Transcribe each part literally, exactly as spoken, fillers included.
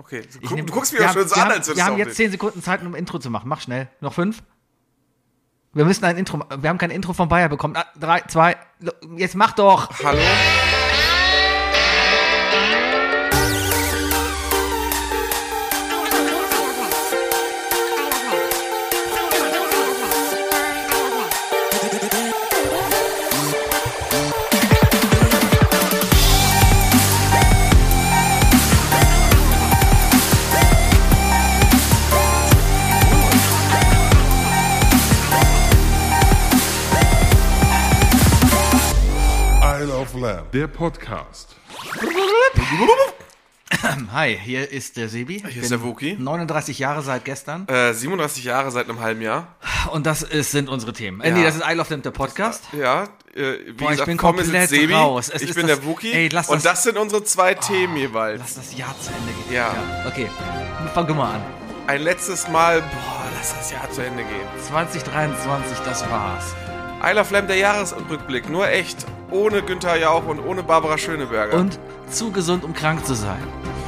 Okay, du, Ich guck, nehm, du guckst mir auch schon so an, als Wir würdest haben du jetzt zehn Sekunden Zeit, um ein Intro zu machen. Mach schnell. Noch fünf? Wir müssen ein Intro, wir haben kein Intro von Bayer bekommen. Ah, drei, zwei, jetzt mach doch. Hallo? Der Podcast. Hi, hier ist der Sebi. Hier ist der Wookie. neununddreißig Jahre seit gestern. Äh, siebenunddreißig Jahre seit einem halben Jahr. Und das ist, sind unsere Themen. Äh, Ja. nee, das ist I Love Them, der Podcast. Ja, äh, wie Boah, ich gesagt, bin vor mir komplett sitzt Sebi, raus. Es ich ist bin das- der Wookie Ey, lass und das- das sind unsere zwei Themen jeweils. Lass das Jahr zu Ende gehen. Ja. Okay, fang du mal an. Ein letztes Mal, boah, lass das Jahr zu Ende gehen. zwanzig dreiundzwanzig, das war's. I Love Lamb, der Jahresrückblick, nur echt, ohne Günther Jauch und ohne Barbara Schöneberger. Und zu gesund, um krank zu sein.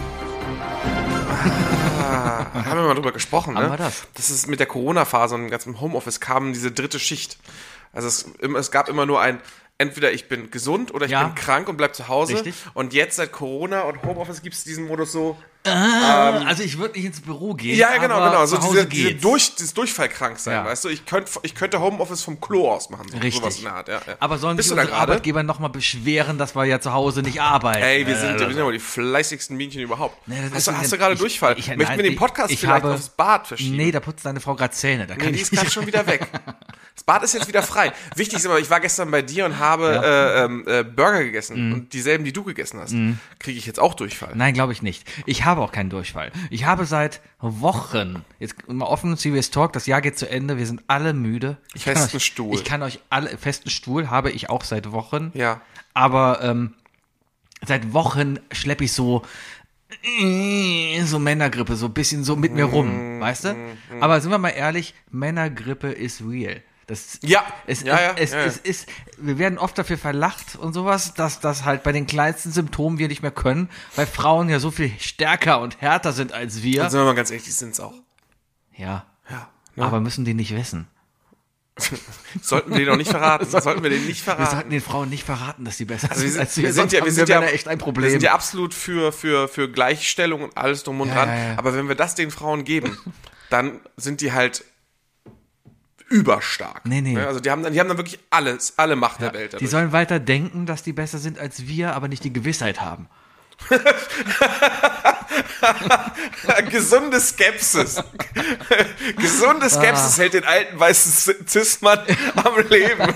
Ah, haben wir mal drüber gesprochen, ne? Haben wir das? Das ist mit der Corona-Phase und dem ganzen Homeoffice kam diese dritte Schicht. Also es, es gab immer nur ein, entweder ich bin gesund oder ich Ja. bin krank und bleib zu Hause. Richtig. Und jetzt seit Corona und Homeoffice gibt es diesen Modus so, Ah, also ich würde nicht ins Büro gehen. ja, genau, aber genau, zu so Hause diese, diese geht's. durch, dieses Durchfallkranksein, Ja. weißt du? Ich könnte ich könnte Homeoffice vom Klo aus machen, so, Richtig. sowas in der Art, ja, ja. Aber sollen Bist sich du da unsere gerade? Arbeitgeber nochmal beschweren, dass wir ja zu Hause nicht arbeiten? Ey, wir Äh, sind, wir sind ja wohl die fleißigsten Bienchen überhaupt. Nee, das hast ist du, so hast ein- du gerade ich- Durchfall? ich- Möchten nein, wir den ich- Podcast ich vielleicht habe- aufs Bad verschieben? Nee, da putzt deine Frau gerade Zähne. Da kann Nee, die ich ist nicht. gerade schon wieder weg. Das Bad ist jetzt wieder frei. Wichtig ist aber, ich war gestern bei dir und habe Ja. äh, ähm, äh, Burger gegessen. Und dieselben, die du gegessen hast. Kriege ich jetzt auch Durchfall? Nein, glaube ich nicht. Ich habe auch keinen Durchfall. Ich habe seit Wochen, jetzt mal offen, C V S Talk, das Jahr geht zu Ende, wir sind alle müde. Ich kann Festen euch, Stuhl. Ich kann euch alle, festen Stuhl habe ich auch seit Wochen. Ja. Aber ähm, seit Wochen schleppe ich so so Männergrippe, so ein bisschen so mit mir rum, weißt du? Aber sind wir mal ehrlich, Männergrippe ist real. Das, Ja. es, Ja, ja, es, ja, ja. es ist, wir werden oft dafür verlacht und sowas, dass das halt bei den kleinsten Symptomen wir nicht mehr können, weil Frauen ja so viel stärker und härter sind als wir. Und sind wir mal ganz ehrlich, die sind's auch. Ja, Ja. Ne? aber müssen die nicht wissen. Sollten wir denen auch nicht verraten. Sollten wir denen nicht Wir verraten. sollten den Frauen nicht verraten, dass die besser Also wir sind sind, als wir. wir sind Sonst ja, haben wir sind ja, Männer echt ein Problem. wir sind ja absolut für, für, für Gleichstellung und alles drum und Ja, dran. ja, ja. Aber wenn wir das den Frauen geben, dann sind die halt überstark. Nee, nee. Ja, also die haben dann, die haben dann wirklich alles, alle Macht Ja, der Welt. die dadurch. sollen weiter denken, dass die besser sind als wir, aber nicht die Gewissheit haben. Gesunde Skepsis. Gesunde Skepsis hält den alten weißen Cis-Mann am Leben.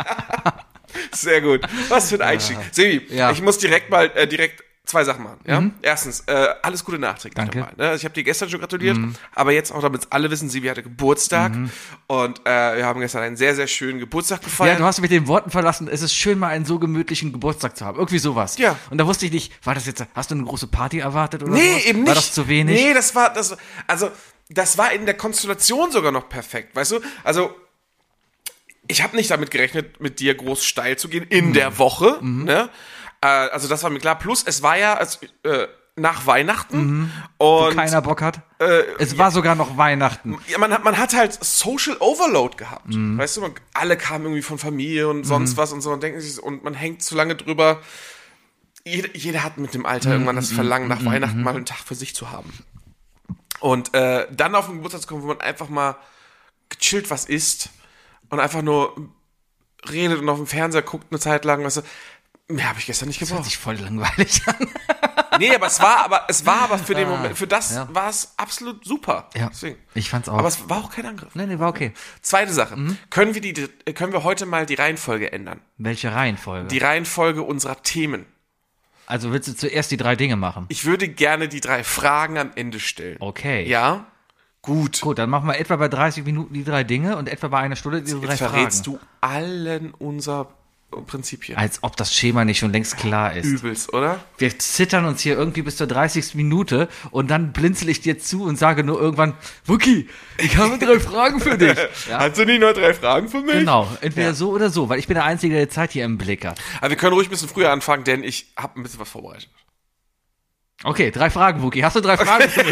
Sehr gut. Was für ein Einstieg. Sebi, Ja. ich muss direkt mal äh, direkt zwei Sachen machen. Ja? Erstens, äh, alles Gute nachträglich Danke. nochmal. Ne? Also ich habe dir gestern schon gratuliert, aber jetzt auch, damit alle wissen, Sebi hatte Geburtstag und äh, wir haben gestern einen sehr, sehr schönen Geburtstag Ja, gefeiert. du hast mich mit den Worten verlassen, es ist schön, mal einen so gemütlichen Geburtstag zu haben. Irgendwie sowas. Ja. Und da wusste ich nicht, war das jetzt, hast du eine große Party erwartet oder Nee, sowas? eben nicht. War das zu wenig? Nee, das war, das, also, das war in der Konstellation sogar noch perfekt, weißt du? Also, ich habe nicht damit gerechnet, mit dir groß steil zu gehen in der Woche, ne? Äh, also, das war mir klar. Plus, es war ja als, äh, nach Weihnachten und Keiner Bock hat. äh, Es war sogar noch Weihnachten. ja, man hat, man hat halt Social Overload gehabt. Weißt du, man, alle kamen irgendwie von Familie und sonst was und so und denken sich, und man hängt zu lange drüber. Jeder, jeder hat mit dem Alter irgendwann das Verlangen, nach Weihnachten mal einen Tag für sich zu haben. Und äh, dann auf den Geburtstag zu kommen, wo man einfach mal gechillt was isst und einfach nur redet und auf dem Fernseher guckt eine Zeit lang, weißt du, mehr habe ich gestern nicht Das hört gebraucht. sich voll langweilig an. Nee, aber es war, aber es war aber für den Moment, für das ja. war es absolut super. Ja, Deswegen. ich fand's auch. Aber es war auch kein Angriff. nee, nee, war okay. Zweite Sache. Können wir die, können wir heute mal die Reihenfolge ändern? Welche Reihenfolge? Die Reihenfolge unserer Themen. also willst du zuerst die drei Dinge machen? Ich würde gerne die drei Fragen am Ende stellen. Okay. Ja? Gut. Gut, dann machen wir etwa bei dreißig Minuten die drei Dinge und etwa bei einer Stunde die drei Jetzt Fragen. verrätst du allen unser Prinzip hier. Als ob das Schema nicht schon längst klar ist. Übelst, oder? Wir zittern uns hier irgendwie bis zur dreißigsten Minute und dann blinzel ich dir zu und sage nur irgendwann, Wookie, ich habe drei Fragen für dich. Ja, Hast du nicht noch drei Fragen für mich? genau, entweder Ja. so oder so, weil ich bin der Einzige, der die Zeit hier im Blick hat. Aber wir können ruhig ein bisschen früher anfangen, denn ich habe ein bisschen was vorbereitet. Okay, drei Fragen, Wookie. Hast du drei Fragen für mich?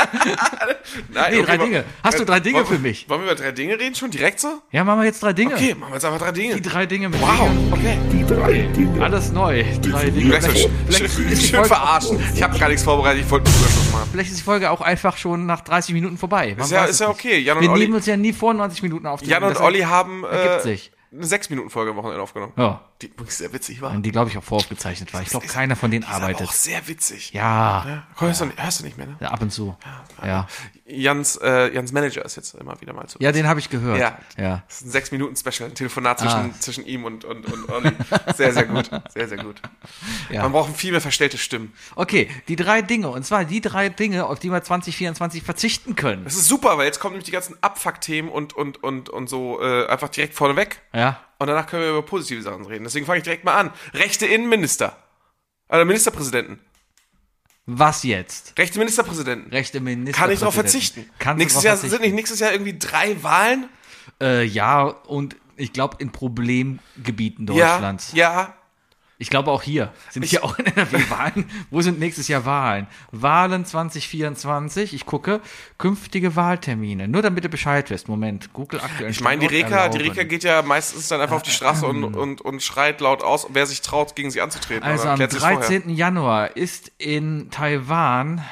Nein, Nee, okay, drei wa- Dinge. Hast du drei Dinge wollen, für mich? Wollen wir über drei Dinge reden schon? Direkt so? Ja, machen wir jetzt drei Dinge. Okay, machen wir jetzt einfach drei Dinge. Die drei Dinge mit Wow, Dingen. okay. Die drei Dinge. Alles neu. Drei Dinge. Vielleicht so Vielleicht, schön, vielleicht, ist die schön Folge, verarschen. Ich habe gar nichts vorbereitet, ich wollte nur Überschluss machen. vielleicht ist die Folge auch einfach schon nach dreißig Minuten vorbei. Man Ist ja, weiß ist es ja nicht. okay. Jan und Wir Olli, nehmen uns ja nie vor, neunzig Minuten aufzunehmen. Jan und Deshalb Olli haben ergibt äh, sich. eine sechs Minuten Folge am Wochenende aufgenommen. Ja. Die übrigens sehr witzig war. Die, glaube ich, auch voraufgezeichnet war. Ich glaube, Ist- keiner von denen die ist aber arbeitet. auch sehr witzig. Ja, Ja, hörst, du, hörst du nicht mehr, ne? ja, ab und zu. Ja, Jans, äh, Jans Manager ist jetzt immer wieder mal zu. ja den habe ich gehört. Ja. Ja. Das ist ein sechs Minuten Special, ein Telefonat zwischen, Ah. zwischen ihm und, und, und Olli. Sehr, sehr gut. Sehr, sehr gut. Ja. Man braucht viel mehr verstellte Stimmen. Okay, die drei Dinge. Und zwar die drei Dinge, auf die wir zwanzig vierundzwanzig verzichten können. Das ist super, weil jetzt kommen nämlich die ganzen Abfuck-Themen und, und, und, und so äh, einfach direkt vorneweg. Ja. Und danach können wir über positive Sachen reden. Deswegen fange ich direkt mal an. Rechte Innenminister. Also Ministerpräsidenten. Was jetzt? Rechte Ministerpräsidenten. Rechte Minister. Kann ich darauf verzichten. Kannst nächstes du Jahr drauf sind nicht nächstes Jahr irgendwie drei Wahlen? Äh, ja, und ich glaube in Problemgebieten Deutschlands. Ja, ja. Ich glaube auch hier. Sind Ich- hier auch in N R W Wahlen? Wo sind nächstes Jahr Wahlen? Wahlen zwanzig vierundzwanzig. Ich gucke. Künftige Wahltermine. Nur damit du Bescheid wirst. Moment. Google aktuell. Ich meine, die Reka, die Reka geht ja meistens dann einfach auf die Straße und, und, und schreit laut aus, wer sich traut, gegen sie anzutreten. Also Aber am klärt sich's vorher. dreizehnten Januar ist in Taiwan.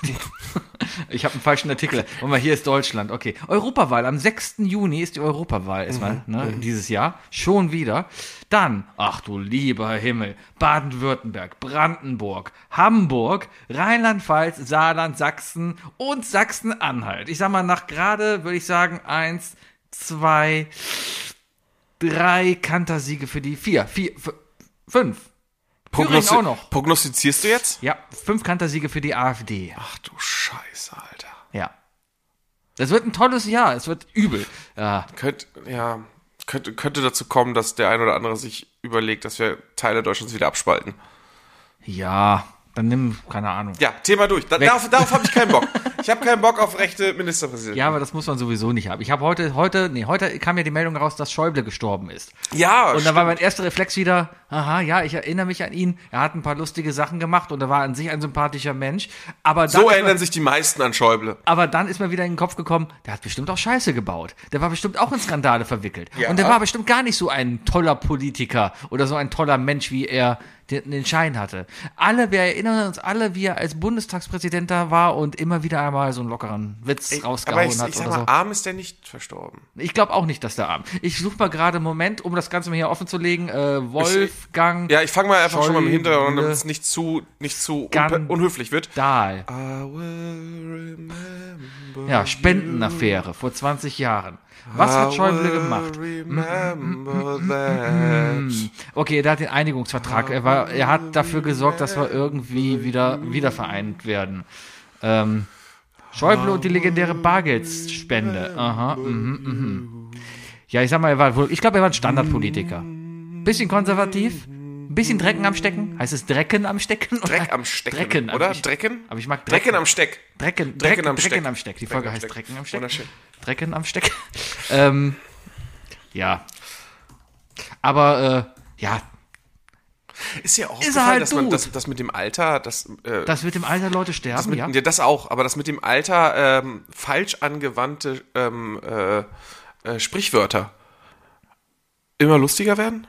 Ich habe einen falschen Artikel. Und mal hier ist Deutschland. Okay. Europawahl. Am sechsten Juni ist die Europawahl erstmal, Mhm. ne, dieses Jahr. Schon wieder. Dann, ach du lieber Himmel, Baden-Württemberg, Brandenburg, Hamburg, Rheinland-Pfalz, Saarland, Sachsen und Sachsen-Anhalt. Ich sag mal, nach gerade würde ich sagen, eins, zwei, drei Kantersiege für die vier, vier, f- fünf. Thüringen Prognosti- auch noch. Prognostizierst du jetzt? Ja, fünf Kantersiege für die AfD. Ach du Scheiße, Alter. Ja. Das wird ein tolles Jahr. Es wird übel. Ja. Könnt, ja, könnte, könnte dazu kommen, dass der ein oder andere sich überlegt, dass wir Teile Deutschlands wieder abspalten. Ja, dann nimm, keine Ahnung. Ja, Thema durch. Da, Weg. darauf darauf habe ich keinen Bock. Ich habe keinen Bock auf rechte Ministerpräsidenten. Ja, aber das muss man sowieso nicht haben. Ich habe heute, heute, nee, heute kam ja die Meldung raus, dass Schäuble gestorben ist. Ja, Und da war mein erster Reflex wieder, aha, ja, ich erinnere mich an ihn. Er hat ein paar lustige Sachen gemacht und er war an sich ein sympathischer Mensch. Aber dann, so ist erinnern mir, sich die meisten an Schäuble. aber dann ist mir wieder in den Kopf gekommen, der hat bestimmt auch Scheiße gebaut. Der war bestimmt auch in Skandale verwickelt. Ja. Und der war bestimmt gar nicht so ein toller Politiker oder so ein toller Mensch, wie er den, den Schein hatte. Alle, wir erinnern uns alle, wie er als Bundestagspräsident da war und immer wieder einmal so einen lockeren Witz Aber rausgehauen ich, hat ich sag oder mal, so. arm ist der nicht verstorben. Ich glaube auch nicht, dass der arm. Ich suche mal gerade einen Moment, um das Ganze mal hier offen zu legen. Äh, Wolfgang Ja, ich fange mal einfach schon mal im Schäuble Hintergrund, damit es nicht zu, nicht zu Gan- unpe- unhöflich wird. Dahl. I will remember Ja, Spendenaffäre vor zwanzig Jahren. Was hat Schäuble gemacht? Remember that. Okay, der hat den Einigungsvertrag. Er, war, er hat dafür gesorgt, dass wir irgendwie wieder wiedervereint werden. Ähm, Schäuble und die legendäre Bargeldspende. Aha, mhm, mhm. Ja, ich sag mal, er war wohl, ich glaube, er war ein Standardpolitiker. Bisschen konservativ, ein bisschen Drecken am Stecken. Heißt es Drecken am Stecken? Oder? Dreck am Stecken, Drecken, oder? aber ich- Drecken? Aber ich mag Drecken am Steck. Drecken, Drecken Drecken, am Drecken Steck. am Steck. Die Drecken Folge am heißt Steck. Drecken am Steck. Wunderschön. Drecken am Steck. ähm, ja. Aber, äh, ja, Ist ja auch Ist er aufgefallen, halt dass man tot. das, das mit dem Alter, das, äh, das wird im Alter Leute sterben, das mit, ja? ja, das auch, aber das mit dem Alter ähm, falsch angewandte ähm, äh, äh, Sprichwörter immer lustiger werden?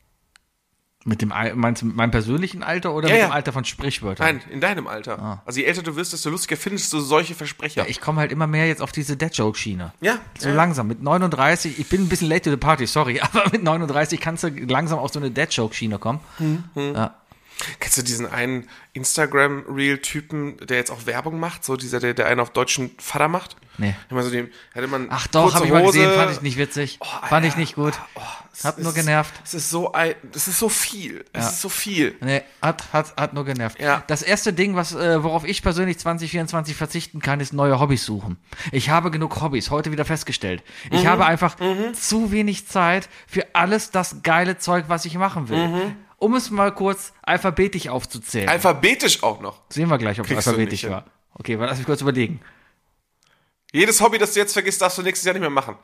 Mit dem, Al- meinst du mit meinem persönlichen Alter oder Ja, mit ja. dem Alter von Sprichwörtern? Nein, in deinem Alter. Also je älter du wirst, desto lustiger findest du solche Versprecher. Ich komme halt immer mehr jetzt auf diese Dead-Joke-Schiene. Ja, So ja. langsam. Mit neununddreißig, ich bin ein bisschen late to the party, sorry, aber mit neununddreißig kannst du langsam auf so eine Dead-Joke-Schiene kommen. Ja. Kennst du diesen einen Instagram-Reel-Typen, der jetzt auch Werbung macht? So dieser, der, der einen auf deutschen Vater macht? Nee. Immer so dem, hatte man Ach doch, kurze habe ich mal Hose. gesehen, fand ich nicht witzig. Oh, fand ich Alter. nicht gut. Oh, es Hat nur ist- genervt. Es ist so ein, es ist so viel. Es Ja. ist so viel. Nee, hat, hat, hat nur genervt. Ja. Das erste Ding, was, äh, worauf ich persönlich zwanzig vierundzwanzig verzichten kann, ist neue Hobbys suchen. Ich habe genug Hobbys, heute wieder festgestellt. Ich Mhm. habe einfach zu wenig Zeit für alles das geile Zeug, was ich machen will. Mhm. Um es mal kurz alphabetisch aufzuzählen. Alphabetisch auch noch. Sehen wir gleich, ob es Kriegst du alphabetisch nicht hin. war. Okay, lass mich kurz überlegen. Jedes Hobby, das du jetzt vergisst, darfst du nächstes Jahr nicht mehr machen.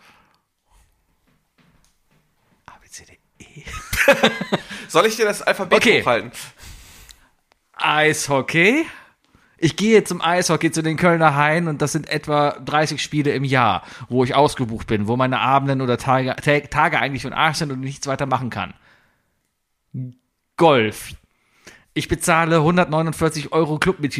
A, B, C, D, E. Soll ich dir das Alphabet Okay. hochhalten? Eishockey, Ich gehe zum Eishockey, zu den Kölner Haien und das sind etwa dreißig Spiele im Jahr, wo ich ausgebucht bin, wo meine Abenden oder Tage, Tage eigentlich von Arsch sind und nichts weiter machen kann. Golf. Ich bezahle hundertneunundvierzig Euro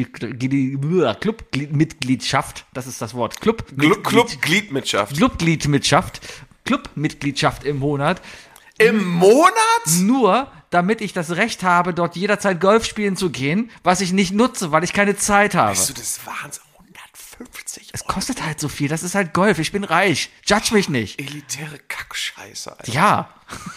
Clubmitgliedschaft. Das ist das Wort. Clubmitgliedschaft. Clubmitgliedschaft. Clubmitgliedschaft im Monat. Im Monat? Nur, damit ich das Recht habe, dort jederzeit Golf spielen zu gehen, was ich nicht nutze, weil ich keine Zeit habe. Weißt du, das ist Wahnsinn. hundertfünfzig Euro. Es kostet halt so viel. Das ist halt Golf. Ich bin reich. Judge mich nicht. Elitäre Kackscheiße, Alter. Ja.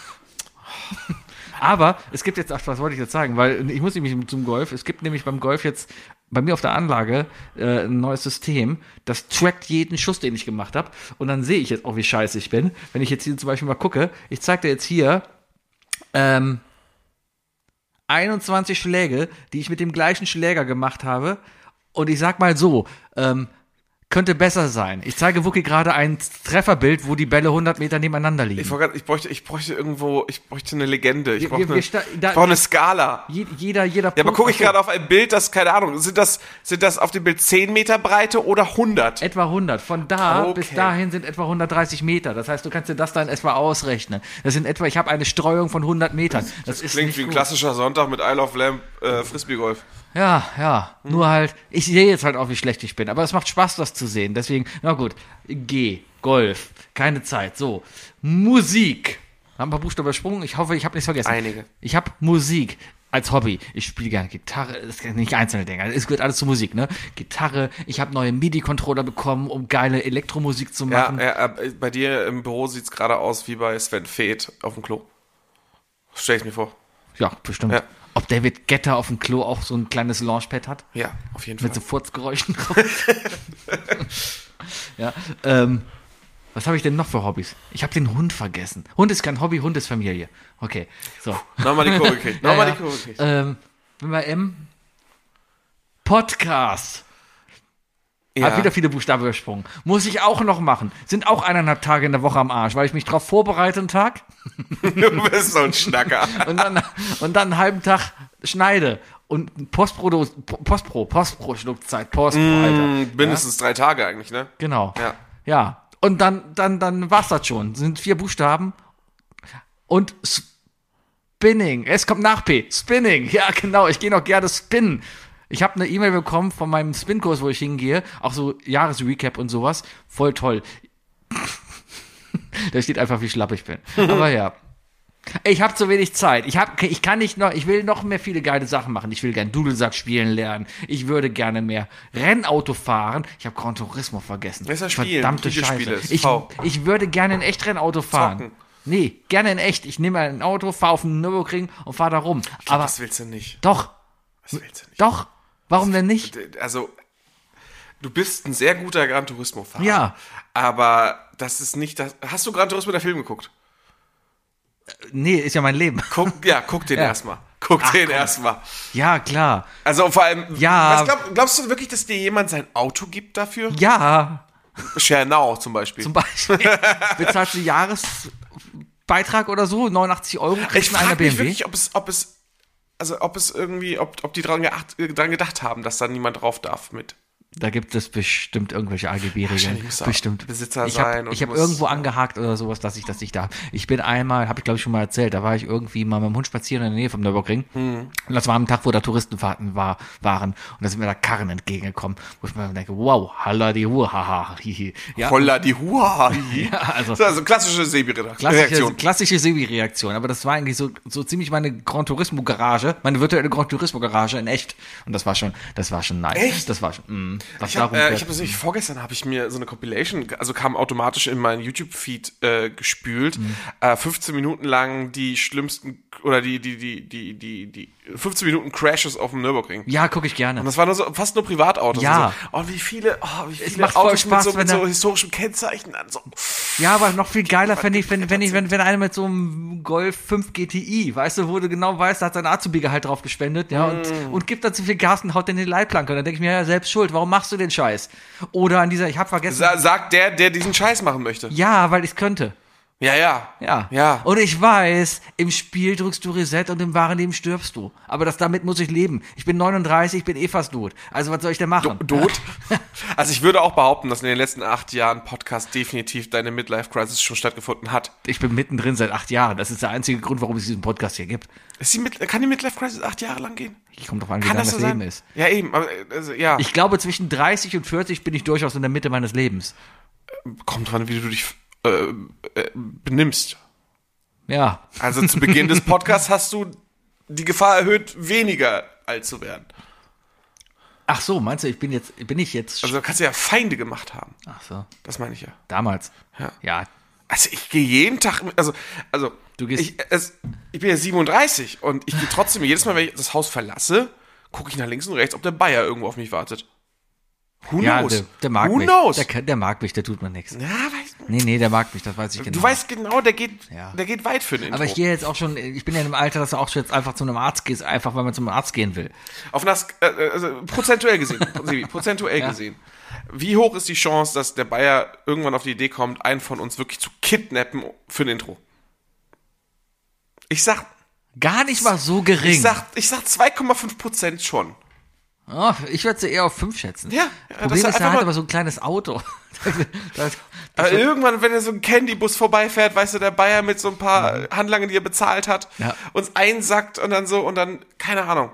Aber es gibt jetzt, ach, was wollte ich jetzt sagen, weil ich muss nämlich zum Golf, es gibt nämlich beim Golf jetzt bei mir auf der Anlage äh, ein neues System, das trackt jeden Schuss, den ich gemacht habe und dann sehe ich jetzt auch, wie scheiße ich bin. Wenn ich jetzt hier zum Beispiel mal gucke, ich zeige dir jetzt hier ähm, einundzwanzig Schläge, die ich mit dem gleichen Schläger gemacht habe und ich sag mal so, ähm, könnte besser sein. Ich zeige Wookie gerade ein Trefferbild, wo die Bälle hundert Meter nebeneinander liegen. Ich, grad, ich, bräuchte, ich bräuchte irgendwo, ich bräuchte eine Legende. Ich brauche wir, wir, eine, wir, da, ich brauch eine Skala. Jeder, jeder Punkt. Ja, aber gucke ich gerade auf ein Bild, das, keine Ahnung, sind das, sind das auf dem Bild zehn Meter Breite oder hundert? Etwa hundert. Von da okay. bis dahin sind etwa hundertdreißig Meter. Das heißt, du kannst dir das dann etwa ausrechnen. Das sind etwa, ich habe eine Streuung von hundert Metern. Das, das ist klingt nicht wie ein gut. klassischer Sonntag mit Isle of Lamp, äh, Frisbee-Golf. Ja, ja, hm. Nur halt, ich sehe jetzt halt auch, wie schlecht ich bin, aber es macht Spaß, das zu sehen, deswegen, na gut, G, Golf, keine Zeit, so, Musik, haben ein paar Buchstaben übersprungen, ich hoffe, ich habe nichts vergessen. Einige. Ich habe Musik als Hobby, ich spiele gerne Gitarre, das sind nicht einzelne Dinge, es gehört alles zur Musik, ne, Gitarre, ich habe neue MIDI-Controller bekommen, um geile Elektromusik zu machen. Ja, ja, bei dir im Büro sieht's gerade aus wie bei Sven Feth auf dem Klo. Stell ich mir vor. Ja, bestimmt. Ja. Ob David Guetta auf dem Klo auch so ein kleines Launchpad hat? Ja, auf jeden Mit Fall. so Furzgeräuschen drauf. Ja, ähm, was habe ich denn noch für Hobbys? Ich habe den Hund vergessen. Hund ist kein Hobby, Hund ist Familie. Okay, so. Nochmal die Kurve gekriegt. Nochmal ja, ja. die Kurve gekriegt. Ähm, wenn wir M. Podcast. Ja. Hab wieder viele Buchstaben übersprungen. Muss ich auch noch machen. Sind auch eineinhalb Tage in der Woche am Arsch, weil ich mich drauf vorbereite einen Tag. Du bist so ein Schnacker. und, dann, und dann einen halben Tag schneide. Und Postpro, Postpro, Postpro Schluckzeit, Postpro, mm, Alter. Mindestens ja? drei Tage eigentlich, ne? Genau. Ja. Ja. Und dann, dann, dann war's das schon. Sind vier Buchstaben. Und Spinning. Es kommt nach P. Spinning. Ja, genau. Ich gehe noch gerne spinnen. Ich habe eine E-Mail bekommen von meinem Spin-Kurs, wo ich hingehe. Auch so Jahresrecap und sowas. Voll toll. Da steht einfach, wie schlapp ich bin. Aber ja. Ich habe zu wenig Zeit. Ich, hab, ich kann nicht noch, ich will noch mehr viele geile Sachen machen. Ich will gerne Dudelsack spielen lernen. Ich würde gerne mehr Rennauto fahren. Ich habe Gran Turismo vergessen. Das ist das Spiel. Verdammte Scheiße. Ich, V. ich würde gerne ein Echtrennauto fahren. Zocken. Nee, gerne in echt. Ich nehme ein Auto, fahre auf den Nürburgring und fahre da rum. Ich glaub, Aber das willst du nicht. Doch. Das willst du nicht. Doch. Warum denn nicht? Also, du bist ein sehr guter Gran Turismo-Fahrer. Ja. Aber das ist nicht das. Hast du Gran Turismo der Film geguckt? Nee, ist ja mein Leben. Guck, ja, guck den Ja. erstmal. Guck Ach, den komm. erstmal. Ja, klar. Also vor allem, Ja. was glaub, glaubst du wirklich, dass dir jemand sein Auto gibt dafür? Ja, Schernau zum Beispiel. zum Beispiel. Bezahlst du Jahresbeitrag oder so? neunundachtzig Euro kriegst ich du einer frage B mich M W? wirklich, ob es, ob es, also ob es irgendwie, ob, ob die dran, geacht, dran gedacht haben, dass da niemand drauf darf mit. Da gibt es bestimmt irgendwelche A G B-Regeln. Wahrscheinlich musst du auch Bestimmt. Besitzer ich sein habe und ich du hab musst- irgendwo angehakt oder sowas, dass ich das nicht darf. Ich bin einmal, habe ich glaube ich schon mal erzählt, da war ich irgendwie mal mit dem Hund spazieren in der Nähe vom Nürburgring. Hm. Und das war am Tag, wo da Touristenfahrten war, waren. Und da sind mir da Karren entgegengekommen, wo ich mir denke, wow, halla die Hu, haha, hihi. Ja, Holla die Hua. ja, also Das ist also klassische klassische, Sebi-Reaktion. klassische Sebi-Reaktion. Aber das war eigentlich so, so ziemlich meine Gran Turismo-Garage, meine virtuelle Gran Turismo-Garage in echt. Und das war schon, das war schon nice. Echt? Das war schon, mh, was Ich habe darum äh, ich hab das nämlich vorgestern habe ich mir so eine Compilation, also kam automatisch in meinen YouTube-Feed äh, gespült, Mhm. äh, fünfzehn Minuten lang die schlimmsten oder die die die die die die fünfzehn Minuten Crashes auf dem Nürburgring. ja, gucke ich gerne. Und das waren nur so, fast nur Privatautos. Ja. Und so. Oh, wie viele, oh, wie viele macht voll Autos Spaß, mit so, wenn mit so er- historischem Kennzeichen an. So. Ja, aber noch viel geiler fände ich, wenn, wenn ich, wenn, wenn einer mit so einem Golf fünf G T I, weißt du, wo du genau weißt, da hat sein Azubi-Gehalt drauf gespendet, ja, und, Mm. und gibt dann zu viel Gas und haut den in die Leitplanke. Und dann denke ich mir, ja, selbst schuld, warum machst du den Scheiß? Oder an dieser, ich hab vergessen. Sa sagt der, der diesen Scheiß machen möchte. Ja, weil ich's könnte. Ja, ja. Ja. Ja. Und ich weiß, im Spiel drückst du Reset und im wahren Leben stirbst du. Aber das damit muss ich leben. Ich bin neununddreißig, ich bin eh fast tot. Also was soll ich denn machen? Tot? Also ich würde auch behaupten, dass in den letzten acht Jahren Podcast definitiv deine Midlife-Crisis schon stattgefunden hat. Ich bin mittendrin seit acht Jahren. Das ist der einzige Grund, warum es diesen Podcast hier gibt. Ist die Mid- kann die Midlife-Crisis acht Jahre lang gehen? Ich komme drauf an, wie Kann lang das das so Leben sein? ist. Ja, eben. Aber, also, ja. Ich glaube, zwischen dreißig und vierzig bin ich durchaus in der Mitte meines Lebens. Kommt dran, wie du dich äh, äh, benimmst. Ja. Also zu Beginn des Podcasts hast du die Gefahr erhöht, weniger alt zu werden. Ach so, meinst du, ich bin jetzt, bin ich jetzt... Also da kannst du ja Feinde gemacht haben. Ach so. Das meine ich ja. Damals. Ja. Ja. Also ich gehe jeden Tag, also, also Du gehst- ich, es, ich bin ja siebenunddreißig und ich gehe trotzdem, jedes Mal, wenn ich das Haus verlasse, gucke ich nach links und rechts, ob der Bayer irgendwo auf mich wartet. Who Ja, knows? der, der mag Who mich. knows? Der, kann- der mag mich, der tut mir nichts. Ja, weiß, Nee, nee, der mag mich, das weiß ich genau. du weißt genau, der geht, Ja. der geht weit für den Intro. Aber ich gehe jetzt auch schon, ich bin ja in einem Alter, dass du auch schon jetzt einfach zu einem Arzt gehst, einfach weil man zum Arzt gehen will. Auf das, äh, also prozentuell gesehen, Sebi, prozentuell Ja. gesehen. Wie hoch ist die Chance, dass der Bayer irgendwann auf die Idee kommt, einen von uns wirklich zu kidnappen für ein Intro? Ich sag, Gar nicht mal so gering. ich sag, ich sag zwei Komma fünf Prozent schon. Oh, ich würde sie eher auf fünf schätzen. Ja, Problem dass ist, er er einfach hat mal- aber so ein kleines Auto. das, Aber irgendwann, wenn er so ein Candybus vorbeifährt, weißt du, der Bayer mit so ein paar Handlangern, die er bezahlt hat, Ja. uns einsackt und dann so und dann, keine Ahnung.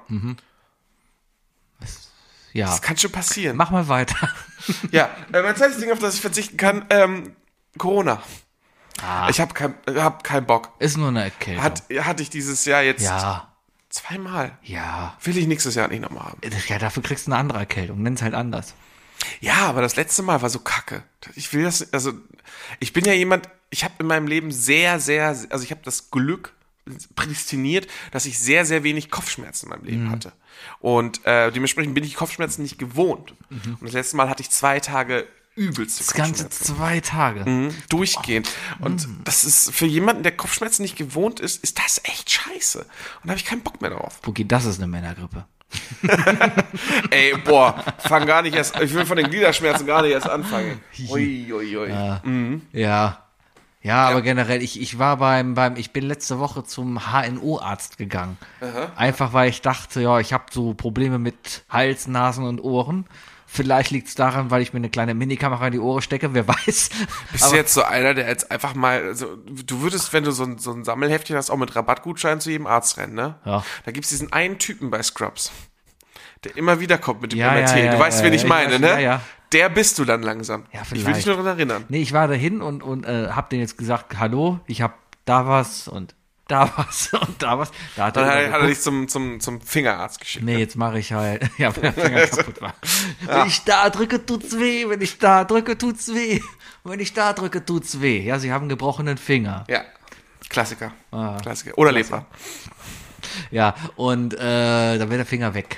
ja, Das kann schon passieren. mach mal weiter. Ja, äh, mein zweites Ding, auf das ich verzichten kann, ähm, Corona. Ah, Ich habe kein, hab keinen Bock. ist nur eine Erkältung. Hat, hatte ich dieses Jahr jetzt ja, zweimal. ja. Will ich nächstes Jahr nicht nochmal haben. Ja, dafür kriegst du eine andere Erkältung. Nenn's halt anders. Ja, aber das letzte Mal war so kacke. Ich will das, also ich bin ja jemand, ich habe in meinem Leben sehr, sehr, also ich habe das Glück prädestiniert, dass ich sehr, sehr wenig Kopfschmerzen in meinem Leben Mhm. hatte. Und äh, dementsprechend bin ich Kopfschmerzen nicht gewohnt. Und das letzte Mal hatte ich zwei Tage übelste Mhm. Das ganze Kopfschmerzen. zwei Tage. Mhm, durchgehend. Und Mhm. das ist für jemanden, der Kopfschmerzen nicht gewohnt ist, ist das echt scheiße. Und da habe ich keinen Bock mehr drauf. Buki, das ist eine Männergrippe. Ey, boah, fang gar nicht erst, ich will von den Gliederschmerzen gar nicht erst anfangen. Ui, ui, ui. Ja. Ja, aber generell, ich, ich war beim, beim, ich bin letzte Woche zum H N O-Arzt gegangen. Einfach weil ich dachte, ja, ich habe so Probleme mit Hals, Nasen und Ohren. Vielleicht liegt es daran, weil ich mir eine kleine Minikamera in die Ohren stecke, wer weiß. Bist du jetzt so einer, der jetzt einfach mal, also, du würdest, wenn du so ein, so ein Sammelheftchen hast, auch mit Rabattgutschein zu jedem Arzt rennen, ne? Ja. Da gibt's diesen einen Typen bei Scrubs, der immer wieder kommt mit dem Ja, M R T. ja, ja, du weißt, ja, wen ich ja, meine, ich ne? weiß, ja, ja. Der bist du dann langsam. Ja, ich will dich vielleicht. nur daran erinnern. Nee, ich war dahin und, und äh, hab denen jetzt gesagt, hallo, ich hab da was und da was und da was. Da hat Dann er hat, wieder er- hat er geguckt. dich zum, zum, zum Fingerarzt geschickt. Nee, jetzt mache ich halt, ja, wenn der Finger kaputt war. Wenn ich da drücke, tut's weh. Wenn ich da drücke, tut's weh. Und wenn ich da drücke, tut's weh. Ja, sie haben einen gebrochenen Finger. Ja, Klassiker. Ah. Klassiker. Oder Lepra. Ja, und äh, dann wäre der Finger weg.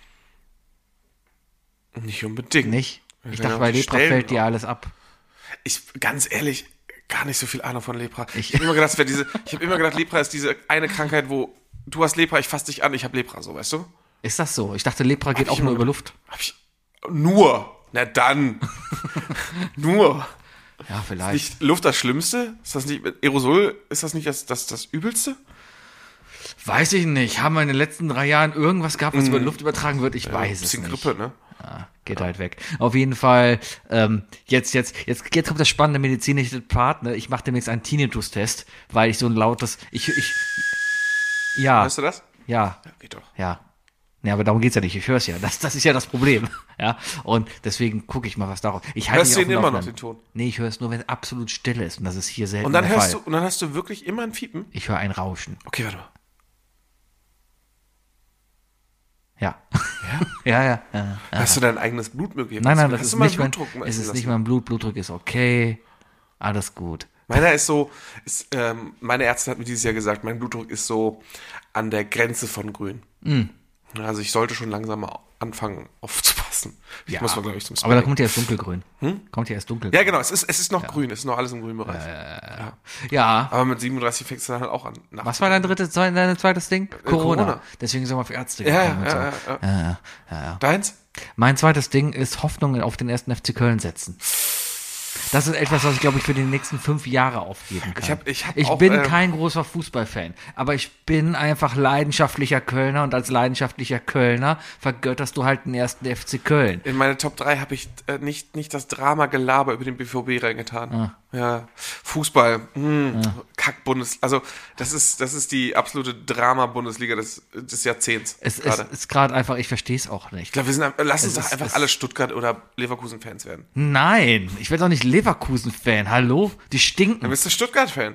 Nicht unbedingt. Nicht? Wir Ich werden dachte, auf bei die Lepra Stellen fällt dir auch. alles ab. Ich, ganz ehrlich, gar nicht so viel Ahnung von Lepra. Ich- Ich, habe immer gedacht, es wäre diese, ich habe immer gedacht, Lepra ist diese eine Krankheit, wo du hast Lepra, ich fass dich an, ich habe Lepra, so, weißt du? Ist das so? Ich dachte, Lepra geht ich auch nur immer über Luft. Hab ich, nur. Na dann. nur. Ja, vielleicht. Nicht Luft das Schlimmste? Ist das nicht, Aerosol, ist das nicht das, das, das Übelste? Weiß ich nicht. Haben wir in den letzten drei Jahren irgendwas gehabt, was über Luft übertragen wird? Ich weiß es Bisschen nicht. Grippe, ne? Ah, geht halt weg. Auf jeden Fall, ähm, jetzt, jetzt, jetzt, jetzt kommt das spannende medizinische Part, ne? Ich mache demnächst einen Tinnitus-Test, weil ich so ein lautes, ich, ich, ja, Weißt du das? ja, Ja, geht doch. ja. Ja, aber darum geht's ja nicht. Ich höre es ja. Das, das ist ja das Problem. Ja. Und deswegen gucke ich mal, was darauf. Ich halte Hörst mich du auf ihn dem immer noch, Laufenden. den Ton? Nee, ich höre es nur, wenn es absolut still ist. Und das ist hier selten Und dann der hörst Fall. du, und dann hast du wirklich immer ein Fiepen? Ich höre ein Rauschen. Okay, warte mal. Ja. Ja, ja. ja, ja. Hast du dein eigenes Blut möglicherweise? Nein, nein, das hast ist du mal nicht mein, Blutdruck es messen ist lassen? nicht mein Blut. Blutdruck ist okay. Alles gut. Meiner ist so, ist, ähm, meine Ärztin hat mir dieses Jahr gesagt, mein Blutdruck ist so an der Grenze von grün. Mm. Also ich sollte schon langsam mal anfangen aufzupassen. Ich Ja. muss mal, glaube ich, zum Aber da Spanning. kommt ja erst dunkelgrün. Kommt ja erst dunkelgrün. Ja, genau, es ist, es ist noch grün, es ist noch alles im grünen Bereich. Ja. Ja. Aber mit siebenunddreißig fängst du dann halt auch an. nach- Was war dein drittes, dein dein zweites Ding? Corona. Corona. Deswegen sind wir auf Ärzte Ja, gegangen ja, und so. ja, ja. Ja, ja. Deins? Mein zweites Ding ist Hoffnung auf den ersten F C Köln setzen. Das ist etwas, was ich, glaube ich, für die nächsten fünf Jahre aufgeben kann. Ich, hab, ich, hab ich auch, bin äh, kein großer Fußballfan, aber ich bin einfach leidenschaftlicher Kölner und als leidenschaftlicher Kölner vergötterst du halt den ersten F C Köln. In meine Top drei habe ich äh, nicht, nicht das Drama-Gelaber über den B V B reingetan. Ah. Ja, Fußball, mh, ah. Kack-Bundes... Also, das ist, das ist die absolute Drama-Bundesliga des, des Jahrzehnts. Es ist, ist gerade einfach, ich verstehe es auch nicht. Ich glaube, wir sind, lass uns Es doch ist- einfach es- alle Stuttgart- oder Leverkusen-Fans werden. Nein, ich werde doch nicht Leverkusen-Fan. Hallo? Die Dann stinken. bist du Stuttgart-Fan.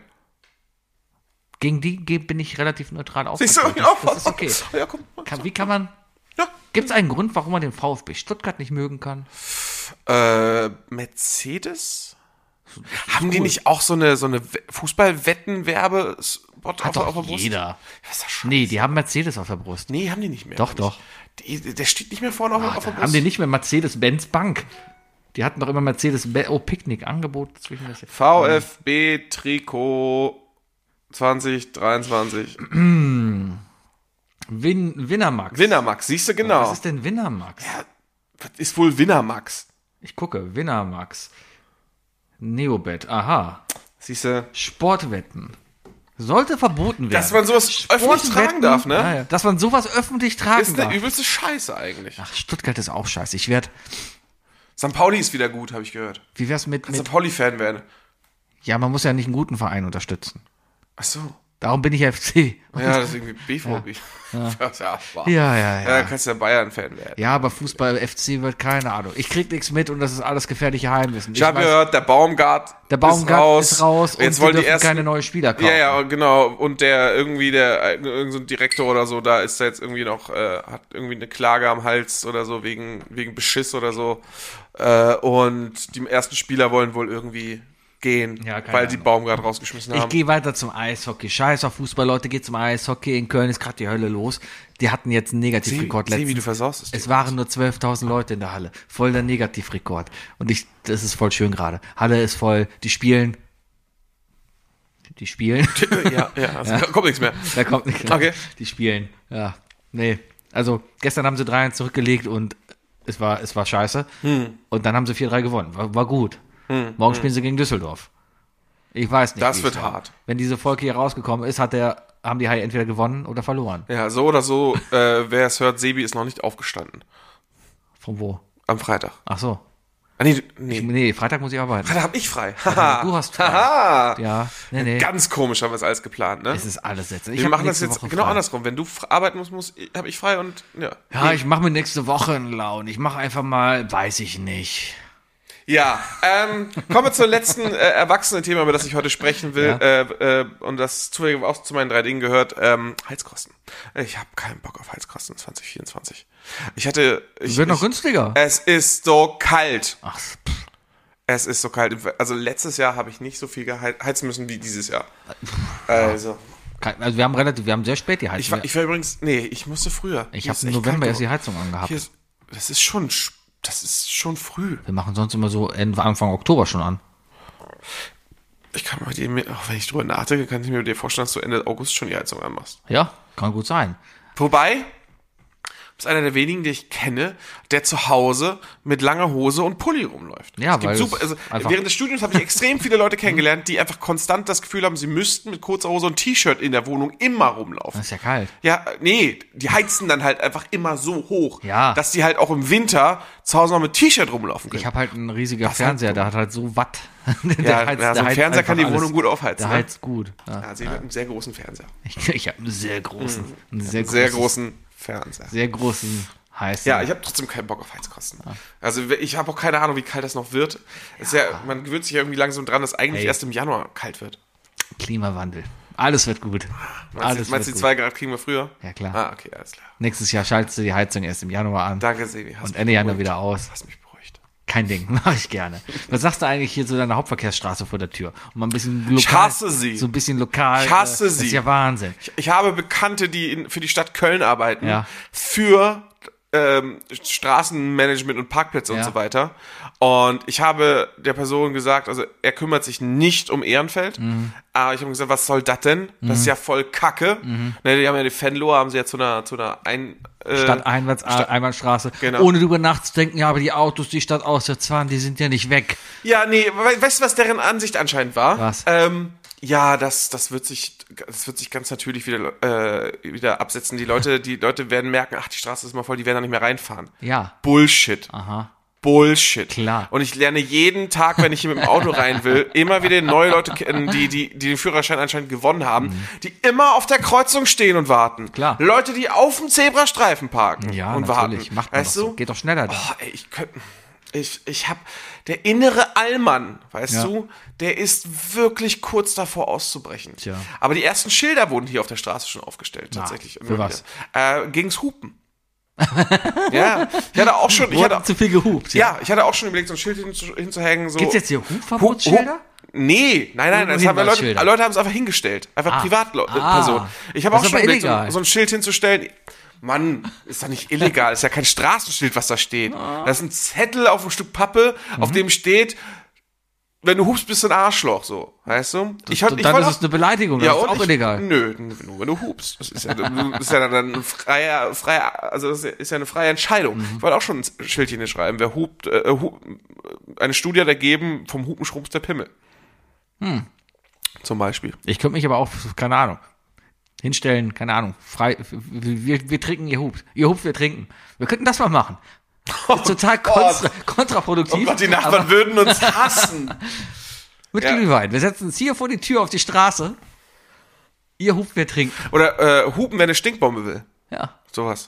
Gegen die ge- bin ich relativ neutral Siehst du? aufgetreten. Ja, Das ist okay. Ja, guck mal. Kann, wie kann man... Ja. Gibt es einen Grund, warum man den VfB Stuttgart nicht mögen kann? Äh, Mercedes? Haben die cool. nicht auch so eine, so eine Fußball-Wetten-Werbespot Hat auf, doch auf der Brust? jeder. Was ist das schon? Nee, die haben Mercedes auf der Brust. Nee, haben die nicht mehr. Doch, glaub doch. ich. Die, der steht nicht mehr vorne auf, Ah, auf der da Brust. haben die nicht mehr Mercedes-Benz Bank. Die hatten doch immer Mercedes-Benz... Oh, Picknick-Angebot zwischen... Das VfB-Trikot zwanzig dreiundzwanzig. Win Winnermax. Winnermax, siehst du genau. Was ist denn Winnermax? Was ist wohl Winnermax? Ich gucke. Winnermax. Neobet. Aha. Siehst du? Sportwetten. Sollte verboten werden. Dass man sowas öffentlich Sportwetten- tragen darf, ne? Ja, ja. Dass man sowas öffentlich tragen Ist darf. eine übelste Scheiße eigentlich. Ach, Stuttgart ist auch scheiße. Ich werde... Sankt Pauli ist wieder gut, habe ich gehört. Wie wär's mit... Kannst du mit Pauli-Fan werden? ja, man muss ja nicht einen guten Verein unterstützen. Ach so. Darum bin ich F C. Ja, das ist irgendwie B V B. Ja, ja, wow. Ja, ja, Ja, dann ja. kannst du ja Bayern-Fan werden. Ja, aber Fußball, F C wird keine Ahnung. Ich krieg nichts mit und das ist alles gefährliche Heimwissen. Ich habe weiß, gehört, der Baumgart, der Baumgart ist raus. ist raus und Jetzt sie wollen die dürfen ersten, keine neuen Spieler kaufen. Ja, ja, genau. Und der irgendwie, der irgendein so ein Direktor oder so, da ist da jetzt irgendwie noch, äh, hat irgendwie eine Klage am Hals oder so wegen wegen Beschiss oder so. Äh, und die ersten Spieler wollen wohl irgendwie gehen, Ja, keine weil die Ahnung. Baumgart rausgeschmissen Ich haben. gehe weiter zum Eishockey. Scheiß auf Fußball, Leute, geht zum Eishockey. In Köln ist gerade die Hölle los. Die hatten jetzt einen Negativrekord Seh, wie du letztens. versaust es. Es waren nur zwölftausend Leute in der Halle. Voll der Negativrekord. Und ich, das ist voll schön gerade. Halle ist voll. Die spielen. Die spielen. ja, ja, also kommt nichts mehr. Da kommt nichts. Okay. Die spielen. Ja. Nee. Also, gestern haben sie drei eins zurückgelegt und es war, es war scheiße. Hm. Und dann haben sie vier drei gewonnen. War, war gut. Morgen spielen sie gegen Düsseldorf. Ich weiß nicht. Das wie wird es war. hart. Wenn diese Folge hier rausgekommen ist, hat der, haben die Haie entweder gewonnen oder verloren. Ja, so oder so, äh, wer es hört, Sebi ist noch nicht aufgestanden. Von wo? Am Freitag. Ach so. Ah, nee, nee. Nee, Freitag muss ich arbeiten. Freitag hab ich frei. Haha. Du hast frei. Haha. Ja, nee, nee. Ganz komisch haben wir es alles geplant, ne? Es ist alles jetzt. Ich Wir hab machen das nächste jetzt Woche genau frei. andersrum. Wenn du f- arbeiten musst, muss, habe ich frei und ja. Ja, ich mache mir nächste Woche einen Laune. Ich mache einfach mal, weiß ich nicht. Ja, ähm, kommen wir zum letzten äh, Erwachsenen-Thema, über das ich heute sprechen will. Ja. Äh, äh, und das zufällig auch zu meinen drei Dingen gehört. Ähm, Heizkosten. Ich habe keinen Bock auf Heizkosten zwanzig vierundzwanzig. Ich hatte... Ich, Wird noch ich, günstiger. Es ist so kalt. Ach, pff. Es ist so kalt. Also letztes Jahr habe ich nicht so viel geheizen müssen wie dieses Jahr. Also... Kein- Also wir haben relativ, wir haben sehr spät die Ich Heizung. war, ich war übrigens... Nee, ich musste früher. Ich Hier habe ist im echt November kalt erst die geworden. Heizung angehabt. Hier ist, das ist schon... sch- Das ist schon früh. Wir machen sonst immer so Ende, Anfang Oktober schon an. Ich kann mir dir, auch wenn ich drüber nachdenke, kann ich mir dir vorstellen, dass du Ende August schon die Heizung anmachst. Ja, kann gut sein. Wobei, du bist einer der wenigen, die ich kenne, der zu Hause mit langer Hose und Pulli rumläuft. Ja, es gibt weil super, es also einfach- während des Studiums habe ich extrem viele Leute kennengelernt, die einfach konstant das Gefühl haben, sie müssten mit kurzer Hose und T-Shirt in der Wohnung immer rumlaufen. Das ist ja kalt. Ja, nee, die heizen dann halt einfach immer so hoch, Ja. dass die halt auch im Winter zu Hause noch mit T-Shirt rumlaufen können. Ich habe halt einen riesiger Das Fernseher, halt der hat halt so Watt. der Ja, ja, so ein heizt Fernseher kann die einfach Wohnung gut aufheizen, Der ne? heizt gut. Ja. Ja, sie hat einen sehr großen Fernseher. Ich, ich habe einen sehr großen, einen sehr, Sehr großes- großen Fernseher. sehr großen heißen. Ja, ich habe trotzdem keinen Bock auf Heizkosten. Also ich habe auch keine Ahnung, wie kalt das noch wird. Ist ja, man gewöhnt sich ja irgendwie langsam dran, dass eigentlich Hey. erst im Januar kalt wird. Klimawandel. Alles wird gut. Meinst Alles du, meinst du, wird die gut. zwei Grad kriegen wir früher? Ja, klar. Ah, okay, alles klar. Nächstes Jahr schaltest du die Heizung erst im Januar an. Danke, Sebi. Hast Und mich Ende Januar beruhigt. wieder aus. Hast mich beruhigt. Kein Ding, mache ich gerne. Was sagst du eigentlich hier zu deiner Hauptverkehrsstraße vor der Tür? Um mal ein bisschen lokal, Ich hasse sie. So ein bisschen lokal. Ich hasse äh, Das sie. ist ja Wahnsinn. Ich, ich habe Bekannte, die in, für die Stadt Köln arbeiten, Ja. für ähm, Straßenmanagement und Parkplätze Ja. und so weiter. Und ich habe der Person gesagt, also er kümmert sich nicht um Ehrenfeld, Mhm. aber ich habe gesagt, was soll das denn? Das ist ja voll Kacke. Mhm. Ne, die haben ja die Venlo, haben sie ja zu einer, zu einer ein, äh, Stadt Einwärts, Stadt- Einbahnstraße. Genau. Ohne drüber nachzudenken, ja, aber die Autos, die Stadt auswärts fahren, die sind ja nicht weg. Ja, nee, we weißt du, was deren Ansicht anscheinend war? Was? Ähm, ja, das, das wird sich, das wird sich ganz natürlich wieder, äh, wieder absetzen. Die Leute, die Leute werden merken, ach, die Straße ist mal voll, die werden da nicht mehr reinfahren. Ja. Bullshit. Aha. Bullshit. Klar. Und ich lerne jeden Tag, wenn ich hier mit dem Auto rein will, immer wieder neue Leute kennen, die, die, die den Führerschein anscheinend gewonnen haben, Mhm. die immer auf der Kreuzung stehen und warten. Klar. Leute, die auf dem Zebrastreifen parken Ja, und natürlich. warten. Macht man weißt doch du? so. Geht doch schneller da. Oh, ey, ich könnte, ich, ich hab, der innere Allmann, weißt Ja. du, der ist wirklich kurz davor auszubrechen. Tja. Aber die ersten Schilder wurden hier auf der Straße schon aufgestellt, tatsächlich. für was? Äh, gegen's Hupen. Ja, ich hatte auch schon, ich Wurde hatte, zu viel gehupt. ja, ich hatte auch schon überlegt, so ein Schild hinzu, hinzuhängen, so. Gibt's jetzt hier Hubverbotsschilder? Nee, nein, nein, Nur das haben wir Leute, Hinweisschilder. Ah. Leute haben es einfach hingestellt. Einfach Privatpersonen. Ah. Person. Ich habe Das auch ist schon aber überlegt, so, illegal. so ein Schild hinzustellen. Mann, ist doch nicht illegal, ist ja kein Straßenschild, was da steht. Ah. Das ist ein Zettel auf einem Stück Pappe, auf Mhm. dem steht, wenn du hupst, bist du ein Arschloch, so. Weißt du? Ich, Und ich dann wollte ist es eine Beleidigung, das ja, ist und auch ich, illegal. Nö, nur wenn du hupst. Das ist ja, du bist ja dann ein freier, freier, also das ist ja eine freie Entscheidung. Mhm. Ich wollte auch schon ein Schildchen hier schreiben. Wer hupt, äh, hu, eine Studie hat ergeben, vom Hupen schrumpft der Pimmel. Hm. Zum Beispiel. Ich könnte mich aber auch, keine Ahnung, hinstellen, keine Ahnung, frei, wir, wir trinken, ihr hupt. Ihr hupt, wir trinken. Wir könnten das mal machen. Das ist total kontra, kontraproduktiv. Oh Gott, die Nachbarn aber würden uns hassen. mit Ja. Glühwein. Wir setzen uns hier vor die Tür auf die Straße. Ihr hupt, wir trinken. Oder äh, hupen, wenn eine Stinkbombe will. Ja. Sowas.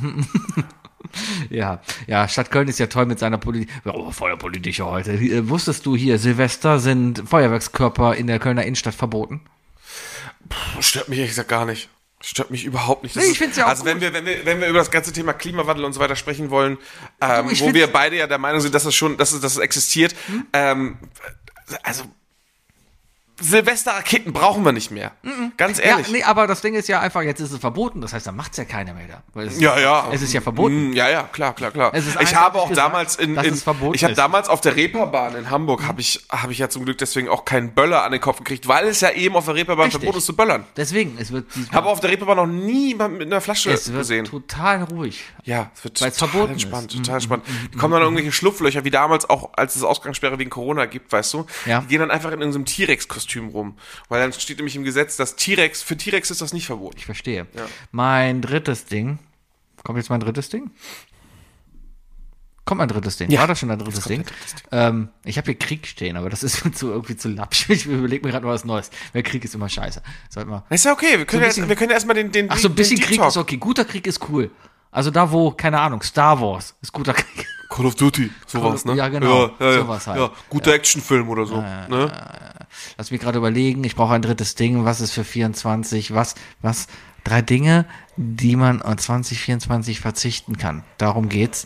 Ja, ja, Stadt Köln ist ja toll mit seiner Politik. Oh, voller politischer heute. Äh, Wusstest du hier, Silvester sind Feuerwerkskörper in der Kölner Innenstadt verboten? Puh, stört mich ehrlich gesagt gar nicht. Stört mich überhaupt nicht. Das Nee, ich ist- find's ja auch Also wenn gut. wir, wenn wir, wenn wir über das ganze Thema Klimawandel und so weiter sprechen wollen, ähm, Du, ich wo find's- wir beide ja der Meinung sind, dass es schon, dass es, dass es existiert, ähm, also Silvesterraketen brauchen wir nicht mehr. Ganz ehrlich. Ja, nee, aber das Ding ist ja einfach, jetzt ist es verboten, das heißt, dann macht's ja keiner mehr da. Weil es, Ja, ja. Es ist ja verboten. Mm, Ja, ja, klar, klar, klar. Es ist Ich einfach habe auch gesagt, damals in, dass in es verboten ich habe ist. damals auf der Reeperbahn in Hamburg habe ich habe ich ja zum Glück deswegen auch keinen Böller an den Kopf gekriegt, weil es ja eben auf der Reeperbahn Richtig. verboten ist zu böllern. Deswegen, es wird, Ich habe auf der Reeperbahn noch nie jemanden mit einer Flasche es wird gesehen. total ruhig. Ja, es wird Weil's total verboten entspannt, ist. Mhm, total entspannt. Die kommen dann irgendwelche Schlupflöcher, wie damals auch, als es Ausgangssperre wegen Corona gibt, weißt du? Ja. Die gehen dann einfach in irgendeinem T-Rex-Kostüm rum. Weil dann steht nämlich im Gesetz, dass T-Rex, für T-Rex ist das nicht verboten. Ich verstehe. Ja. Mein drittes Ding. Kommt jetzt mein drittes Ding? Kommt mein drittes Ding. Ja. War das schon ein drittes Ding? dein drittes Ding. Ähm, ich habe hier Krieg stehen, aber das ist mir zu, irgendwie zu lapschig. Ich überlege mir gerade mal was Neues. Weil Krieg ist immer scheiße. Sollte mal. Ist ja okay, wir können, ein ja bisschen- erst, wir können ja erstmal den, den, Ach so, ein bisschen den Krieg Deep ist Talk. okay. Guter Krieg ist cool. Also da, wo, keine Ahnung, Star Wars ist guter Krieg. Call of Duty, sowas, Call of- ne? ja, genau, Ja, ja, sowas halt. Ja, guter Actionfilm oder so, ne? Lass mich gerade überlegen. Ich brauche ein drittes Ding. Was ist für vierundzwanzig? Was, was? Drei Dinge, die man an zwanzig vierundzwanzig verzichten kann. Darum geht's.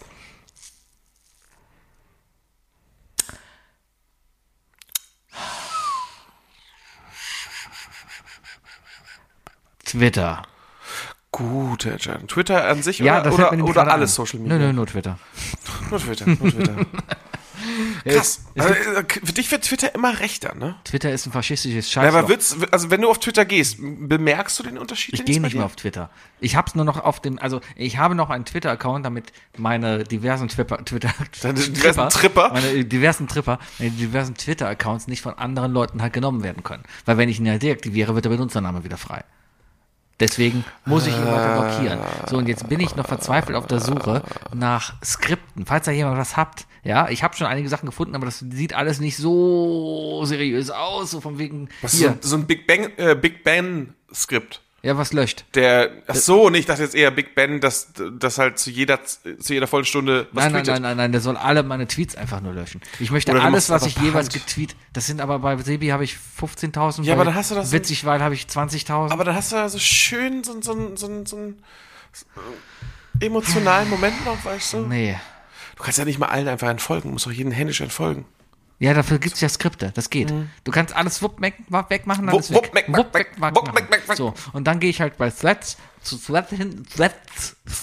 Twitter. Gute Entscheidung. Twitter an sich Ja, oder, das oder, fällt mir nämlich oder gerade alles ein. Social Media? Nö, nö, nur Twitter. Nur Twitter, nur Twitter. Krass. Es Also, äh, für dich wird Twitter immer rechter, ne? Twitter ist ein faschistisches Ja, Scheiß. aber wird's, also wenn du auf Twitter gehst, bemerkst du den Unterschied? Ich denn gehe jetzt bei nicht dir? mehr auf Twitter. Ich habe es nur noch auf dem, also ich habe noch einen Twitter-Account, damit meine diversen Twipper, Twitter, Deine diversen Tripper? meine diversen Tripper, meine diversen Twitter-Accounts nicht von anderen Leuten halt genommen werden können. Weil wenn ich ihn ja deaktiviere, wird der Benutzername wieder frei. Deswegen muss ich ihn weiter blockieren. So, und jetzt bin ich noch verzweifelt auf der Suche nach Skripten. Falls da jemand was habt, ja, ich habe schon einige Sachen gefunden, aber das sieht alles nicht so seriös aus, so von wegen, Was ist hier, so, so ein Big Bang, äh, Big Ben Skript. ja, was löscht. Der, ach so, und ich dachte jetzt eher Big Ben, dass, dass halt zu jeder, zu jeder vollen Stunde was Nein, nein, tweetet. nein, nein, nein, der soll alle meine Tweets einfach nur löschen. Ich möchte Oder du alles, machst was ich einfach per jeweils Hand. getweet, das sind aber bei Sebi habe ich fünfzehntausend. Ja, bei aber dann hast du das so- Witzig, weil habe ich zwanzigtausend. Aber dann hast du ja so schön so, so, so, so einen emotionalen Moment noch, weißt du? Nee. Du kannst ja nicht mal allen einfach entfolgen, du musst auch jeden händisch entfolgen. Ja, dafür gibt's ja Skripte, das geht. Du kannst alles wupp weg, wegmachen, dann Wupp, ist weg. wupp, weg, Wupp, weg, weg, weg, wupp, machen. weg, weg, weg. So, und dann gehe ich halt bei Threads zu Threads hin, Threads,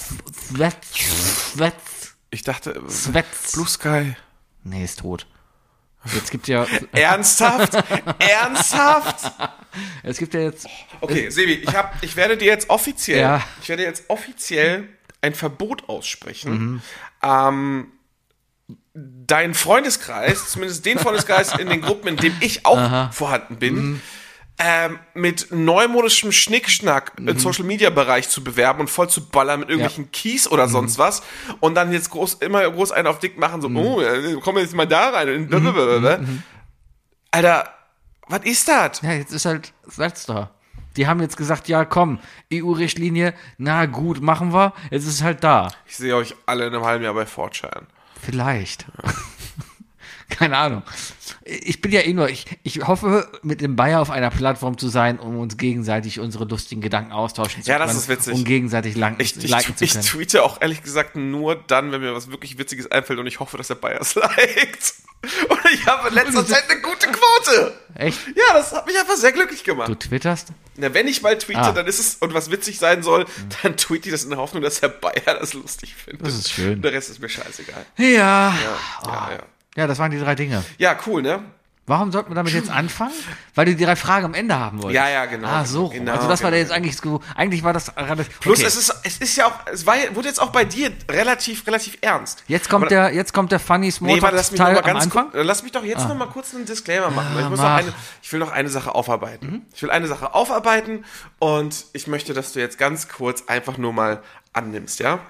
Swets. Swets. Ich dachte, Swets. Blue Sky. Nee, ist tot. Jetzt gibt ja... Ernsthaft? Ernsthaft? Es gibt ja jetzt... Okay, Sebi, ich, hab, ich werde dir jetzt offiziell, Ja. ich werde jetzt offiziell ein Verbot aussprechen. Mhm. Ähm, dein Freundeskreis, zumindest den Freundeskreis in den Gruppen, in dem ich auch Aha. vorhanden bin, mhm. ähm, mit neumodischem Schnickschnack mhm. im Social-Media-Bereich zu bewerben und voll zu ballern mit irgendwelchen ja. Keys oder mhm. sonst was und dann jetzt groß, immer groß einen auf dick machen, so, mhm. oh, kommen wir jetzt mal da rein. Mhm. Mhm. Alter, was ist das? Ja, jetzt ist halt das Letzte. Die haben jetzt gesagt, ja komm, E U-Richtlinie, na gut, machen wir, jetzt ist es halt da. Ich sehe euch alle in einem halben Jahr bei four chan. Vielleicht. Ja. Keine Ahnung. Ich bin ja eh nur, ich, ich hoffe, mit dem Bayer auf einer Plattform zu sein, um uns gegenseitig unsere lustigen Gedanken austauschen zu ja, können. das ist witzig. Um gegenseitig lang, ich, ich, liken ich, zu können. Ich tweete auch ehrlich gesagt nur dann, wenn mir was wirklich Witziges einfällt und ich hoffe, dass der Bayer es liked. Und ich habe in letzter Zeit eine gute Quote. Echt? Ja, das hat mich einfach sehr glücklich gemacht. Du twitterst? Na, wenn ich mal tweete, ah. dann ist es, und was witzig sein soll, dann tweete ich das in der Hoffnung, dass der Bayer das lustig findet. Das ist schön. Der Rest ist mir scheißegal. Ja. Ja, oh. ja, ja. Ja, das waren die drei Dinge. Ja, cool, ne? Warum sollten wir damit jetzt anfangen? Weil du die drei Fragen am Ende haben wolltest. Ja, ja, genau. Ah, so. Genau, also das genau, war da jetzt genau. eigentlich so, eigentlich war das relativ... Plus okay. es ist, es ist ja auch, es war, wurde jetzt auch bei dir relativ, relativ ernst. Jetzt kommt Aber, der, jetzt kommt der Funny Smalltalk nee, lass mich Teil noch mal am ganz Anfang. Kurz, lass mich doch jetzt ah. noch mal kurz einen Disclaimer machen. Ah, ich, muss mach. noch eine, ich will noch eine Sache aufarbeiten. Mhm. Ich will eine Sache aufarbeiten und ich möchte, dass du jetzt ganz kurz einfach nur mal annimmst, ja?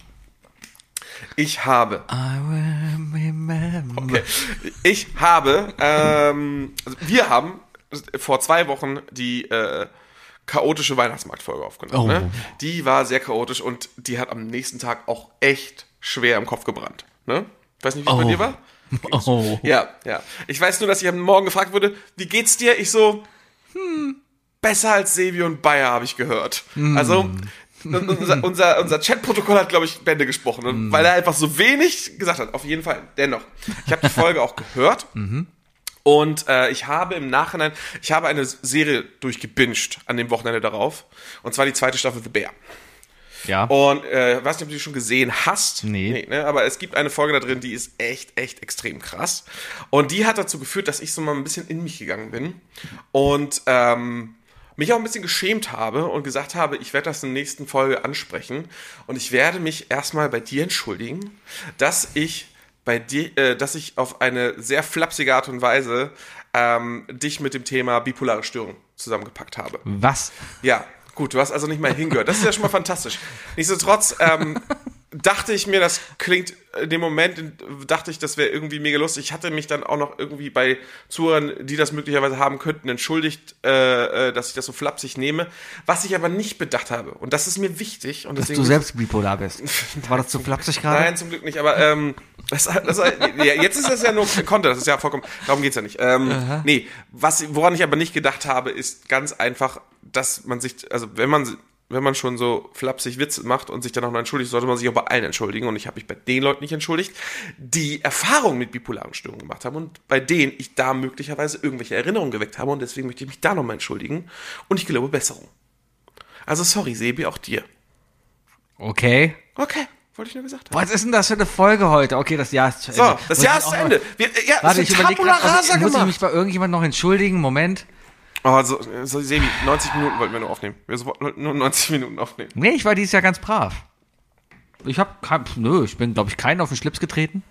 Ich habe. I will remember. Okay. Ich habe, ähm, also wir haben vor zwei Wochen die äh, chaotische Weihnachtsmarktfolge aufgenommen. Oh. Ne? Die war sehr chaotisch und die hat am nächsten Tag auch echt schwer im Kopf gebrannt. Ne? Ich weiß nicht, wie es oh. bei dir war. Oh. Ja, ja. Ich weiß nur, dass ich am Morgen gefragt wurde, wie geht's dir? Ich so, hm, besser als Sebi und Bayer, habe ich gehört. Hm. Also, unser, unser, unser Chatprotokoll hat, glaube ich, Bände gesprochen. Und mm. weil er einfach so wenig gesagt hat. Auf jeden Fall. Dennoch. Ich habe die Folge auch gehört. Mhm. Und äh, ich habe im Nachhinein, ich habe eine Serie durchgebinged an dem Wochenende darauf. Und zwar die zweite Staffel The Bear. Ja. Und äh, weiß nicht, ob du die schon gesehen hast. Nee. nee ne? Aber es gibt eine Folge da drin, die ist echt, echt extrem krass. Und die hat dazu geführt, dass ich so mal ein bisschen in mich gegangen bin. Und ähm, mich auch ein bisschen geschämt habe und gesagt habe, ich werde das in der nächsten Folge ansprechen und ich werde mich erstmal bei dir entschuldigen, dass ich bei dir, äh, dass ich auf eine sehr flapsige Art und Weise ähm, dich mit dem Thema bipolare Störung zusammengepackt habe. Was? Ja, gut, du hast also nicht mal hingehört. Das ist ja schon mal fantastisch. Nichtsdestotrotz ähm, dachte ich mir, das klingt in dem Moment, dachte ich, das wäre irgendwie mega lustig. Ich hatte mich dann auch noch irgendwie bei Zuhörern, die das möglicherweise haben könnten, entschuldigt, äh, dass ich das so flapsig nehme. Was ich aber nicht bedacht habe. Und das ist mir wichtig. Und dass deswegen du selbst bipolar bist. War das zu flapsig gerade? Nein, zum Glück nicht. Aber ähm, das, das, ja, jetzt ist das ja nur Content. Das ist ja vollkommen, darum geht's ja nicht. Ähm, nee, was, woran ich aber nicht gedacht habe, ist ganz einfach, dass man sich, also wenn man wenn man schon so flapsig Witze macht und sich dann auch noch entschuldigt, sollte man sich auch bei allen entschuldigen. Und ich habe mich bei den Leuten nicht entschuldigt, die Erfahrungen mit bipolaren Störungen gemacht haben und bei denen ich da möglicherweise irgendwelche Erinnerungen geweckt habe. Und deswegen möchte ich mich da nochmal entschuldigen. Und ich glaube Besserung. Also sorry, Sebi, auch dir. Okay. Okay, wollte ich nur gesagt haben. Was ist denn das für eine Folge heute? Okay, das Jahr ist zu Ende. So, das muss Jahr ist zu Ende. Wir, ja, warte, ich überlege gerade, also, muss gemacht. ich mich bei irgendjemandem noch entschuldigen? Moment. Oh, so, so, Sebi, neunzig Minuten wollten wir nur aufnehmen. Wir wollten nur neunzig Minuten aufnehmen. Nee, ich war dieses Jahr ganz brav. Ich hab, kein, nö, ich bin, glaube ich, keinen auf den Schlips getreten.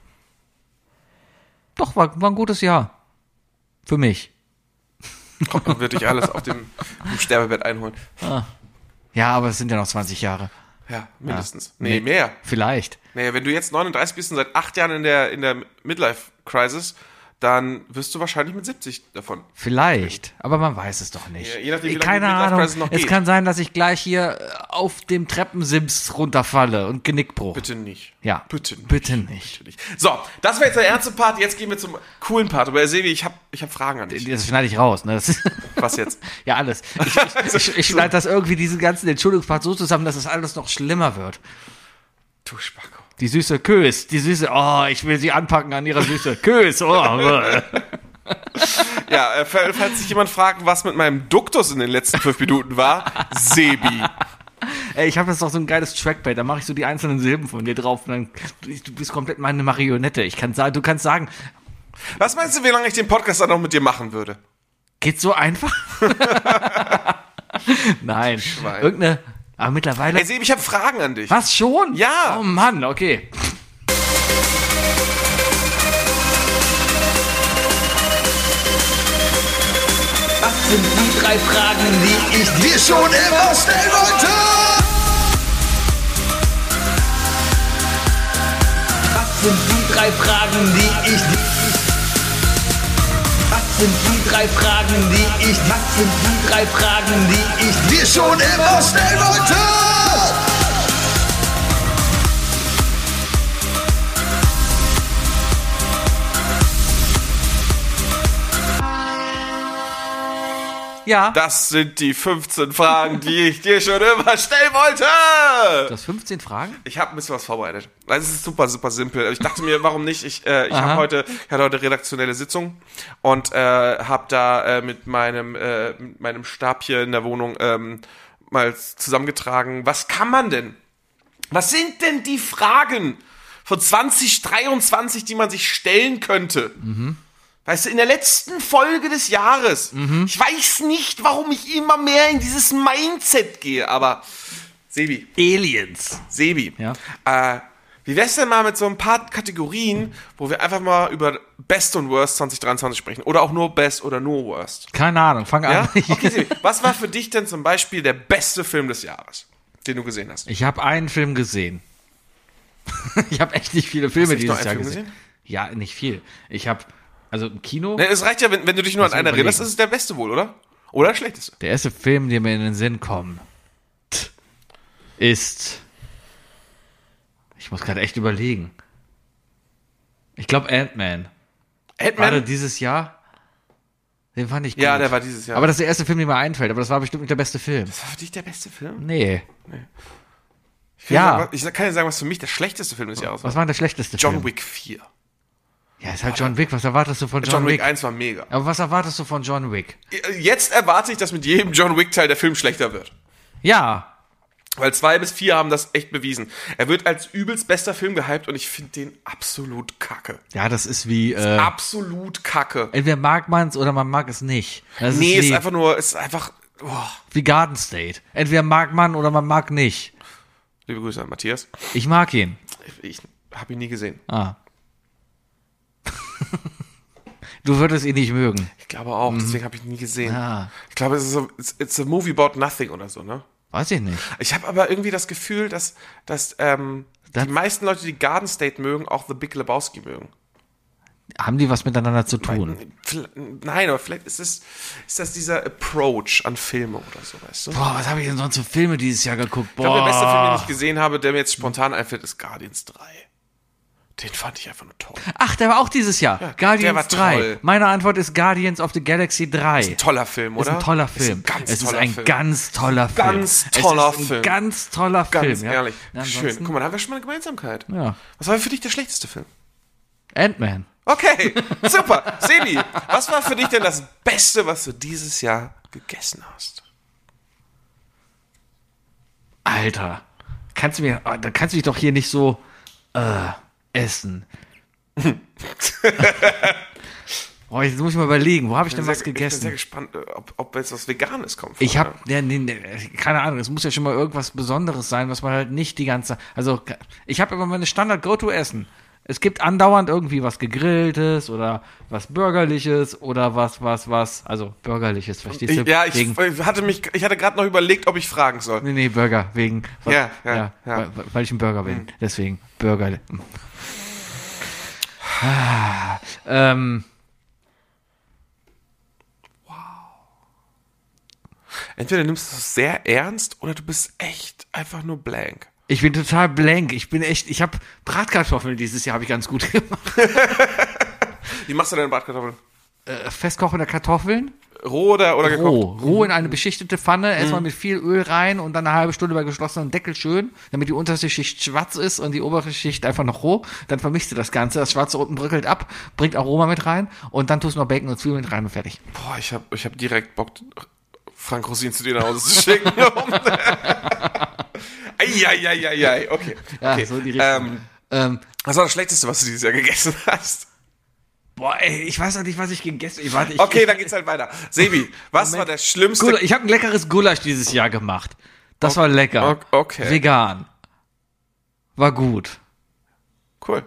Doch, war, war ein gutes Jahr. Für mich. Komm, dann würde ich alles auf dem, dem Sterbebett einholen. Ah. Ja, aber es sind ja noch zwanzig Jahre. Ja, mindestens. Ja. Nee, mehr. Vielleicht. Naja, wenn du jetzt neununddreißig bist und seit acht Jahren in der, in der Midlife-Crisis, dann wirst du wahrscheinlich mit siebzig davon. Vielleicht, aber man weiß es doch nicht. Ja, je nachdem, wie Keine lange die Ahnung. Midlife-Crisis noch geht. Es kann sein, dass ich gleich hier auf dem Treppensims runterfalle und Genickbruch. Bitte nicht. Ja. Bitte nicht. Bitte nicht. Bitte nicht. So, das war jetzt der ernste Part. Jetzt gehen wir zum coolen Part. Aber Sevi, ich habe ich hab Fragen an dich. Das schneide ich raus. Ne? Das Was jetzt? Ja, alles. Ich, ich, ich, ich schneide das irgendwie, diesen ganzen Entschuldigungspart so zusammen, dass es alles noch schlimmer wird. Du Spacko. Die süße Kös, die süße, oh, ich will sie anpacken an ihrer Süße. Kös, oh. Ja, äh, falls sich jemand fragt, was mit meinem Duktus in den letzten fünf Minuten war, Sebi. Ey, ich habe jetzt doch so ein geiles Trackpad, da mache ich so die einzelnen Silben von dir drauf und dann, du, du bist komplett meine Marionette. Ich kann sagen, du kannst sagen, Was meinst du, wie lange ich den Podcast dann noch mit dir machen würde? geht so einfach? Nein, Schwein. irgendeine, aber mittlerweile, Ey, Sebi, ich habe Fragen an dich. was schon? Ja. Oh Mann, okay. Was sind die drei Fragen, die ich dir schon immer stellen wollte? Was sind die drei Fragen, die ich dir... Was sind die drei Fragen, die ich... Was sind die drei Fragen, die ich dir schon immer stellen wollte? Ja, Das sind die fünfzehn Fragen, die ich dir schon immer stellen wollte. du hast fünfzehn Fragen? Ich habe ein bisschen was vorbereitet. Das ist super, super simpel. Ich dachte mir, warum nicht? Ich, äh, ich Aha. habe heute, ich hatte heute redaktionelle Sitzung und äh, habe da äh, mit meinem, äh, mit meinem Stab hier in der Wohnung ähm, mal zusammengetragen. Was kann man denn? Was sind denn die Fragen von zwanzig dreiundzwanzig, die man sich stellen könnte? Mhm. Weißt du, in der letzten Folge des Jahres. Mhm. Ich weiß nicht, warum ich immer mehr in dieses Mindset gehe, aber Sebi. Aliens. Sebi. Ja. Äh, wie wär's denn mal mit so ein paar Kategorien, wo wir einfach mal über Best und Worst zwanzig dreiundzwanzig sprechen? Oder auch nur Best oder nur Worst? Keine Ahnung, fang Ja? an. Okay, Sebi. Was war für dich denn zum Beispiel der beste Film des Jahres, den du gesehen hast? Ich habe einen Film gesehen. Ich habe echt nicht viele Filme Hast du nicht dieses nur einen Jahr Film gesehen. gesehen? Ja, nicht viel. Ich habe, also im Kino, Ne, es reicht ja, wenn, wenn du dich nur an Muss ich einen erinnerst, überlegen. ist es der beste wohl, oder? Oder der schlechteste? der erste Film, der mir in den Sinn kommt, ist, ich muss gerade echt überlegen. Ich glaube Ant-Man. War der Ant-Man? dieses Jahr? Den fand ich gut. Ja, der war dieses Jahr. Aber das ist der erste Film, der mir einfällt. Aber das war bestimmt nicht der beste Film. Das war für dich der beste Film? Nee. Ich kann Ja. sagen, ich kann dir sagen, was für mich der schlechteste Film des Jahres war. Was war denn der schlechteste John Film? Wick vier. Ja, ist halt John Wick. Was erwartest du von John, John Wick Wick? eins war mega. Aber was erwartest du von John Wick? Jetzt erwarte ich, dass mit jedem John Wick-Teil der Film schlechter wird. Ja. Weil zwei bis vier haben das echt bewiesen. Er wird als übelst bester Film gehypt und ich finde den absolut kacke. Ja, das ist wie, äh, Absolut kacke. entweder mag man es oder man mag es nicht. Das Nee, ist ist wie, einfach nur, ist einfach, oh. wie Garden State. Entweder mag man oder man mag nicht. Liebe Grüße an Matthias. Ich mag ihn. Ich habe ihn nie gesehen. Ah. Du würdest ihn nicht mögen. Ich glaube auch, deswegen habe ich ihn nie gesehen. Ah. Ich glaube, es ist so, it's, it's a movie about nothing oder so, ne? Weiß ich nicht. Ich habe aber irgendwie das Gefühl, dass, dass ähm, Das- die meisten Leute, die Garden State mögen, auch The Big Lebowski mögen. Haben die was miteinander zu tun? Vielleicht- Nein, aber vielleicht ist es ist das dieser Approach an Filme oder so, weißt du? Boah, was habe ich denn sonst für Filme dieses Jahr geguckt? Ich glaube, der beste Film, den ich Boah. gesehen habe, der mir jetzt spontan einfällt, ist Guardians drei. Den fand ich einfach nur toll. Ach, der war auch dieses Jahr. Ja, Guardians der war drei. toll. Meine Antwort ist Guardians of the Galaxy drei. Ein toller Film, Ist oder? ein toller Ist Film. ein ganz es ist toller ein Film. ganz toller Film. Ganz toller es ist ein Film. Ganz toller Ganz Film. Ja. ehrlich. Ja, Schön. ansonsten- Guck mal, da haben wir schon mal eine Gemeinsamkeit. Ja. Was war für dich der schlechteste Film? Ant-Man. Okay, super. Sebi, was war für dich denn das Beste, was du dieses Jahr gegessen hast? Alter. Kannst du mir, oh, da kannst du mich doch hier nicht so äh, essen. Boah, jetzt muss ich mal überlegen, wo habe ich denn was Ich bin gegessen? sehr gespannt, ob, ob jetzt was Veganes kommt. Ich vorher. habe, ja, nee, nee, keine Ahnung, es muss ja schon mal irgendwas Besonderes sein, was man halt nicht die ganze, also ich habe immer meine Standard-Go-To-Essen. Es gibt andauernd irgendwie was Gegrilltes oder was Bürgerliches oder was, was, was, also Bürgerliches, verstehst du? Ich, ja, ich wegen, hatte mich, ich hatte gerade noch überlegt, ob ich fragen soll. nee, nee, Burger, wegen, was, Ja, ja, ja. Weil, weil ich ein Burger bin, deswegen, Burger. Ah, ähm, Entweder nimmst du es sehr ernst oder du bist echt einfach nur blank. ich bin total blank, ich bin echt, ich habe Bratkartoffeln dieses Jahr, habe ich ganz gut gemacht. Wie machst du deine Bratkartoffeln? Äh, festkochende Kartoffeln, Roh oder, oder roh, gekocht? roh in eine beschichtete Pfanne, erstmal mit viel Öl rein und dann eine halbe Stunde bei geschlossenem Deckel schön, damit die unterste Schicht schwarz ist und die obere Schicht einfach noch roh. Dann vermischst du das Ganze, das Schwarze unten bröckelt ab, bringt Aroma mit rein und dann tust du noch Bacon und Zwiebeln mit rein und fertig. Boah, ich hab, ich hab direkt Bock, Frank Rosin zu dir nach Hause zu schicken. Eieieiei, okay. Ja, okay. so in die Richtung. Ähm, Ähm, was war das Schlechteste, was du dieses Jahr gegessen hast? boah, ey, ich weiß noch nicht, was ich gegessen habe. Warte, ich, Okay, ich, dann geht's halt weiter. Sebi, was Moment. war der schlimmste... Gulasch, ich habe ein leckeres Gulasch dieses Jahr gemacht. Das war lecker. Ok- okay. Vegan. War gut. Cool.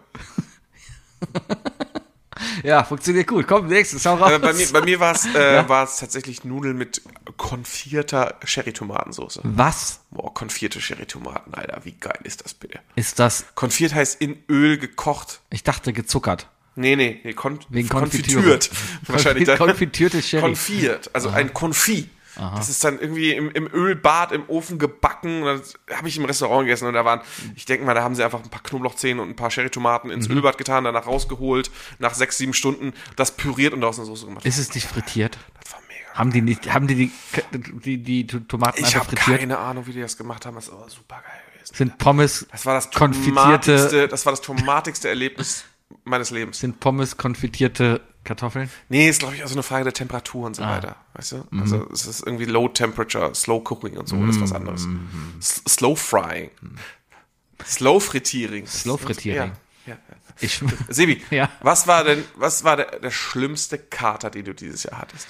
Ja, funktioniert gut. Komm, nächstes, hau raus. Äh, bei mir, bei mir war es äh, Ja. war es tatsächlich Nudeln mit konfierter Sherry-Tomatensauce. Was Boah, konfierte Sherry-Tomaten, Alter, wie geil ist das bitte? ist das? Konfiert heißt in Öl gekocht. Ich dachte gezuckert. Nee, nee, nee, kon Wegen konfitürt. Wahrscheinlich dann. Konfitürtes Sherry. Konfiert, also ein Konfit. Das ist dann irgendwie im, im Ölbad, im Ofen gebacken. Das habe ich im Restaurant gegessen und da waren, ich denke mal, da haben sie einfach ein paar Knoblauchzehen und ein paar Sherry-Tomaten ins Mhm. Ölbad getan, danach rausgeholt, nach sechs, sieben Stunden das püriert und daraus eine Soße gemacht. Ist es nicht frittiert? Das war mega. Haben die nicht, haben die die, die, die, die Tomaten Ich einfach habe frittiert? keine Ahnung, wie die das gemacht haben. Das ist aber super geil gewesen. Sind Pommes Das war das konfitierte, tomatigste, das war das tomatigste Erlebnis meines Lebens. sind Pommes konfitierte Kartoffeln? Nee, ist glaube ich auch so eine Frage der Temperatur und so Ah. weiter, weißt du? Mhm. Also es ist irgendwie Low Temperature, Slow Cooking und so, das ist was anderes. Mhm. S Slow Frying. Slow Frittiering. Slow Frittiering. Ja, ja, ja. Ich, Sebi, Ja. was war denn, was war der, der schlimmste Kater, den du dieses Jahr hattest?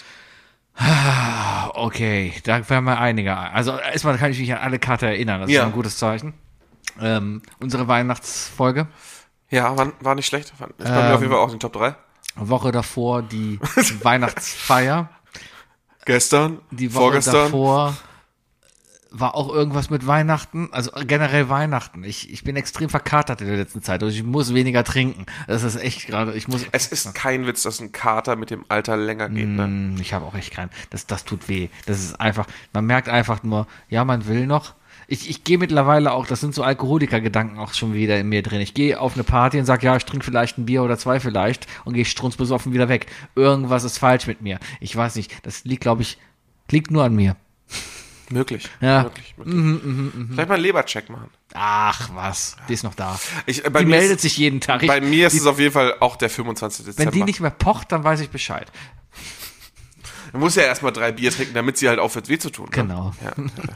okay, da werden wir einige. Also erstmal kann ich mich an alle Karte erinnern. Das Ja. ist ein gutes Zeichen. Ähm, unsere Weihnachtsfolge. Ja, war, war nicht schlecht. War, ist bei Ähm. mir auf jeden Fall auch in den Top drei. Woche davor die Weihnachtsfeier. Gestern, Die Woche vorgestern. davor war auch irgendwas mit Weihnachten, also generell Weihnachten. Ich, ich bin extrem verkatert in der letzten Zeit und ich muss weniger trinken. Das ist echt gerade, ich muss. Es ist kein Witz, dass ein Kater mit dem Alter länger geht, ne? Mm, Ich habe auch echt keinen. Das, das tut weh. Das ist einfach, man merkt einfach nur, ja, man will noch. Ich, ich gehe mittlerweile auch, das sind so Alkoholiker-Gedanken auch schon wieder in mir drin. Ich gehe auf eine Party und sage, ja, ich trinke vielleicht ein Bier oder zwei vielleicht und gehe strunzbesoffen wieder weg. Irgendwas ist falsch mit mir. Ich weiß nicht, das liegt, glaube ich, liegt nur an mir. Möglich. Ja. Möglich, möglich. Vielleicht mal einen Lebercheck machen. Ach, was, die ist noch da. Ich, äh, bei Die mir meldet ist, sich jeden Tag. Ich, Bei mir ist die, es auf jeden Fall auch der fünfundzwanzigste wenn Dezember. die nicht mehr pocht, dann weiß ich Bescheid. Man muss ja erstmal drei Bier trinken, damit sie halt aufhört, weh zu tun. Ne? Genau. Ja.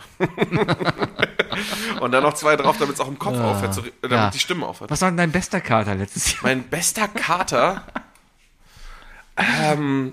Und dann noch zwei drauf, damit es auch im Kopf aufhört, zu, damit Ja. die Stimme aufhört. Was war denn dein bester Kater letztes Jahr? Mein bester Kater, ähm,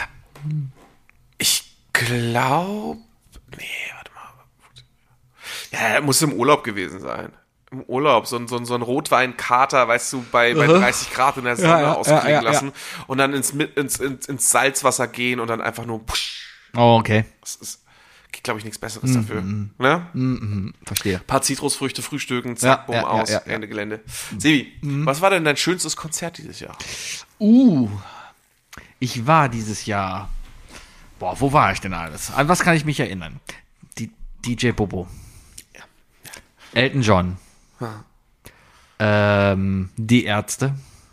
ich glaube, nee, warte mal. Ja, er muss im Urlaub gewesen sein. Im Urlaub, so ein, so ein, so ein Rotweinkater, weißt du, bei, bei dreißig Grad in der Sonne Ja, ja, auskriegen ja, ja, lassen und dann ins, ins, ins, ins Salzwasser gehen und dann einfach nur, psch, Oh, okay. das ist, gibt, glaube ich, nichts Besseres dafür. Ne? Mhm, verstehe. Paar Zitrusfrüchte frühstücken, zack, Ja, bumm, ja, ja, aus, ja, ja. Ende Gelände. Sebi, was war denn dein schönstes Konzert dieses Jahr? Uh, ich war dieses Jahr. Boah, wo war ich denn alles? An was kann ich mich erinnern? Die D J Bobo. Elton John. Ähm, die Ärzte.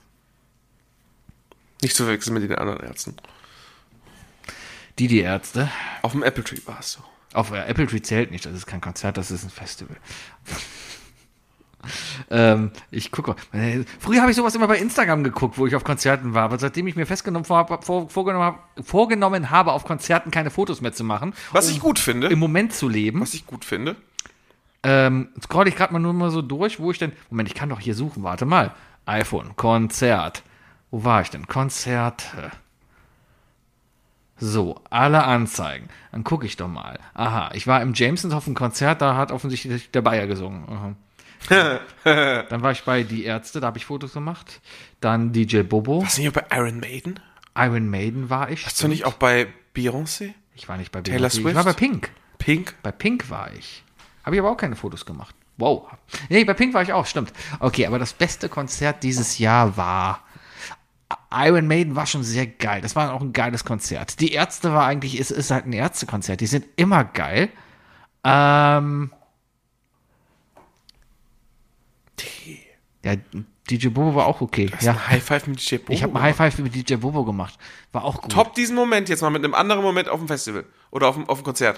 Nicht zu verwechseln mit den anderen Ärzten. Die die Ärzte. Auf dem Apple Tree warst du. Auf äh, Apple Tree zählt nicht, das ist kein Konzert, das ist ein Festival. ähm, ich gucke mal. Äh, Früher habe ich sowas immer bei Instagram geguckt, wo ich auf Konzerten war, aber seitdem ich mir festgenommen vor, vor, vorgenommen, hab, vorgenommen habe, auf Konzerten keine Fotos mehr zu machen, Was um ich gut finde, im Moment zu leben, was ich gut finde, ähm, scroll ich gerade mal nur mal so durch, wo ich denn, Moment, ich kann doch hier suchen, warte mal, iPhone, Konzert, wo war ich denn? Konzerte. So, alle Anzeigen. Dann gucke ich doch mal. Aha, ich war im Jamesons auf einem Konzert, da hat offensichtlich der Bayer gesungen. Aha. Dann war ich bei Die Ärzte, da habe ich Fotos gemacht. Dann D J Bobo. warst du nicht auch bei Iron Maiden? Iron Maiden war ich. Warst du nicht auch bei Beyoncé? Ich war nicht bei Taylor Beyoncé. Swift? Ich war bei Pink. Pink? Bei Pink war ich. Habe ich aber auch keine Fotos gemacht. Wow. Nee, bei Pink war ich auch, stimmt. Okay, aber das beste Konzert dieses Jahr war Iron Maiden war schon sehr geil. Das war auch ein geiles Konzert. Die Ärzte war eigentlich, es ist halt ein Ärztekonzert. Die sind immer geil. Ähm. Ja, D J Bobo war auch okay. Hast du Ja. ein High Five mit D J Bobo? Ich habe ein High Five mit D J Bobo gemacht. War auch gut. Top diesen Moment jetzt mal mit einem anderen Moment auf dem Festival. Oder auf dem, auf dem Konzert.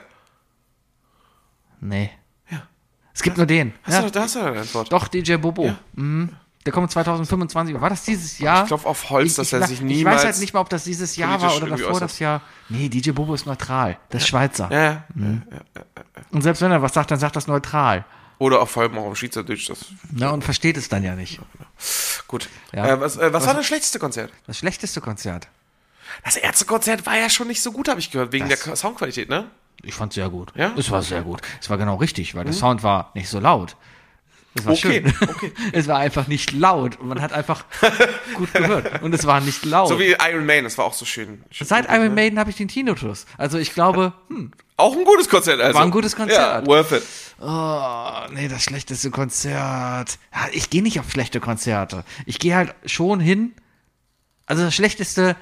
Nee. Es gibt nur den. Hast Ja. du, da hast du deine Antwort. Doch, D J Bobo. Ja. Mhm. Der kommt zwanzig fünfundzwanzig. War das dieses Jahr? Ich klopfe auf Holz, dass er ich, sich Ich niemals weiß halt nicht mal, ob das dieses Jahr war politisch oder irgendwie davor äußert. das Jahr. Nee, D J Bobo ist neutral. Das ist Schweizer. Ja, ja. Und selbst wenn er was sagt, dann sagt das neutral. Oder auch vor allem auch auf Schweizerdeutsch. Das Na, und versteht es dann ja nicht. gut. Ja. Äh, was äh, was Was- war das schlechteste Konzert? Das schlechteste Konzert. Das Ärztekonzert war ja schon nicht so gut, habe ich gehört, wegen Das- der Soundqualität, ne? Ich fand es sehr gut. Ja? Es war sehr gut. Es war genau richtig, weil der Sound war nicht so laut. Es war Okay, schön. okay. Es war einfach nicht laut und man hat einfach gut gehört. Und es war nicht laut. So wie Iron Maiden, das war auch so schön. schön Seit gut, Iron ne? Maiden habe ich den Tinnitus. Also ich glaube, hm, Auch ein gutes Konzert, also. War ein gutes Konzert. Ja, worth it. oh, nee, das schlechteste Konzert. Ja, ich gehe nicht auf schlechte Konzerte. Ich gehe halt schon hin. Also das schlechteste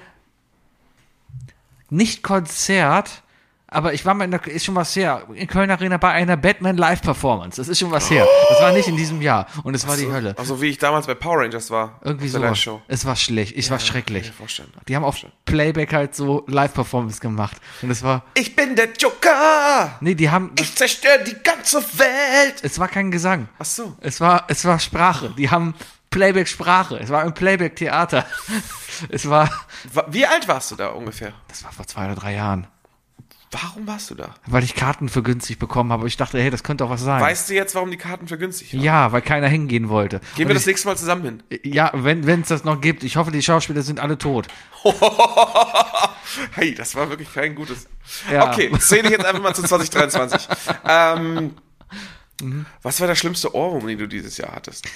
nicht Konzert, aber ich war mal in der, ist schon was her, in Köln Arena bei einer Batman Live-Performance. Das ist schon was her. Das war nicht in diesem Jahr und es war die Hölle. Also wie ich damals bei Power Rangers war. Irgendwie auf der so. Live-Show. Es war schlecht. Es war Kann schrecklich. ich mir vorstellen. Die haben auf Playback halt so Live-Performance gemacht. Und es war, Ich bin der Joker! nee, die haben, Ich zerstöre die ganze Welt! es war kein Gesang. Ach so. Es war, es war Sprache. Die haben Playback-Sprache. Es war ein Playback-Theater. Es war, Wa- Wie alt warst du da ungefähr? das war vor zwei oder drei Jahren. Warum warst du da? Weil ich Karten für günstig bekommen habe. Ich dachte, hey, das könnte auch was sein. Weißt du jetzt, warum die Karten für günstig waren? Ja, weil keiner hingehen wollte. Gehen Und wir das ich, nächste Mal zusammen hin. ja, wenn es das noch gibt. Ich hoffe, die Schauspieler sind alle tot. Hey, das war wirklich kein gutes. Ja. Okay, zähle ich jetzt einfach mal zu zwanzig dreiundzwanzig. ähm, Was war der schlimmste Ohrwurm, den du dieses Jahr hattest?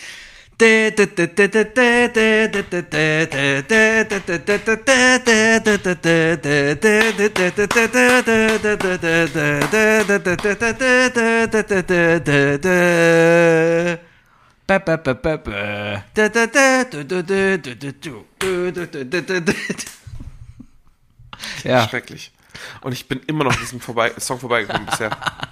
Ja, Schrecklich. Und ich bin immer noch an diesem vorbei Song vorbeigekommen bisher.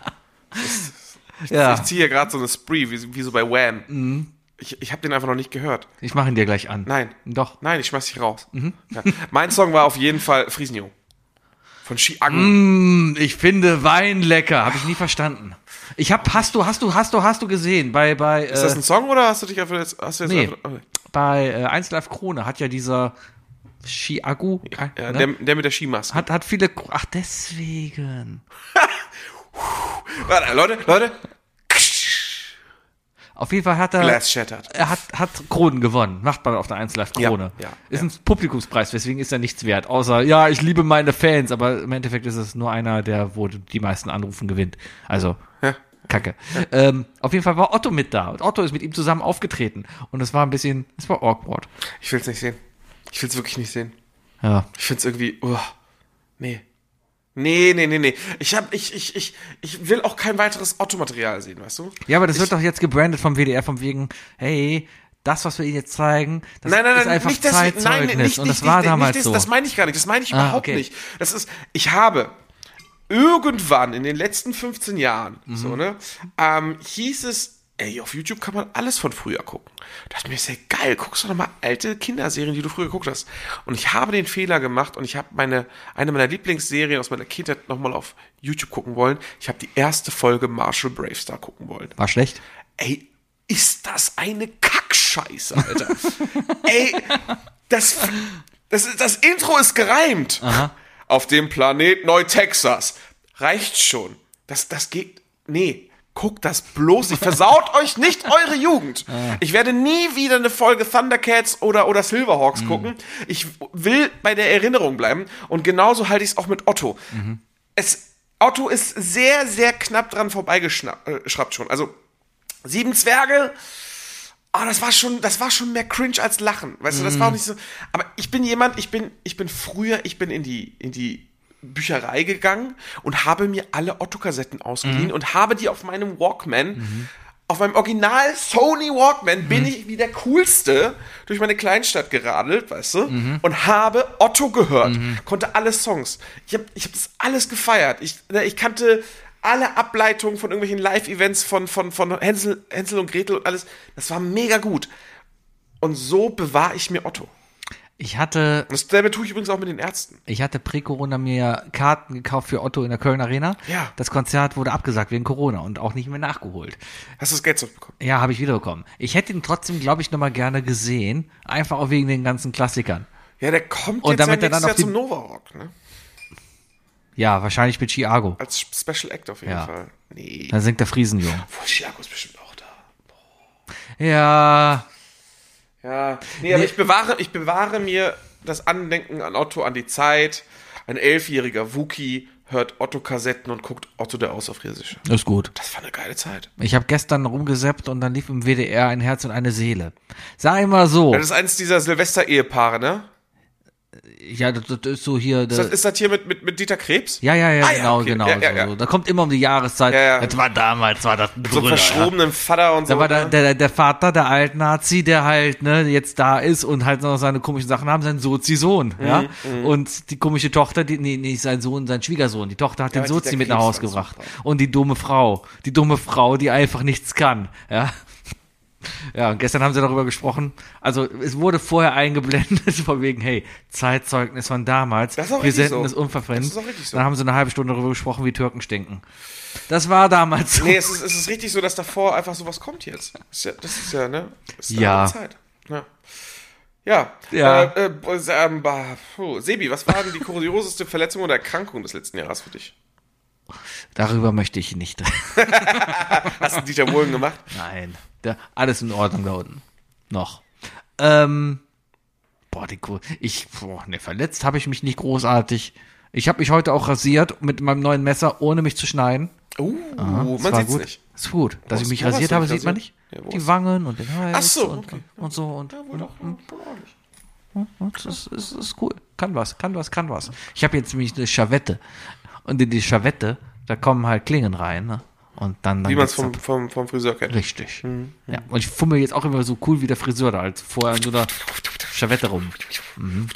ja. Ich ziehe hier gerade so eine Spree, wie, wie so bei Wham. Ich, ich habe den einfach noch nicht gehört. Ich mache ihn dir gleich an. Nein. Doch. Nein, ich schmeiß dich raus. Mhm. Ja. Mein Song war auf jeden Fall Friesenjung. Von Chiago. Mm, ich finde Wein lecker. Habe ich nie verstanden. Ich hab, hast du, hast du, hast du, hast du gesehen bei bei Ist das äh, ein Song oder hast du dich einfach jetzt, hast du jetzt Nee. einfach, okay. bei äh, eins Live Krone hat ja dieser Chiagu ja, ne? der, der mit der Skimaske. hat hat viele. Ach deswegen. Warte, Leute, Leute. Auf jeden Fall hat er. Glass shattered. Er hat, hat Kronen gewonnen. Macht man auf der eins Live Krone. Ja, ja, ist ja. ein Publikumspreis, deswegen ist er nichts wert. Außer, ja, ich liebe meine Fans, aber im Endeffekt ist es nur einer, der, wo die meisten Anrufen gewinnt. Also, Ja. Kacke. Ähm, auf jeden Fall war Otto mit da. Und Otto ist mit ihm zusammen aufgetreten. Und es war ein bisschen, es war awkward. Ich will's nicht sehen. Ich will's wirklich nicht sehen. Ja. Ich find's irgendwie, oh, nee. Nee, nee, nee, nee. Ich hab, ich, ich, ich, ich will auch kein weiteres Otto-Material sehen, weißt du? Ja, aber das ich, wird doch jetzt gebrandet vom W D R, von wegen, hey, das, was wir Ihnen jetzt zeigen, das Nein, nein, ist nein, einfach nicht deswegen, Zeitzeugnis. nein, nicht, und das nicht, war nicht, damals nicht das, so. das meine ich gar nicht, das meine ich Ah, überhaupt okay. nicht. Das ist, ich habe irgendwann in den letzten fünfzehn Jahren, Mhm. so, ne, ähm, hieß es, ey, auf YouTube kann man alles von früher gucken. Das ist mir sehr geil. Guckst du noch mal alte Kinderserien, die du früher geguckt hast. Und ich habe den Fehler gemacht und ich habe meine, eine meiner Lieblingsserien aus meiner Kindheit noch mal auf YouTube gucken wollen. Ich habe die erste Folge Marshall Bravestar gucken wollen. War schlecht? Ey, ist das eine Kackscheiße, Alter. Ey, das, das, das Intro ist gereimt. Aha. Auf dem Planet Neu-Texas. Reicht schon. Das, das geht, nee. Guckt das bloß nicht. Versaut euch nicht eure Jugend. Ich werde nie wieder eine Folge Thundercats oder, oder Silverhawks gucken. Ich will bei der Erinnerung bleiben. Und genauso halte ich es auch mit Otto. Es, Otto ist sehr, sehr knapp dran vorbeigeschraubt schon. Also, Sieben Zwerge, ah, das war schon, das war schon mehr cringe als Lachen. Weißt du, das war auch nicht so. Aber ich bin jemand, ich bin, ich bin früher, ich bin in die, in die Bücherei gegangen und habe mir alle Otto-Kassetten ausgeliehen Mhm. und habe die auf meinem Walkman, mhm. auf meinem Original Sony Walkman, mhm. bin ich wie der Coolste durch meine Kleinstadt geradelt, weißt du, mhm. und habe Otto gehört, mhm. konnte alle Songs. Ich habe ich hab das alles gefeiert. Ich, ich kannte alle Ableitungen von irgendwelchen Live-Events von, von, von Hänsel, Hänsel und Gretel und alles. Das war mega gut. Und so bewahre ich mir Otto. Ich hatte, Dasselbe tue ich übrigens auch mit den Ärzten. ich hatte Prä-Corona mir Karten gekauft für Otto in der Köln Arena. Ja. Das Konzert wurde abgesagt wegen Corona und auch nicht mehr nachgeholt. Hast du das Geld zurückbekommen? Ja, habe ich wiederbekommen. Ich hätte ihn trotzdem, glaube ich, nochmal gerne gesehen. Einfach auch wegen den ganzen Klassikern. Ja, der kommt Und jetzt damit ja er dann nächstes auf Jahr die- zum Nova Rock, ne? Ja, wahrscheinlich mit Chiago. Als Special Act auf jeden Ja. Fall. Nee. Dann singt der Friesenjung. Obwohl, Chiago ist bestimmt auch Ja. Ja, nee, aber Nee. ich bewahre, ich bewahre mir das Andenken an Otto, an die Zeit. Ein elfjähriger Wookie hört Otto-Kassetten und guckt Otto der Außerfriesische. Ist gut. Das war eine geile Zeit. Ich habe gestern rumgesappt und dann lief im W D R Ein Herz und eine Seele. Sag ich mal so. Das ist eines dieser Silvester-Ehepaare, ne? Ja, das, das ist so hier. Ist das, ist das hier mit, mit, mit Dieter Krebs? Ja, ja, ja, Ah, ja, genau, okay. genau. Ja, ja, so, ja. so. Da kommt immer um die Jahreszeit. Ja, ja. Das war damals, war das ein So einen Brüller, verschrobenen Vater und so. Da war der, ne? der, der Vater, der Altnazi, der halt, ne, jetzt da ist und halt noch seine komischen Sachen haben, sein Sozi-Sohn, ja. Mhm, Und die komische Tochter, die, nee, nicht sein Sohn, sein Schwiegersohn, die Tochter hat Ja, den aber Sozi Dieter mit nach Krebs Hause war gebracht. super. Und die dumme Frau, die dumme Frau, die einfach nichts kann, ja. Ja, und gestern haben sie darüber gesprochen. Also, es wurde vorher eingeblendet, von wegen, hey, Zeitzeugnis von damals. Das ist auch Wir richtig senden so. es unverfremd. Das ist auch richtig so. Dann haben sie eine halbe Stunde darüber gesprochen, wie Türken stinken. Das war damals so. Nee, es ist, es ist richtig so, dass davor einfach sowas kommt jetzt. Das ist ja, das ist ja ne? Das ist Ja. eine Zeit. Ja. Ja. Ja. Äh, äh, ähm, bah, puh. Sebi, was war denn die kurioseste Verletzung oder Erkrankung des letzten Jahres für dich? Darüber möchte ich nicht. Hast du Dieter Bohlen gemacht? Nein, da, alles in Ordnung da unten. Noch. Ähm, boah, die Kur ich, boah, ne, verletzt habe ich mich nicht großartig. Ich habe mich heute auch rasiert mit meinem neuen Messer, ohne mich zu schneiden. Uh, Das man war sieht's gut. nicht. Ist gut. Dass Wo ich mich hast- wo rasiert hast du habe, dich sieht man rasiert? nicht. Ja, wo Die hast- Wangen und den Hals Ach so, und, okay. und so. Und, Ja, wohl doch. Wohl ordentlich. und das ist, ist, ist cool. Kann was, kann was, kann was. Ich habe jetzt nämlich eine Schavette. Und in die Schavette, da kommen halt Klingen rein. Ne? Und dann, dann Wie man es geht's vom, ab. vom, vom Friseur kennt. Richtig. Ja, und ich fummel jetzt auch immer so cool wie der Friseur da, als vorher nur da Schavette rum. Mhm.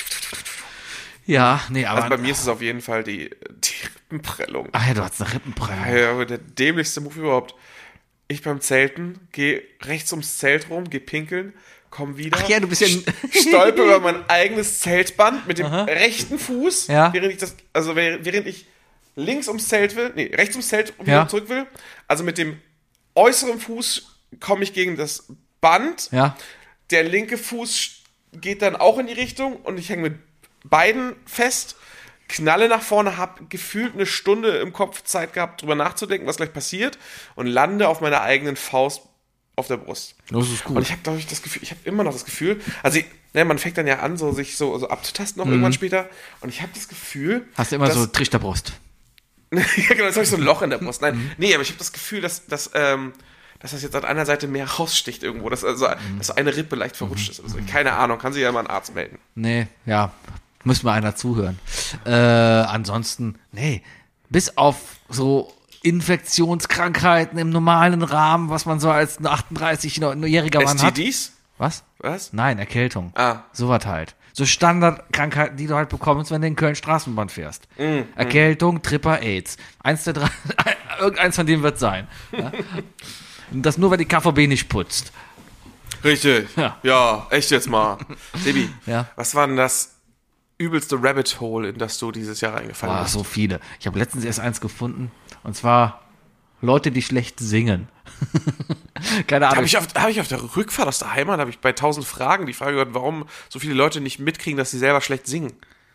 Ja, nee, aber. Also bei mir ist es auf jeden Fall die, die Rippenprellung. Ach ja, du hast eine Rippenprellung. Ja, aber der dämlichste Move überhaupt. Ich beim Zelten, gehe rechts ums Zelt rum, gehe pinkeln, komm wieder. Ach ja, du bist ja ein- stolper über mein eigenes Zeltband mit dem rechten Fuß, Ja. während ich das, also während während ich links ums Zelt will, nee, rechts ums Zelt und Ja. wieder zurück will. Also mit dem äußeren Fuß komme ich gegen das Band. Ja. Der linke Fuß geht dann auch in die Richtung und ich hänge mit beiden fest, knalle nach vorne, habe gefühlt eine Stunde im Kopf Zeit gehabt, drüber nachzudenken, was gleich passiert und lande auf meiner eigenen Faust auf der Brust. Das ist Und gut. ich habe, glaube ich, das Gefühl, ich habe immer noch das Gefühl, also ich, ne, man fängt dann ja an, so sich so, so abzutasten noch irgendwann später und ich habe das Gefühl, Hast du immer dass, so Trichterbrust. ja, genau, jetzt habe ich so ein Loch in der Brust. Nein, nee, aber ich habe das Gefühl, dass, dass, ähm, dass das jetzt an einer Seite mehr raussticht irgendwo, dass, also, dass so eine Rippe leicht verrutscht ist. Also, keine Ahnung, kann sich ja mal ein Arzt melden. Nee, ja, muss mal einer zuhören. Äh, ansonsten, nee, bis auf so Infektionskrankheiten im normalen Rahmen, was man so als achtunddreißig-jähriger Mann hat. S T Ds? Was? Was? Nein, Erkältung. Ah. Sowas halt. So Standardkrankheiten, die du halt bekommst, wenn du in Köln Straßenbahn fährst. Mm, Erkältung, Tripper, AIDS. Eins der drei, irgendeins von denen wird sein. Ja? Und das nur, weil die K V B nicht putzt. Richtig. Ja. Ja, echt jetzt mal. Sebi, Ja. was war denn das übelste Rabbit Hole, in das du dieses Jahr reingefallen Boah, bist? so viele. Ich habe letztens erst eins gefunden. Und zwar Leute, die schlecht singen. Keine Ahnung. Habe ich, auf, hab ich auf der Rückfahrt aus der Heimat, habe ich bei tausend Fragen die Frage gehört, warum so viele Leute nicht mitkriegen, dass sie selber schlecht singen.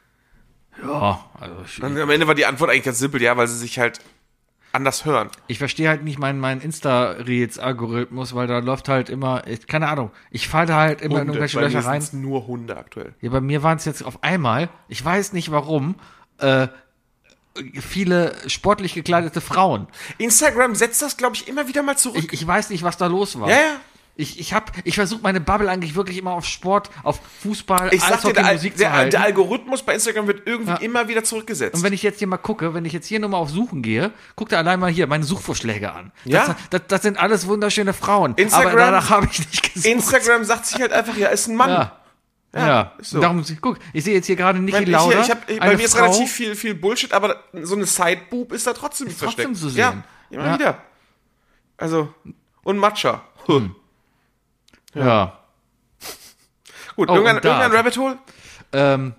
ja, also ich, Und am Ende war die Antwort eigentlich ganz simpel, ja, weil sie sich halt anders hören. ich verstehe halt nicht meinen mein Insta-Reels-Algorithmus, weil da läuft halt immer, ich, keine Ahnung, ich falle halt immer in irgendwelche bei mir Löcher rein. sind's nur Hunde aktuell. Ja, bei mir waren es jetzt auf einmal, ich weiß nicht warum, äh, viele sportlich gekleidete Frauen. Instagram setzt das, glaube ich, immer wieder mal zurück. Ich, ich weiß nicht, was da los war. ja, ja. Ich, ich, hab- ich versuche meine Bubble eigentlich wirklich immer auf Sport, auf Fußball, Ich sag dir, Eishockey, der, Al- Musik zu der, halten. der Algorithmus bei Instagram wird irgendwie Ja. immer wieder zurückgesetzt. Und wenn ich jetzt hier mal gucke, wenn ich jetzt hier nur mal auf Suchen gehe, guck dir allein mal hier meine Suchvorschläge an. Ja. Das, das, das sind alles wunderschöne Frauen. Instagram- aber danach habe ich nicht gesucht. Instagram sagt sich halt einfach, ja, ist ein Mann. Ja. Ja, Ja, ist so. darum, guck, ich sehe jetzt hier gerade Niki Ich, Lauda. ich hab, ich, bei eine mir ist Frau, relativ viel, viel Bullshit, aber so eine Sideboob ist da trotzdem Ist versteckt. trotzdem zu Ja, sehen. immer Ja. wieder. Also, und Matcha. Huh. Ja. Gut, Oh, irgendein, und da. irgendein Rabbit Hole? Ähm,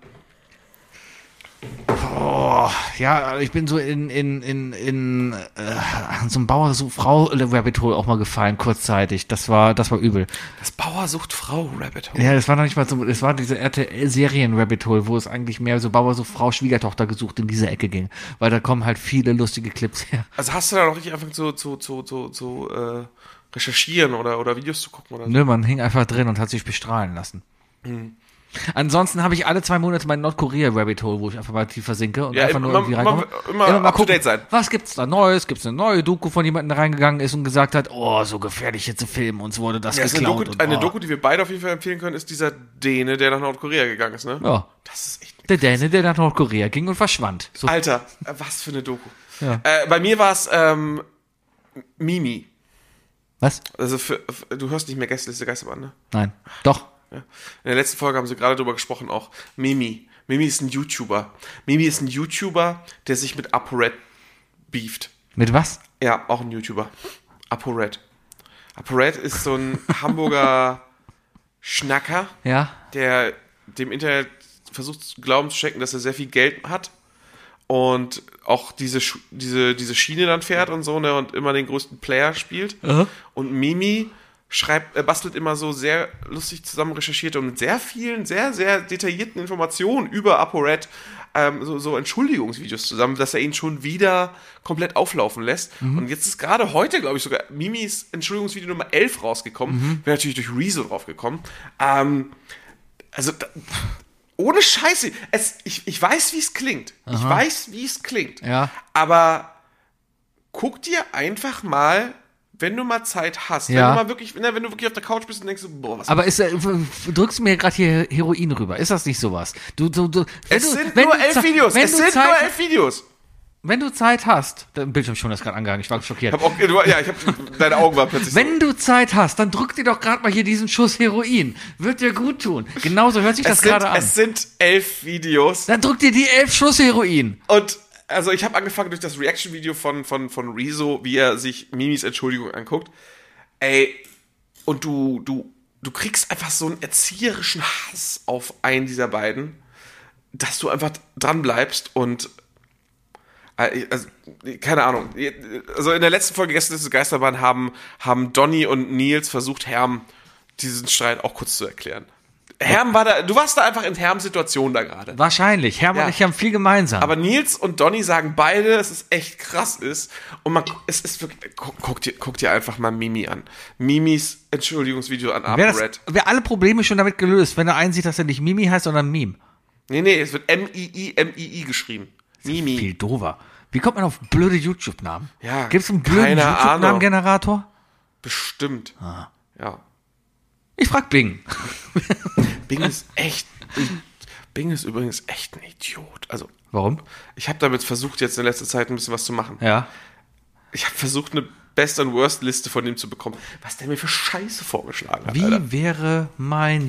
oh, ja, ich bin so in, in, in, in äh, so einem Bauer, so Frau Rabbit Hole auch mal gefallen, kurzzeitig. Das war, das war übel. Das Bauer sucht Frau Rabbit Hole. Ja, das war noch nicht mal so, das war diese R T L-Serien-Rabbit Hole, wo es eigentlich mehr so Bauer, so Frau, Schwiegertochter gesucht in diese Ecke ging. Weil da kommen halt viele lustige Clips her. Also hast du da noch richtig angefangen zu, zu, zu, zu, zu äh, recherchieren oder, oder Videos zu gucken oder so. Nö, man hing einfach drin und hat sich bestrahlen lassen. Mhm. Ansonsten habe ich alle zwei Monate mein Nordkorea-Rabbit Hole, wo ich einfach mal tiefer sinke und Ja, einfach nur immer- irgendwie immer- reinkomme. immer mal up to gucken, date sein. was gibt's da Neues? Gibt's eine neue Doku von jemandem, der reingegangen ist und gesagt hat, oh, so gefährlich jetzt zu filmen, uns wurde das Ja, ist eine geklaut. Doku, und, eine oh. Doku, die wir beide auf jeden Fall empfehlen können, ist dieser Däne, der nach Nordkorea gegangen ist, ne? Ja, Das ist echt... der Däne, der nach Nordkorea ging und verschwand. So, Alter, äh, was für eine Doku. Ja. Äh, bei mir war es ähm, Mimi. was? Also für, für, du hörst nicht mehr Gästeliste Geisterbahn, ne? Nein. Doch. Ja. In der letzten Folge haben sie gerade drüber gesprochen auch. Mimi. Mimi ist ein YouTuber. Mimi ist ein YouTuber, der sich mit ApoRed beeft. Mit was? Ja, auch ein YouTuber. ApoRed. ApoRed ist so ein Hamburger Schnacker, Ja. der dem Internet versucht, Glauben zu schenken, dass er sehr viel Geld hat und auch diese, Sch- diese, diese Schiene dann fährt und so, ne, und immer den größten Player spielt. Aha. Und Mimi schreibt, er bastelt immer so sehr lustig zusammen recherchierte und mit sehr vielen, sehr, sehr detaillierten Informationen über ApoRed ähm, so, so Entschuldigungsvideos zusammen, dass er ihn schon wieder komplett auflaufen lässt. Und jetzt ist gerade heute, glaube ich, sogar Mimis Entschuldigungsvideo Nummer elf rausgekommen. Wäre natürlich durch Rezo draufgekommen. Ähm, also, da, ohne Scheiße. Es, ich, ich weiß, wie es klingt. Ich weiß, wie es klingt. Ja. Aber guck dir einfach mal, wenn du mal Zeit hast, Ja. wenn du mal wirklich, wenn, wenn du wirklich auf der Couch bist und denkst, so, boah, was Aber ist, äh, f- drückst du mir gerade hier Heroin rüber? Ist das nicht sowas? Du, du, du, wenn es du, sind wenn nur du elf Ze- Videos. Wenn Es du sind Zeit, nur elf Videos. Wenn du Zeit hast, der Bildschirm schon ist gerade angegangen, ich war schockiert. Ich hab auch, du, ja, ich hab, deine Augen waren plötzlich Wenn du Zeit hast, dann drück dir doch gerade mal hier diesen Schuss Heroin. Wird dir gut tun. Genauso hört sich so. das Es sind, gerade an. es sind elf Videos. Dann drück dir die elf Schuss Heroin. Und also ich habe angefangen durch das Reaction-Video von, von, von Rezo, wie er sich Mimis Entschuldigung anguckt. Ey, und du, du, du kriegst einfach so einen erzieherischen Hass auf einen dieser beiden, dass du einfach dran bleibst und äh, also, keine Ahnung. Also in der letzten Folge Gästeliste Geisterbahn haben, haben Donny und Nils versucht, Herm diesen Streit auch kurz zu erklären. Herm war da, du warst da einfach in Herms Situation da gerade. Wahrscheinlich. Hermann Ja. und ich haben viel gemeinsam. Aber Nils und Donny sagen beide, dass es echt krass ist. Und man, es ist wirklich, guck, guck, dir, guck dir einfach mal Mimi an. Mimis Entschuldigungsvideo an Wäre ApoRed. wär alle Probleme schon damit gelöst, wenn er einsieht, dass er nicht Mimi heißt, sondern Meme. Nee, nee, es wird M I I M I I geschrieben. Mimi. Viel doofer. Wie kommt man auf blöde YouTube-Namen? Ja, Gibt es einen blöden keine YouTube-Namen-Generator? Bestimmt. Ah. Ja. Ich frag Bing. Bing ist echt, Bing ist übrigens echt ein Idiot. Also, Warum? ich habe damit versucht, jetzt in letzter Zeit ein bisschen was zu machen. Ja. Ich habe versucht, eine Best- und Worst-Liste von dem zu bekommen. Was der mir für Scheiße vorgeschlagen hat, Wie Alter. wäre mein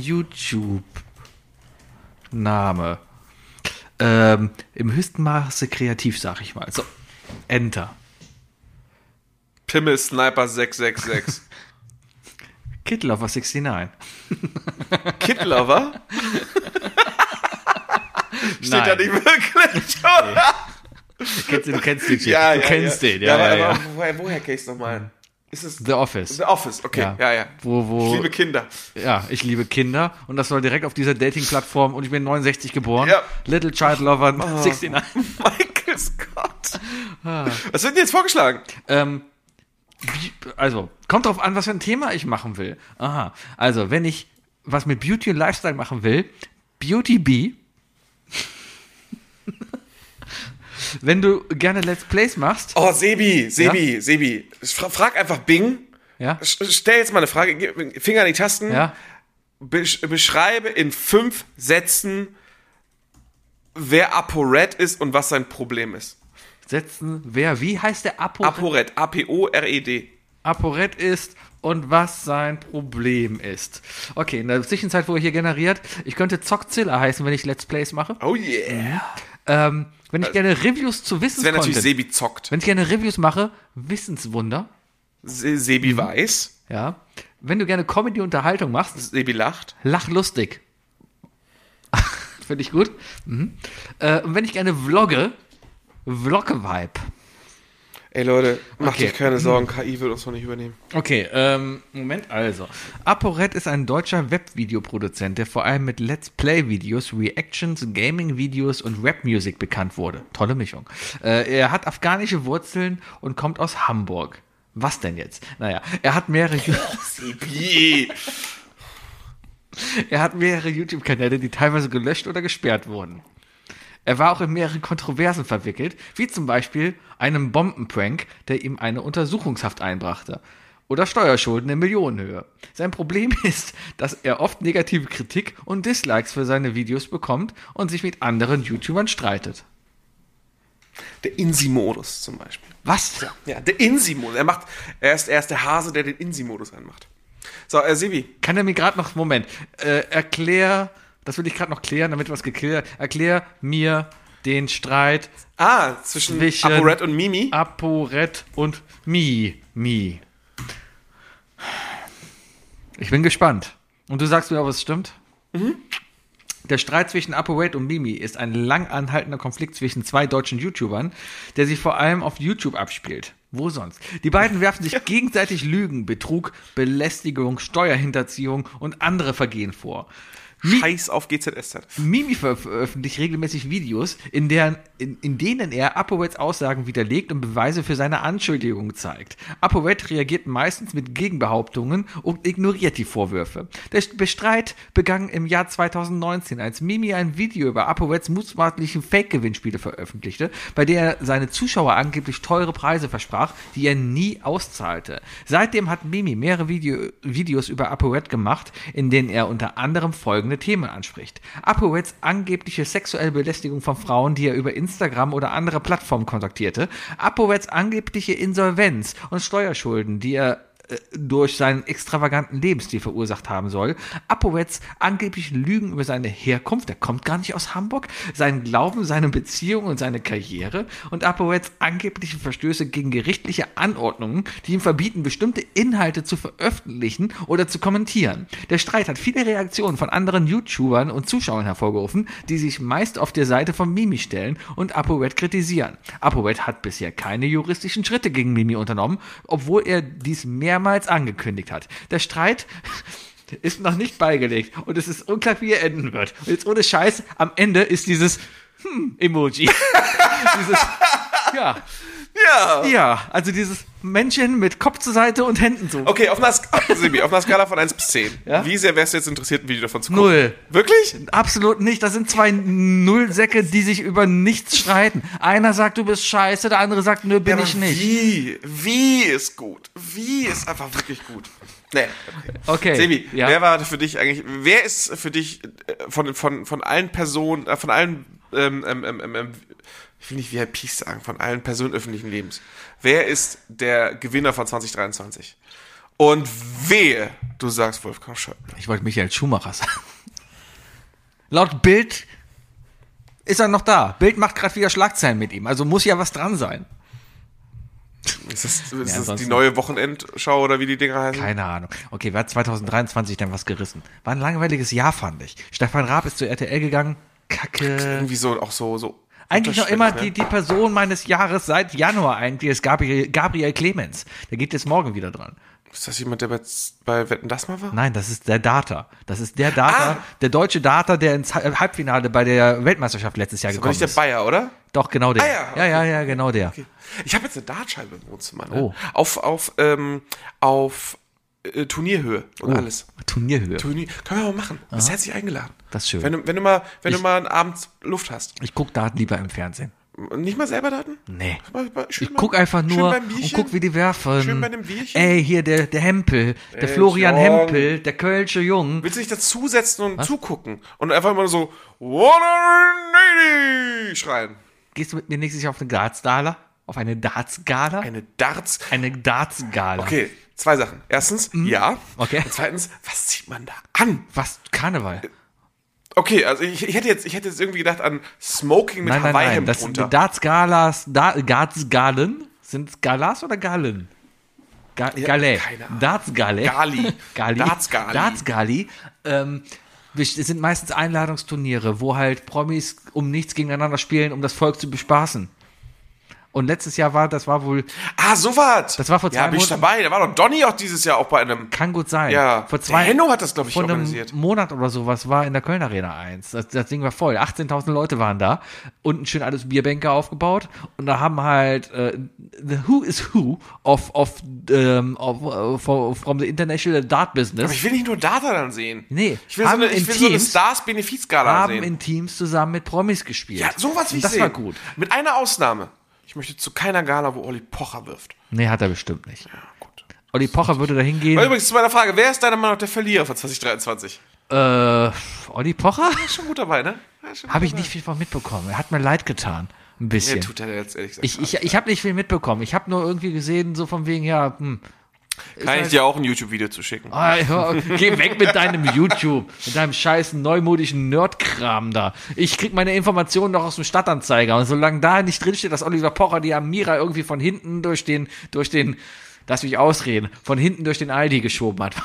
YouTube-Name? Ähm, im höchsten Maße kreativ, sag ich mal. So, Enter. Pimmel Sniper sechs sechs sechs. Kidlover neunundsechzig. Kidlover? Steht da Nein. nicht wirklich, oder? Kennst du, du kennst den Shit. Ja, du ja, kennst ja. den, ja, aber, ja, ja. aber woher, woher kenn ich's nochmal? Ist es The Office. The Office, okay, ja, Ja. ja. Wo, wo, Ich liebe Kinder. Ja, ich liebe Kinder und das war direkt auf dieser Dating-Plattform und ich bin neunundsechzig geboren. Ja. Little Child Lover neunundsechzig. Michael Scott. Was wird dir jetzt vorgeschlagen? Ähm, wie- also, kommt drauf an, was für ein Thema ich machen will. Aha. Also, wenn ich was mit Beauty und Lifestyle machen will, Beauty Bee. Wenn du gerne Let's Plays machst, Oh, Sebi, Sebi, Sebi. Fra- Frag einfach Bing. ja, Sch- Stell jetzt mal eine Frage. Gib- Finger an die Tasten. ja, Besch beschreibe in fünf Sätzen, wer ApoRed ist und was sein Problem ist. setzen, wer, wie heißt der Apo? ApoRed, A P O R E D. ApoRed ist und was sein Problem ist. Okay, in der Zwischenzeit, wo er hier generiert, ich könnte Zockzilla heißen, wenn ich Let's Plays mache. Oh yeah. Ähm, wenn ich gerne Reviews zu Das wäre natürlich Wissenscontent, Sebi zockt. wenn ich gerne Reviews mache, Wissenswunder, Se Sebi weiß. ja. Wenn du gerne Comedy-Unterhaltung machst, Sebi lacht. lachlustig. Finde ich gut. Mhm. Äh, und wenn ich gerne vlogge, Vlogge-Vibe. Ey Leute, macht Okay. euch keine Sorgen, K I wird uns noch nicht übernehmen. Okay, ähm, Moment also. ApoRed ist ein deutscher Webvideoproduzent, der vor allem mit Let's Play-Videos, Reactions, Gaming-Videos und Rap-Music bekannt wurde. Tolle Mischung. Äh, er hat afghanische Wurzeln und kommt aus Hamburg. Was denn jetzt? Naja, er hat mehrere... Sebi. Er hat mehrere YouTube-Kanäle, die teilweise gelöscht oder gesperrt wurden. Er war auch in mehreren Kontroversen verwickelt, wie zum Beispiel einem Bombenprank, der ihm eine Untersuchungshaft einbrachte. Oder Steuerschulden in Millionenhöhe. Sein Problem ist, dass er oft negative Kritik und Dislikes für seine Videos bekommt und sich mit anderen YouTubern streitet. Der Insi-Modus zum Beispiel. Was? Ja, ja der Insi-Modus. Er macht, er ist, er ist der Hase, der den Insi-Modus anmacht. So, äh, Sebi. Kann er mir gerade noch, Moment, äh, erklär, das will ich gerade noch klären, damit was geklärt, erklär mir den Streit Ah, zwischen, zwischen ApoRed und Mimi. ApoRed und Mi, Mi. Ich bin gespannt. Und du sagst mir, ob es stimmt? Mhm. Der Streit zwischen ApoRed und Mimi ist ein lang anhaltender Konflikt zwischen zwei deutschen YouTubern, der sich vor allem auf YouTube abspielt. Wo sonst? Die beiden werfen sich gegenseitig Lügen, Betrug, Belästigung, Steuerhinterziehung und andere Vergehen vor. Mi- Scheiß auf G Z S Z. Mimi veröffentlicht regelmäßig Videos, in, deren, in, in denen er ApoReds Aussagen widerlegt und Beweise für seine Anschuldigungen zeigt. ApoRed reagiert meistens mit Gegenbehauptungen und ignoriert die Vorwürfe. Der Streit begann im Jahr zweitausendneunzehn, als Mimi ein Video über ApoReds mutmaßlichen Fake-Gewinnspiele veröffentlichte, bei der er seine Zuschauer angeblich teure Preise versprach, die er nie auszahlte. Seitdem hat Mimi mehrere Video, Videos über ApoRed gemacht, in denen er unter anderem folgende Themen anspricht. ApoReds angebliche sexuelle Belästigung von Frauen, die er über Instagram oder andere Plattformen kontaktierte. ApoReds angebliche Insolvenz und Steuerschulden, die er durch seinen extravaganten Lebensstil verursacht haben soll. ApoReds angebliche Lügen über seine Herkunft, der kommt gar nicht aus Hamburg, seinen Glauben, seine Beziehung und seine Karriere und ApoReds angebliche Verstöße gegen gerichtliche Anordnungen, die ihm verbieten, bestimmte Inhalte zu veröffentlichen oder zu kommentieren. Der Streit hat viele Reaktionen von anderen YouTubern und Zuschauern hervorgerufen, die sich meist auf der Seite von Mimi stellen und ApoRed kritisieren. ApoRed hat bisher keine juristischen Schritte gegen Mimi unternommen, obwohl er dies mehr mehrmals angekündigt hat. Der Streit ist noch nicht beigelegt und es ist unklar, wie er enden wird. Und jetzt ohne Scheiß, am Ende ist dieses Hm-Emoji. dieses, ja. Ja. Ja, also dieses Männchen mit Kopf zur Seite und Händen so. Okay, auf einer, Sk- Sebi, auf einer Skala von eins bis zehn. Ja? Wie sehr wärst du jetzt interessiert, ein Video davon zu gucken? Null. Wirklich? Absolut nicht. Das sind zwei Nullsäcke, die sich über nichts streiten. Einer sagt, du bist scheiße, der andere sagt, nö, bin Ja, ich aber nicht. Wie? Wie ist gut? Wie ist einfach wirklich gut? Nee. Okay. Sebi, ja. wer war für dich eigentlich, wer ist für dich äh, von, von, von allen Personen, äh, von allen, ähm, ähm, ähm, ähm, ich will nicht V I Ps sagen, von allen Personen öffentlichen Lebens, wer ist der Gewinner von zwanzig dreiundzwanzig? Und wehe, du sagst Wolfgang Schäuble. Ich wollte Michael Schumacher sagen. Laut Bild ist er noch da. Bild macht gerade wieder Schlagzeilen mit ihm, also muss ja was dran sein. Ist das, ist Ja, das die ansonsten- neue Wochenendschau oder wie die Dinger heißen? Keine Ahnung. Okay, wer hat zwanzig dreiundzwanzig denn was gerissen? War ein langweiliges Jahr, fand ich. Stefan Raab ist zu R T L gegangen. Kacke. Irgendwie so, auch so, so. Eigentlich noch immer unterschwellig, die, die Person meines Jahres seit Januar eigentlich ist Gabriel, Gabriel Clemens. Der geht jetzt morgen wieder dran. Ist das jemand, der bei, bei Wetten, das mal war? Nein, das ist der Data. Das ist der Data, Ah. der deutsche Data, der ins Halbfinale bei der Weltmeisterschaft letztes Jahr Aber gekommen nicht der ist. Bayer, oder? Doch, genau der. Ah, ja, ja, okay. ja, ja, genau der. Okay. Ich habe jetzt eine Dartscheibe im Wohnzimmer. Ne? Oh. Auf, auf, ähm, auf äh, Turnierhöhe und Oh, alles. Turnierhöhe. Turnier, können wir mal machen. Du bist herzlich eingeladen. Das ist schön. Wenn du, wenn du mal, wenn Ich- du mal einen Abend Luft hast. Ich guck Daten lieber im Fernsehen. Nicht mal selber Daten? Nee. Mal- mal- schön Ich mal- guck einfach schön nur beim und Bierchen. guck, wie die werfen. Schön bei einem Bierchen. Ey, hier der, der Hempel, der Ey, Florian Jung. Hempel, der Kölsche Jung. Willst du dich dazusetzen und zugucken? Und einfach immer so, one eighty schreien. Gehst du mit mir nächstes Jahr auf eine Darts-Gala? Auf eine Darts-Gala? Eine Darts. Eine Darts-Gala. Okay, zwei Sachen. Erstens, ja. Mhm. Okay. Und zweitens, was zieht man da an? Was? Karneval? Okay, also ich, ich hätte jetzt, ich hätte jetzt irgendwie gedacht an Smoking mit Nein, nein, nein. Hawaii-Hemd Das drunter. sind Darts-Galas, da, Darts-Galen? Sind es Galas oder Galen? Ga Ja, Galet. keine Ahnung. Darts-Gale. Gali. Gali. Darts-Gali. Darts-Gali. Ähm, es sind meistens Einladungsturniere, wo halt Promis um nichts gegeneinander spielen, um das Volk zu bespaßen. Und letztes Jahr war, das war wohl, Ah, so was. Das war vor zwei Ja, bin ich Monaten. dabei. Da war doch Donny auch dieses Jahr auch bei einem. kann gut sein. Ja, vor zwei, der Henno hat das, glaube ich, vor einem organisiert. Monat oder sowas war in der Köln Arena eins. Das, das Ding war voll. achtzehntausend Leute waren da. Unten schön alles Bierbänke aufgebaut. Und da haben halt äh, the Who is Who of, of, ähm, of, uh, for, from the International Dart Business. Aber ich will nicht nur Data dann sehen. Nee, Ich will so haben eine, ich in will so eine Teams- Stars-Benefizgala haben sehen. in Teams zusammen mit Promis gespielt. Ja, sowas wie Und ich Das sehen. war gut. Mit einer Ausnahme. Ich möchte zu keiner Gala, wo Olli Pocher wirft. Nee, hat er bestimmt nicht. Ja, gut. Olli Pocher würde da hingehen. Übrigens zu meiner Frage, wer ist deiner Meinung nach der Verlierer von zwanzig dreiundzwanzig? Äh, Olli Pocher? Ist schon gut dabei, ne? Ja, schon Habe gut ich dabei. nicht viel von mitbekommen. Er hat mir leid getan. Ein bisschen. Nee, tut er jetzt ehrlich gesagt. Ich, ich, ich habe nicht viel mitbekommen. Ich habe nur irgendwie gesehen, so von wegen, ja, hm. Kann ich dir auch ein YouTube-Video zu schicken? Ah, hör, geh weg mit deinem YouTube, mit deinem scheißen neumodischen Nerdkram da. Ich krieg meine Informationen doch aus dem Stadtanzeiger. Und solange da nicht drinsteht, dass Oliver Pocher die Amira irgendwie von hinten durch den, durch den, lass mich ausreden, von hinten durch den Aldi geschoben hat.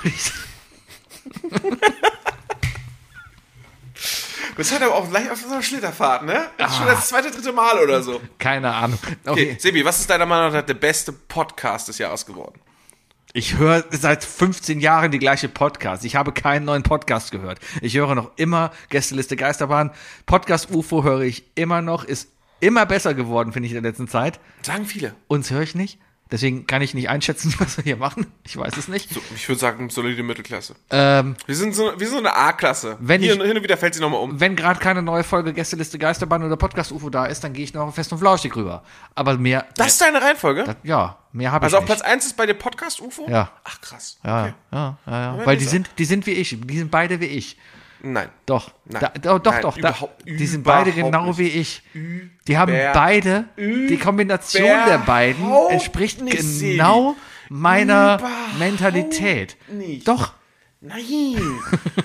Das ist halt aber auch gleich auf so einer Schlitterfahrt, ne? Das ist schon das zweite, dritte Mal oder so. Keine Ahnung. Okay, Okay. Sebi, was ist deiner Meinung nach der beste Podcast des Jahres geworden? Ich höre seit fünfzehn Jahren die gleiche Podcast. Ich habe keinen neuen Podcast gehört. Ich höre noch immer Gästeliste Geisterbahn. Podcast U F O höre ich immer noch. Ist immer besser geworden, finde ich, in der letzten Zeit. Sagen viele. Uns höre ich nicht. Deswegen kann ich nicht einschätzen, was wir hier machen. Ich weiß es nicht. So, ich würde sagen, solide Mittelklasse. Ähm, Wir sind so, wir sind so eine A-Klasse. Wenn Hier, ich- hin und wieder fällt sie nochmal um. wenn gerade keine neue Folge Gästeliste Geisterbahn oder Podcast U F O da ist, dann gehe ich noch auf Fest und Flauschig rüber. Aber mehr, Das ist deine Reihenfolge? ja, mehr habe ich Also auf nicht. Platz eins ist bei dir Podcast U F O? Ja. Ach, krass. Ja, Okay. ja, ja, ja. Ja, Weil die ist sind, die sind wie ich. Die sind beide wie ich. Nein. Doch, Nein. da, doch, doch, Nein, doch. Da, überhaupt- die sind beide überhaupt genau nicht. wie ich. Die haben Über- beide, die Kombination der beiden überhaupt entspricht nicht, Sebi. genau meiner Überhaupt Mentalität. nicht. Doch, Nein.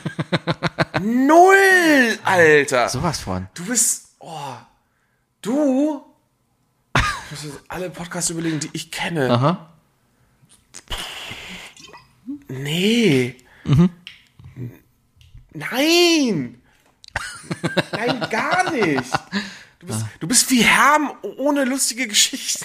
Null, Alter. sowas von. Du bist, oh, du, ich muss jetzt alle Podcasts überlegen, die ich kenne. Aha. Nee. Mhm. Nein. Nein, gar nicht. Du bist, du bist wie Herm ohne lustige Geschichten.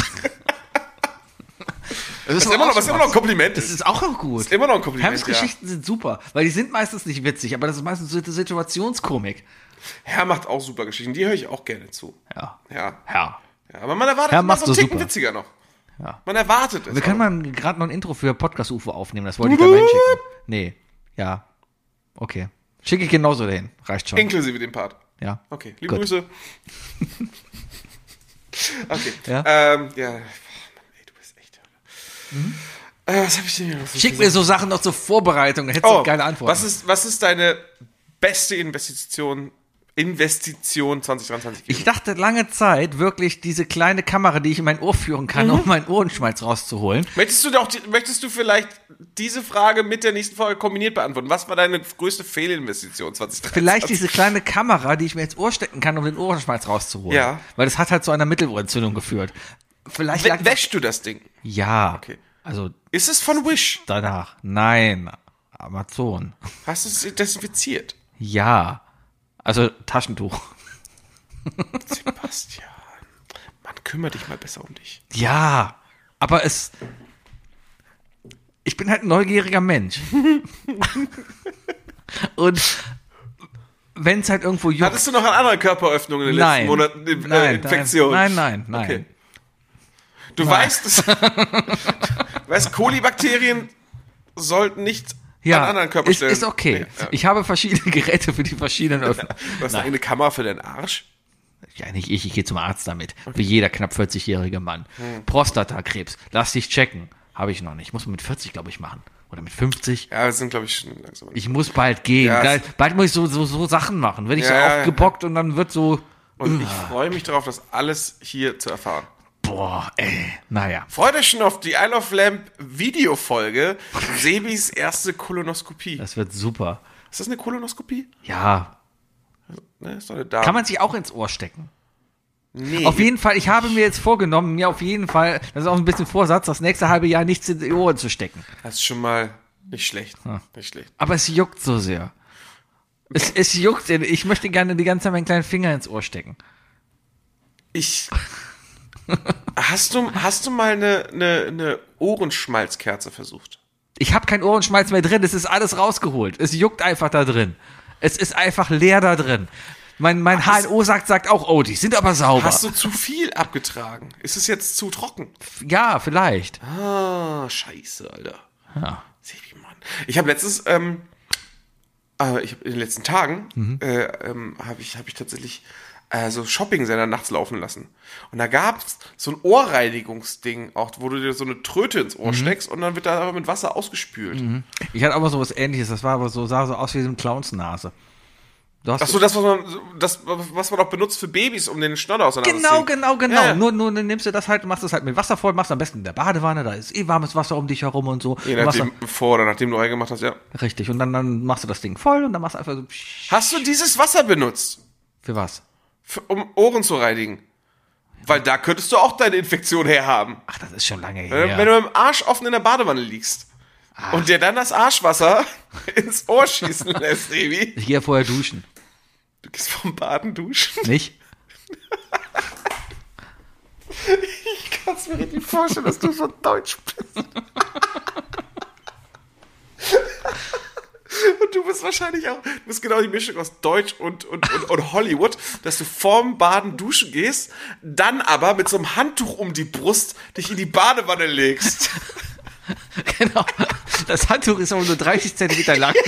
Das Was immer noch, was immer noch ein Kompliment Das ist. ist auch noch gut. Ist immer noch ein Kompliment, Herms Geschichten sind super, weil die sind meistens nicht witzig, aber das ist meistens so Situationskomik. Herr macht auch super Geschichten, die höre ich auch gerne zu. Ja. Ja. Ja. Ja, aber man erwartet Herr immer macht so so einen Ticken super. witziger noch. Ja. Man erwartet es. Wir können aber- mal gerade noch ein Intro für Podcast U F O aufnehmen, das wollte ich da mal hinschicken. Nee. Ja. Okay. Schicke ich genauso dahin. Reicht schon. Inklusive dem Part. Ja. Okay, liebe Gut. Grüße. Okay. Ja? Ähm, ja. Boah, Mann, ey, du bist echt. Äh, was habe ich denn hier noch so Schick gesagt? mir so Sachen noch zur Vorbereitung, dann hättest du Oh, geile Antworten. was ist, was ist deine beste Investition, Investition zwanzig dreiundzwanzig Ich dachte lange Zeit wirklich diese kleine Kamera, die ich in mein Ohr führen kann, um meinen Ohrenschmalz rauszuholen. Möchtest du doch, die- möchtest du vielleicht diese Frage mit der nächsten Folge kombiniert beantworten? Was war deine größte Fehlinvestition zwanzig dreiundzwanzig? Vielleicht diese kleine Kamera, die ich mir ins Ohr stecken kann, um den Ohrenschmalz rauszuholen. Ja. Weil das hat halt zu einer Mittelohrentzündung geführt. Vielleicht lag W- Wäschst du das Ding? Ja. Okay. Also Ist es von Wish? danach. Nein. Amazon. Hast du es desinfiziert? Ja. Also Taschentuch. Sebastian, Mann, kümmere dich mal besser um dich. Ja. Aber es. Ich bin halt ein neugieriger Mensch. Und wenn es halt irgendwo juckt. Hattest du noch eine andere Körperöffnung in den Nein. letzten Monaten? Äh, Nein, Infektion? nein, nein, nein. Okay. Du weißt, es, du weißt, Kolibakterien sollten nicht Ja, an anderen ist, Körperstellen. ist okay. Ja. Ich habe verschiedene Geräte für die verschiedenen Öffnungen. Du hast eine Kamera für deinen Arsch? Ja, nicht ich, ich gehe zum Arzt damit. Wie jeder knapp vierzig-jährige Mann. Hm. Prostatakrebs, lass dich checken. Habe ich noch nicht. Muss man mit vierzig, glaube ich, machen. Oder mit fünfzig. Ja, wir sind, glaube ich, schon langsam. Ich muss bald gehen. Ja, bald, bald muss ich so, so, so Sachen machen. Wenn ich Ja, so ja, ja. aufgebockt und dann wird so, Und ich freue mich darauf, das alles hier zu erfahren. boah, ey, naja. Freut euch schon auf die Isle of Lamp Videofolge. Sebis erste Kolonoskopie. Das wird super. Ist das eine Kolonoskopie? Ja. Ne, ist doch eine Dame. Kann man sich auch ins Ohr stecken. Nee. Auf jeden Fall, ich habe mir jetzt vorgenommen, mir auf jeden Fall, das ist auch ein bisschen Vorsatz, das nächste halbe Jahr nichts in die Ohren zu stecken. Das ist schon mal nicht schlecht. Nicht schlecht. Aber es juckt so sehr. Es, es juckt, ich möchte gerne die ganze Zeit meinen kleinen Finger ins Ohr stecken. Ich Hast du, hast du mal eine, eine, eine Ohrenschmalzkerze versucht? Ich habe kein Ohrenschmalz mehr drin, es ist alles rausgeholt. Es juckt einfach da drin. Es ist einfach leer da drin. Mein, mein H N O sagt, sagt auch, oh, die sind aber sauber. Hast du zu viel abgetragen? Ist es jetzt zu trocken? Ja, vielleicht. Ah, scheiße, Alter. Ja. Sebi, Mann. Ich habe letztens, ähm, äh, ich hab in den letzten Tagen, Mhm. äh, ähm, habe ich, hab ich tatsächlich äh, so Shopping-Sender nachts laufen lassen. Und da gab's so ein Ohrreinigungsding, auch, wo du dir so eine Tröte ins Ohr steckst und dann wird da aber mit Wasser ausgespült. Mhm. Ich hatte auch mal sowas Ähnliches, das war aber so, sah so aus wie so eine Clownsnase. Du hast Ach so, das, was man, das, was man auch benutzt für Babys, um den Schnodder auseinanderzuziehen. Genau, genau, genau. Ja. Nur, nur dann nimmst du das halt, machst es halt mit Wasser voll, machst am besten in der Badewanne, da ist eh warmes Wasser um dich herum und so. Je Und machst nachdem, bevor oder nachdem du reingemacht hast, ja. dann, richtig, und dann, dann machst du das Ding voll und dann machst du einfach so. psch. Hast du dieses Wasser benutzt, Für was? für, um Ohren zu reinigen? Weil da könntest du auch deine Infektion herhaben. Ach, das ist schon lange Äh, her. Wenn du mit dem Arsch offen in der Badewanne liegst und dir dann das Arschwasser ins Ohr schießen lässt, Evi. Ich gehe ja vorher duschen. Du gehst vom Baden duschen. Nicht? Ich kann es mir richtig vorstellen, dass du so deutsch bist. Und du bist wahrscheinlich auch, du bist genau die Mischung aus Deutsch und, und, und, und Hollywood, dass du vorm Baden duschen gehst, dann aber mit so einem Handtuch um die Brust dich in die Badewanne legst. Genau. Das Handtuch ist aber nur dreißig Zentimeter lang.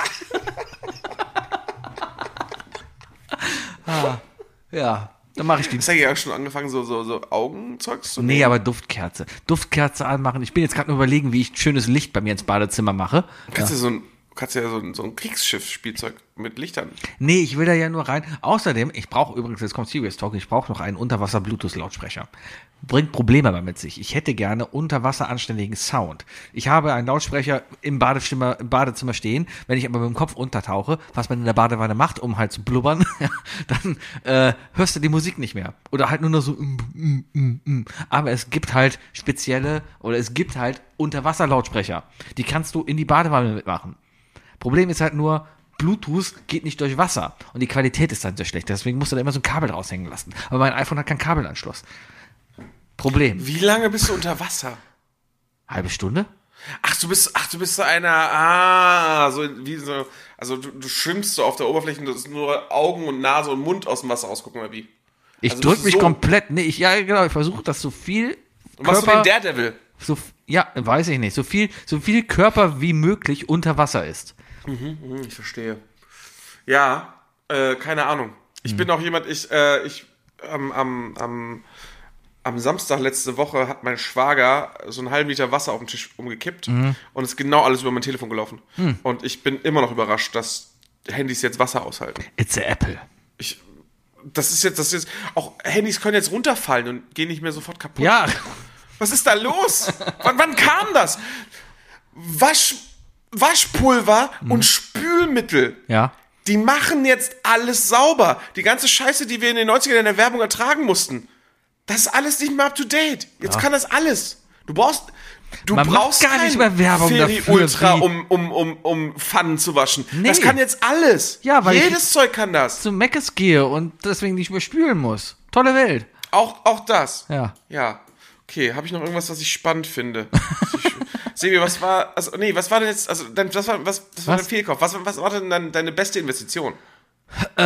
ah, ja, dann mache ich die. Hast du ja schon angefangen, so, so, so Augenzeugs zu Nee, aber Duftkerze. Duftkerze anmachen. Ich bin jetzt gerade nur überlegen, wie ich schönes Licht bei mir ins Badezimmer mache. Kannst du so ein, kannst ja so ein, so ein Kriegsschiff-Spielzeug mit Lichtern. Nee, ich will da ja nur rein. Außerdem, ich brauche übrigens, jetzt kommt Serious Talk, ich brauche noch einen Unterwasser-Bluetooth-Lautsprecher. Bringt Probleme aber mit sich. Ich hätte gerne unter Wasser anständigen Sound. Ich habe einen Lautsprecher im Badezimmer, im Badezimmer stehen. Wenn ich aber mit dem Kopf untertauche, was man in der Badewanne macht, um halt zu blubbern, dann äh, hörst du die Musik nicht mehr. Oder halt nur noch so. Mm, mm, mm, mm. Aber es gibt halt spezielle, oder es gibt halt Unterwasser-Lautsprecher. Die kannst du in die Badewanne mitmachen. Problem ist halt nur, Bluetooth geht nicht durch Wasser und die Qualität ist dann sehr schlecht. Deswegen musst du da immer so ein Kabel raushängen lassen. Aber mein iPhone hat keinen Kabelanschluss. Problem. Wie lange bist du unter Wasser? Halbe Stunde? Ach, du bist, ach, du bist so einer, ah, so wie so, also du, du schwimmst so auf der Oberfläche und das ist nur Augen und Nase und Mund aus dem Wasser rausgucken, oder wie? Ich Also drück bist du mich so- komplett, nee, ich, ja genau, ich versuche das so viel Und machst du Körper, den Daredevil? so, ja, weiß ich nicht, so viel, so viel Körper wie möglich unter Wasser ist. Hm, ich verstehe. Ja, äh, keine Ahnung. Ich bin auch jemand, ich, äh, ich, am, am, am, am Samstag letzte Woche hat mein Schwager so einen halben Liter Wasser auf den Tisch umgekippt und ist genau alles über mein Telefon gelaufen. Und ich bin immer noch überrascht, dass Handys jetzt Wasser aushalten. It's a Apple. Ich, das ist jetzt, das ist jetzt, auch Handys können jetzt runterfallen und gehen nicht mehr sofort kaputt. Ja, Was ist da los? wann, wann kam das? Wasch, Waschpulver und Spülmittel. ja. Die machen jetzt alles sauber. Die ganze Scheiße, die wir in den neunzigern in der Werbung ertragen mussten, das ist alles nicht mehr up to date. Jetzt Ja. kann das alles. Du brauchst, du Man macht brauchst gar kein nicht mehr Werbung Feri dafür, Ultra, wie- um, um, um, um Pfannen zu waschen. Nee. Das kann jetzt alles. Ja, weil Jedes ich- Zeug kann das. Zum Meckes gehe und deswegen nicht mehr spülen muss. Tolle Welt. Auch, auch das. Ja. Ja. Okay, habe ich noch irgendwas, was ich spannend finde? Sebi, was war, also, nee, was war denn jetzt, also, dein, was war, was, was war Was? dein Fehlkauf? Was, was war denn dein, deine beste Investition? Äh.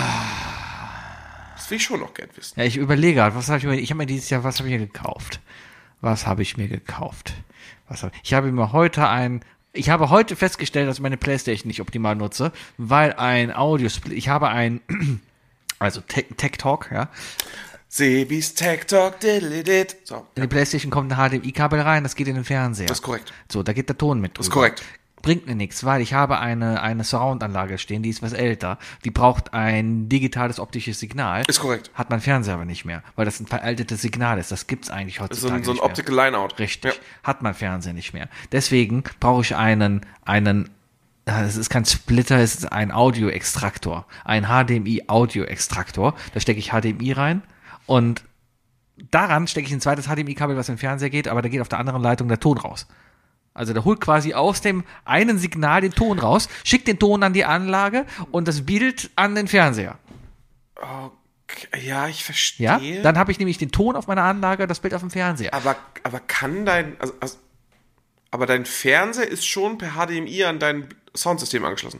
Das will ich schon noch gern wissen. Ja, ich überlege halt, was habe ich mir, ich habe mir dieses Jahr, was habe ich mir gekauft? Was habe ich mir gekauft? Was hab, ich habe mir heute ein, ich habe heute festgestellt, dass ich meine Playstation nicht optimal nutze, weil ein Audio-Split, ich habe ein, also Tech, Tech Talk, ja. Sebis Tech Talk, diddly-did. So, In die Playstation kommt ein H D M I-Kabel rein, das geht in den Fernseher. das ist korrekt. So, da geht der Ton mit drüber. Das ist korrekt. Bringt mir nichts, weil ich habe eine, eine Surround-Anlage stehen, die ist was älter. Die braucht ein digitales optisches Signal. Ist korrekt. Hat mein Fernseher aber nicht mehr, weil das ein veraltetes Signal ist. Das gibt's eigentlich So heutzutage ein, so ein nicht mehr. Optical Lineout. Richtig. Ja. Hat mein Fernseher nicht mehr. Deswegen brauche ich einen, einen, äh, es ist kein Splitter, es ist ein Audio-Extraktor. Ein H D M I-Audio-Extraktor. Da stecke ich H D M I rein und daran stecke ich ein zweites H D M I-Kabel, was in den Fernseher geht, aber da geht auf der anderen Leitung der Ton raus. Also der holt quasi aus dem einen Signal den Ton raus, schickt den Ton an die Anlage und das Bild an den Fernseher. Ja, ich verstehe. Ja, dann habe ich nämlich den Ton auf meiner Anlage, das Bild auf dem Fernseher. Aber, aber kann dein, also, also, aber dein Fernseher ist schon per H D M I an dein Soundsystem angeschlossen.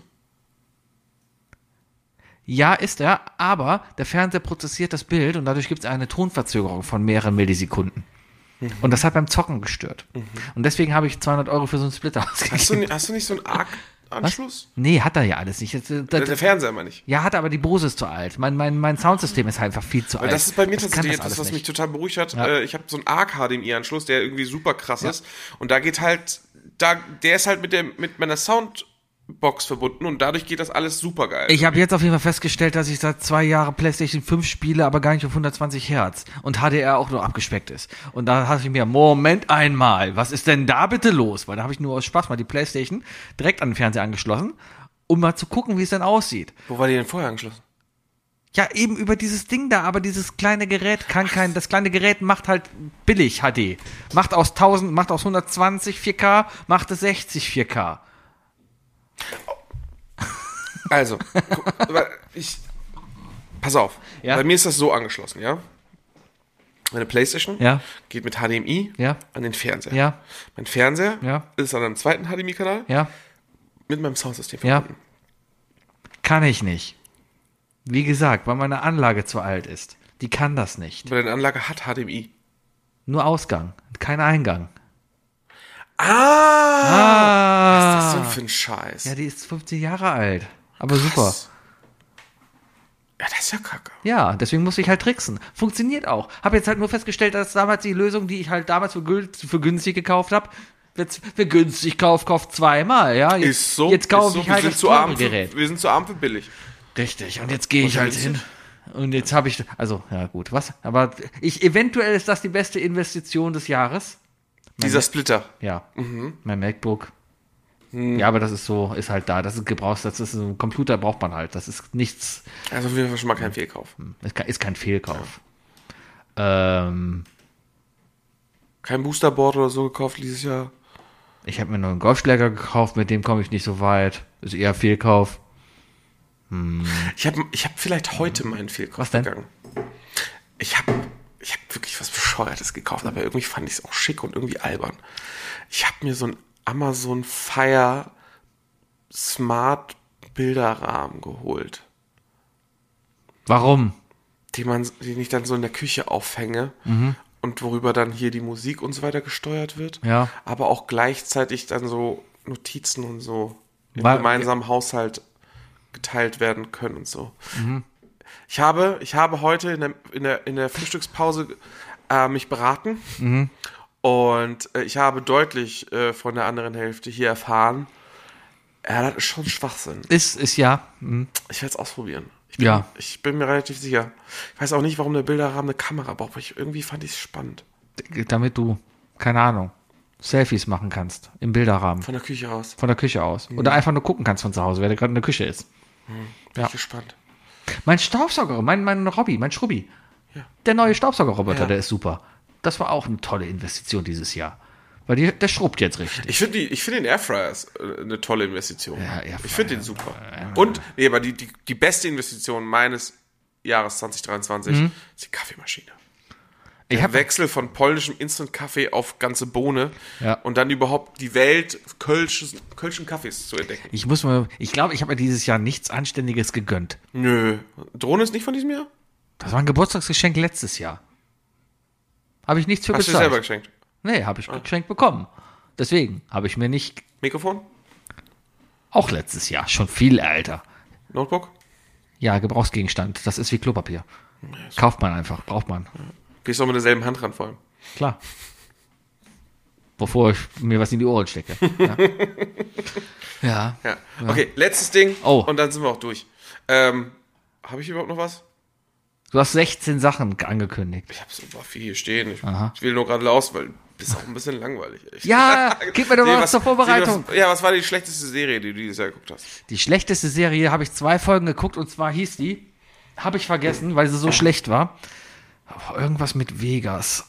Ja, ist er, aber der Fernseher prozessiert das Bild und dadurch gibt es eine Tonverzögerung von mehreren Millisekunden. Mhm. Und das hat beim Zocken gestört. Mhm. Und deswegen habe ich zweihundert Euro für so einen Splitter ausgegeben. Hast du, hast du nicht so einen Arc-Anschluss? Nee, hat er ja alles nicht. Das, das, der, der Fernseher meine ich. Ja, hat er, aber die Bose ist zu alt. Mein, mein, mein Soundsystem ist halt einfach viel zu Weil alt. das ist bei mir das tatsächlich das etwas, was nicht. mich total beruhigt hat. Ja. Ich habe so einen Arc-H D M I-Anschluss, der irgendwie super krass Ja. ist. Und da geht halt, da, der ist halt mit, der, mit meiner Sound Box verbunden und dadurch geht das alles super geil. Ich habe jetzt auf jeden Fall festgestellt, dass ich seit zwei Jahren PlayStation fünf spiele, aber gar nicht auf hundertzwanzig Hertz und H D R auch nur abgespeckt ist. Und da habe ich mir, Moment einmal, was ist denn da bitte los? Weil da habe ich nur aus Spaß mal die PlayStation direkt an den Fernseher angeschlossen, um mal zu gucken, wie es denn aussieht. Wo war die denn vorher angeschlossen? Ja, eben über dieses Ding da, aber dieses kleine Gerät kann kein, das kleine Gerät macht halt billig H D. Macht aus tausend, macht aus hundertzwanzig vier K, macht es sechzig vier K. Also, ich, pass auf, Ja? bei mir ist das so angeschlossen, ja? Meine Playstation Ja. geht mit H D M I Ja. an den Fernseher. Ja. Mein Fernseher Ja. ist an einem zweiten H D M I-Kanal Ja. mit meinem Soundsystem Ja. verbunden. Kann ich nicht. Wie gesagt, weil meine Anlage zu alt ist. Die kann das nicht. Aber deine Anlage hat H D M I. Nur Ausgang, kein Eingang. Ah! Ah. Was ist das denn für ein Scheiß? Ja, die ist fünfzehn Jahre alt. Aber super. Krass. Ja, das ist ja kacke. Ja, deswegen muss ich halt tricksen. Funktioniert auch. Habe jetzt halt nur festgestellt, dass damals die Lösung, die ich halt damals für, gül- für günstig gekauft habe, für günstig kauf, kauf zweimal, ja. Jetzt, Ist so. Jetzt kaufe ist so. ich halt wir das sind zu teure arm für, Gerät. Wir sind zu arm für billig. Richtig. Und jetzt gehe ich Und halt günstig? hin. Und jetzt habe ich, also, ja gut, was? Aber ich, eventuell ist das die beste Investition des Jahres. Dieser Splitter. Ja. Mhm. Mein MacBook. Hm. Ja, aber das ist so, ist halt da. Das ist Gebrauchs, das ist ein Computer, braucht man halt. Das ist nichts, Also auf jeden Fall schon mal kein Fehlkauf. ist kein, ist kein Fehlkauf. Ähm, Kein Boosterboard oder so gekauft dieses Jahr. ich habe mir nur einen Golfschläger gekauft, mit dem komme ich nicht so weit. Ist eher Fehlkauf. Ich habe ich hab vielleicht heute meinen Fehlkauf Was denn? begangen. Ich habe ich hab wirklich was Bescheuertes gekauft, aber irgendwie fand ich es auch schick und irgendwie albern. Ich habe mir so einen Amazon Fire Smart Bilderrahmen geholt, Warum? den, man, den ich dann so in der Küche aufhänge Mhm. und worüber dann hier die Musik und so weiter gesteuert wird. Ja. Aber auch gleichzeitig dann so Notizen und so im War- gemeinsamen Haushalt geteilt werden können und so. Mhm. Ich habe, ich habe heute in der, in der, in der Frühstückspause äh, mich beraten Mhm. und äh, ich habe deutlich äh, von der anderen Hälfte hier erfahren, ja, das ist schon Schwachsinn. Ist, ist ja. Mhm. Ich werde es ausprobieren. Ich bin, Ja. ich bin mir relativ sicher. Ich weiß auch nicht, warum der Bilderrahmen eine Kamera braucht, aber ich, irgendwie fand ich es spannend. Damit du, keine Ahnung, Selfies machen kannst im Bilderrahmen. Von der Küche aus. Von der Küche aus. Oder einfach nur gucken kannst von zu Hause, wer da gerade in der Küche ist. Bin Ja. ich gespannt. Mein Staubsauger, mein, mein Robby, mein Schrubbi. Ja. Der neue Staubsaugerroboter, Ja. der ist super. Das war auch eine tolle Investition dieses Jahr. Weil die, der schrubbt jetzt richtig. Ich finde ich find den Airfryer ist, äh, eine tolle Investition. Ja, Airfryer. Ich finde den super. Und, nee, aber die, die, die beste Investition meines Jahres zwanzig dreiundzwanzig Mhm. ist die Kaffeemaschine. Ich Der hab- Wechsel von polnischem Instant-Kaffee auf ganze Bohne Ja. und dann überhaupt die Welt Kölsches, Kölschen Kaffees zu entdecken. Ich muss mal, ich glaube, ich habe mir dieses Jahr nichts Anständiges gegönnt. Nö. Drohne ist nicht von diesem Jahr? Das war ein Geburtstagsgeschenk letztes Jahr. Habe ich nichts für Hast du dir selber gezahlt. geschenkt? Nee, habe ich geschenkt bekommen. Deswegen habe ich mir nicht, Mikrofon? auch letztes Jahr, schon viel älter. Notebook? Ja, Gebrauchsgegenstand. Das ist wie Klopapier. Kauft man einfach, braucht man. Gehst du auch mit derselben Hand ran vor allem. Klar. Bevor ich mir was in die Ohren stecke. Ja. ja. Ja. Okay, letztes Ding Oh. und dann sind wir auch durch. Ähm, habe ich überhaupt noch was? Du hast sechzehn Sachen angekündigt. Ich habe super viel hier stehen. Ich, Aha. ich will nur gerade raus, weil das ist auch ein bisschen langweilig. Ich, Ja, gib mir doch mal was zur Vorbereitung. Was, ja, was war die schlechteste Serie, die du dieses Jahr geguckt hast? Die schlechteste Serie habe ich zwei Folgen geguckt und zwar hieß die, habe ich vergessen, weil sie so schlecht war. Aber irgendwas mit Vegas.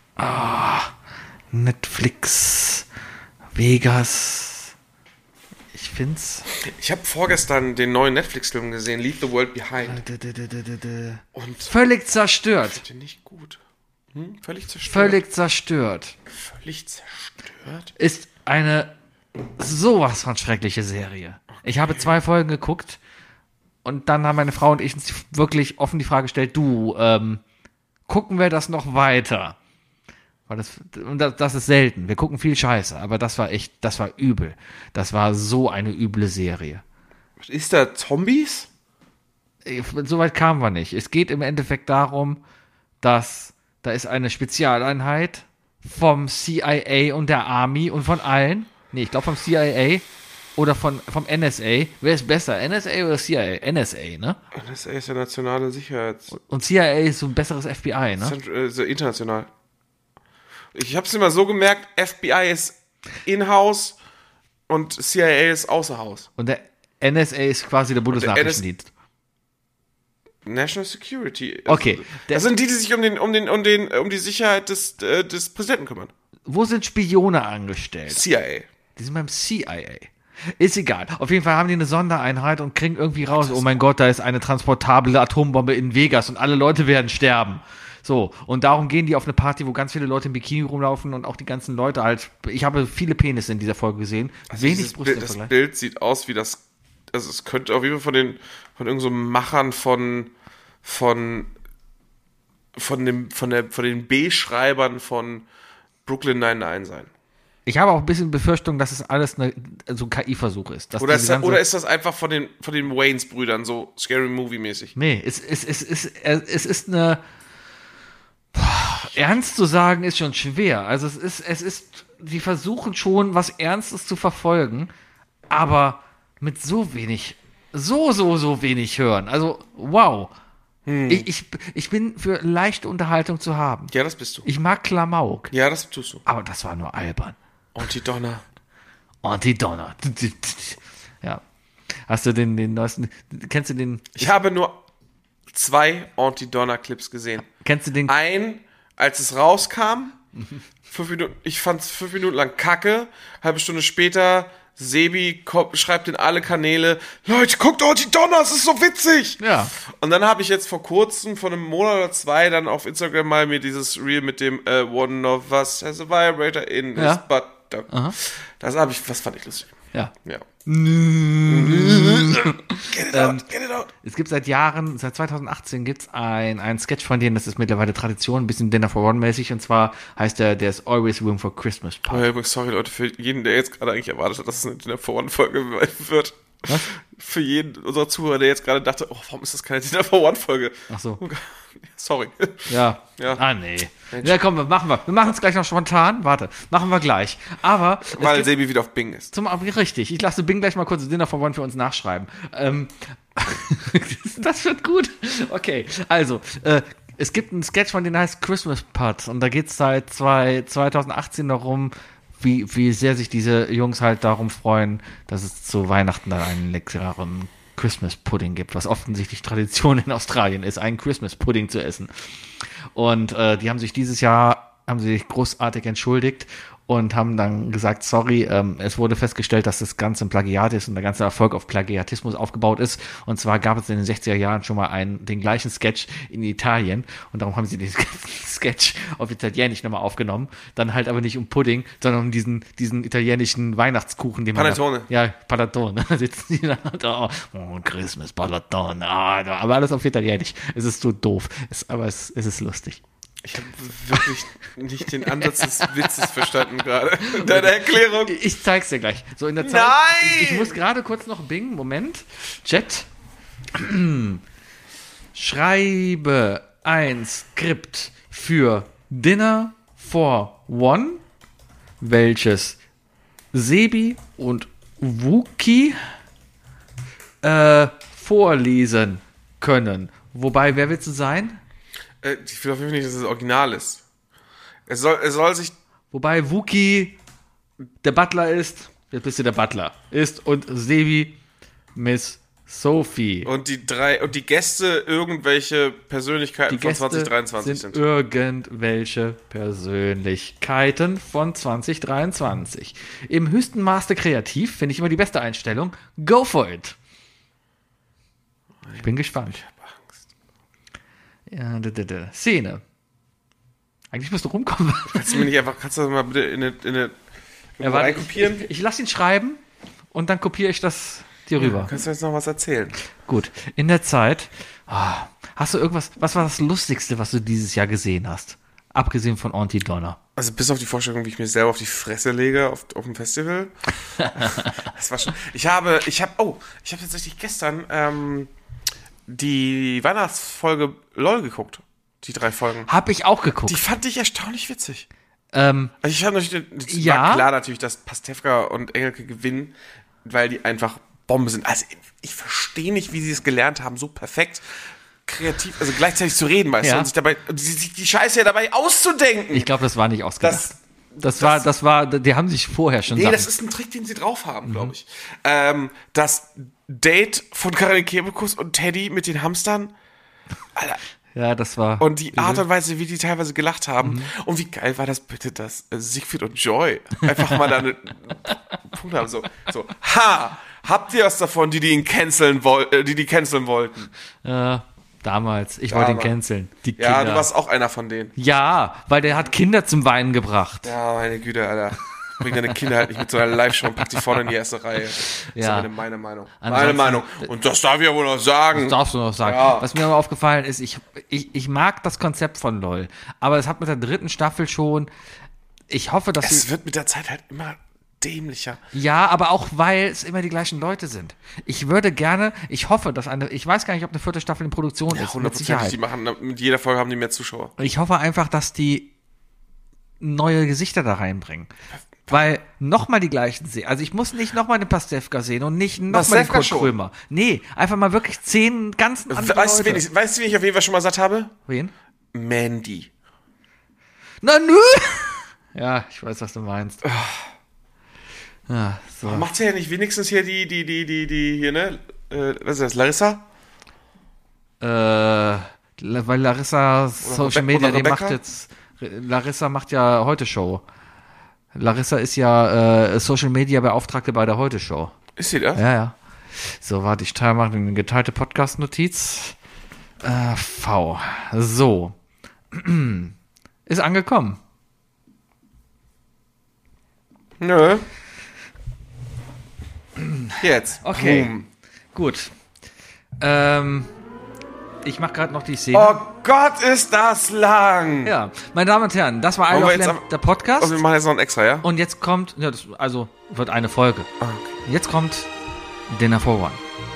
Ah, Netflix, Vegas. ich find's... Ich habe vorgestern den neuen Netflix-Film gesehen, Leave the World Behind. Und völlig zerstört. Ich finde nicht gut. Hm? Völlig zerstört. Völlig zerstört. Völlig zerstört? Ist eine sowas von schreckliche Serie. Okay. Ich habe zwei Folgen geguckt und dann haben meine Frau und ich uns wirklich offen die Frage gestellt, du, ähm, gucken wir das noch weiter? Weil das, und das, das ist selten. Wir gucken viel Scheiße, aber das war echt, das war übel. Das war so eine üble Serie. Ist da Zombies? Soweit kamen wir nicht. Es geht im Endeffekt darum, dass da ist eine Spezialeinheit vom C I A und der Army und von allen. Nee, ich glaube vom C I A oder von, vom N S A. Wer ist besser, N S A oder C I A? N S A, ne? N S A ist ja nationale Sicherheits... Und C I A ist so ein besseres F B I, ne? Zentr- äh, so international. Ich habe es immer so gemerkt, F B I ist in-house und C I A ist außer Haus. Und der N S A ist quasi der Bundesnachrichtendienst. National Security. Also, okay. Das sind die, die sich um den, um den, um den, um die Sicherheit des, äh, des Präsidenten kümmern. Wo sind Spione angestellt? C I A. Die sind beim C I A. Ist egal. Auf jeden Fall haben die eine Sondereinheit und kriegen irgendwie raus, oh mein Gott, da ist eine transportable Atombombe in Vegas und alle Leute werden sterben. So, und darum gehen die auf eine Party, wo ganz viele Leute im Bikini rumlaufen und auch die ganzen Leute halt, ich habe viele Penisse in dieser Folge gesehen, also wenig Brüste im Das Vergleich. Bild sieht aus wie das, also es könnte auf jeden Fall von den, von irgendeinem so Machern von, von, von dem, von der, von den B-Schreibern von Brooklyn Nine-Nine sein. Ich habe auch ein bisschen Befürchtung, dass es alles eine, so ein K I-Versuch ist. Dass Oder ist, ganze, oder ist das einfach von den, von den Wayans-Brüdern so Scary Movie-mäßig? Nee, es, es, es, es, es ist eine, boah, ernst zu sagen ist schon schwer. Also es ist, es ist, die versuchen schon, was Ernstes zu verfolgen, aber mit so wenig, so, so, so wenig hören. Also, wow. Hm. Ich, ich, ich bin für leichte Unterhaltung zu haben. Ja, das bist du. Ich mag Klamauk. Ja, das tust du. Aber das war nur albern. Antidonner. Antidonner. Ja. Hast du den, den neuesten, kennst du den? Ich habe nur zwei Antidonner-Clips gesehen. Kennst du den? Ein, als es rauskam, fünf Minuten, ich fand es fünf Minuten lang kacke, halbe Stunde später, Sebi ko- schreibt in alle Kanäle, Leute, guckt Antidonner, es ist so witzig. Ja. Und dann habe ich jetzt vor kurzem, vor einem Monat oder zwei, dann auf Instagram mal mir dieses Reel mit dem äh, One of Us has a vibrator in Ja. his butt. Aha. Das habe ich, was fand ich lustig. Ja. Ja. Ähm, Get it out, get it out. Es gibt seit Jahren, seit zwanzig achtzehn gibt's ein, ein Sketch von denen, das ist mittlerweile Tradition, ein bisschen Dinner for One mäßig, und zwar heißt der, there's always room for Christmas Oh, Party. ja, übrigens, sorry Leute, für jeden, der jetzt gerade eigentlich erwartet hat, dass es eine Dinner for One Folge wird. Was? Für jeden unserer Zuhörer, der jetzt gerade dachte, oh, warum ist das keine Dinner for One Folge? Ach so. Sorry. Ja. Ja. Ah, nee. Ja, komm, wir machen wir. Wir machen es gleich noch spontan. Warte, machen wir gleich. Aber. es Weil gibt- Sebi wieder auf Bing ist. Zum richtig. Ich lasse Bing gleich mal kurz Dinner for One für uns nachschreiben. Ähm, das wird gut. Okay, also, äh, es gibt einen Sketch von denen heißt Christmas Putt und da geht es seit zwei, zwanzig achtzehn darum, wie, wie sehr sich diese Jungs halt darum freuen, dass es zu Weihnachten dann einen leckeren Christmas Pudding gibt, was offensichtlich Tradition in Australien ist, einen Christmas Pudding zu essen. Und äh, die haben sich dieses Jahr, haben sie sich großartig entschuldigt und haben dann gesagt, sorry, ähm, es wurde festgestellt, dass das Ganze ein Plagiat ist und der ganze Erfolg auf Plagiatismus aufgebaut ist. Und zwar gab es in den sechziger Jahren schon mal einen, den gleichen Sketch in Italien und darum haben sie den Sketch auf Italienisch nochmal aufgenommen. Dann halt aber nicht um Pudding, sondern um diesen, diesen italienischen Weihnachtskuchen, den man Panettone. Da, ja, Panettone. Da sitzen die dann da, oh, Christmas Panettone, ah, da- aber alles auf Italienisch. Es ist so doof, es, aber es, es ist lustig. Ich habe wirklich nicht den Ansatz des Witzes verstanden gerade. Deine Erklärung. Ich zeig's dir gleich. So in der Zeit. Nein! Ich, ich muss gerade kurz noch bingen. Moment. Chat. Schreibe ein Skript für Dinner for One, welches Sebi und Wookie äh, vorlesen können. Wobei, wer willst du sein? Äh, ich will auf jeden Fall nicht, dass es original ist. Es soll, es soll sich. Wobei Wookie der Butler ist, jetzt bist du der Butler, ist und Sebi Miss Sophie. Und die drei und die Gäste irgendwelche Persönlichkeiten Die von Gäste zwanzig dreiundzwanzig sind, sind. irgendwelche Persönlichkeiten von zwanzig dreiundzwanzig. Im höchsten Maße kreativ, finde ich immer die beste Einstellung. Go for it. Ich bin gespannt. Ich hab Angst. Ja, d -d -d. Szene. Eigentlich musst du rumkommen. Kannst du mir nicht einfach, kannst du das mal bitte in eine, in eine Ja, warte, reinkopieren? Ich, ich, ich lasse ihn schreiben und dann kopiere ich das dir rüber. Kannst du jetzt noch was erzählen? Gut, in der Zeit, ah, hast du irgendwas, was war das Lustigste, was du dieses Jahr gesehen hast? Abgesehen von Auntie Donna. Also bis auf die Vorstellung, wie ich mir selber auf die Fresse lege auf, auf dem Festival. Das war schon. Ich habe, ich habe, oh, ich habe tatsächlich gestern ähm, die Weihnachtsfolge LOL geguckt. Die drei Folgen. Hab ich auch geguckt. Die fand ich erstaunlich witzig. ähm, Also ich fand natürlich, Ja. war klar natürlich, dass Pastewka und Engelke gewinnen, weil die einfach Bombe sind. Also ich, ich verstehe nicht, wie sie es gelernt haben, so perfekt kreativ, also gleichzeitig zu reden, weißt Ja. du, und sich dabei, und die, die, die Scheiße ja dabei auszudenken. ich glaube, das war nicht ausgedacht. Das- Das, das war, das war, die haben sich vorher schon Nee, Sachen- das ist ein Trick, den sie drauf haben, glaube ich. Ähm, das Date von Karin Kebekus und Teddy mit den Hamstern. Alter. ja, das war. Und die Art und Weise, wie die teilweise gelacht haben. Und wie geil war das bitte, dass äh, Siegfried und Joy einfach mal da einen Punkt haben. So, so, ha! Habt ihr was davon, die die ihn canceln wollten, äh, die die canceln wollten? äh, damals, ich wollte ihn Damals. canceln. Die Ja, Kinder. du warst auch einer von denen. Ja, weil der hat Kinder zum Weinen gebracht. Ja, meine Güte, Alter. Bring deine Kinder halt nicht mit so einer Live-Show und pack die vorne in die erste Reihe. Das ist Ja. meine, meine Meinung. Meine Ansonsten- Meinung. Und das darf ich ja wohl noch sagen. Das darfst du noch sagen. Ja. Was mir aber aufgefallen ist, ich, ich, ich mag das Konzept von LOL, aber es hat mit der dritten Staffel schon, ich hoffe, dass Es sie, wird mit der Zeit halt immer dämlicher. ja, aber auch, weil es immer die gleichen Leute sind. Ich würde gerne, ich hoffe, dass eine, ich weiß gar nicht, ob eine vierte Staffel in Produktion ist, mit Hundertprozentig, Sicherheit. die machen, mit jeder Folge haben die mehr Zuschauer. Ich hoffe einfach, dass die neue Gesichter da reinbringen. Weil nochmal die gleichen sehen. Also ich muss nicht nochmal eine Pastewka sehen und nicht nochmal den Pastewka Kurt schon. Krömer. Nee, einfach mal wirklich zehn ganzen andere Weißt du, Leute. wen ich, weißt du, wen ich auf jeden Fall schon mal satt habe? Wen? Mandy. Na nö! Ja, ich weiß, was du meinst. Ja, so. Macht sie ja nicht wenigstens hier die, die, die, die, die, hier, ne? Äh, was ist das, Larissa? Äh, weil Larissa Social Rebe- Media, oder die Rebecca? macht jetzt, Larissa macht ja Heute Show. Larissa ist ja äh, Social Media Beauftragte bei der Heute Show. Ist sie das? Ja, ja. So, warte, ich teile mal eine geteilte Podcast-Notiz. Äh, V. So. Ist angekommen. Nö. Jetzt. Okay. Boom. Gut. Ähm, ich mache gerade noch die Szene. Oh Gott, ist das lang. Ja, meine Damen und Herren, das war Wollen Isle wir of jetzt Lamp, am- der Podcast. Und wir machen jetzt noch ein extra, ja? Und jetzt kommt, ja, das, also wird eine Folge. Ah, okay. Jetzt kommt Dinner for One.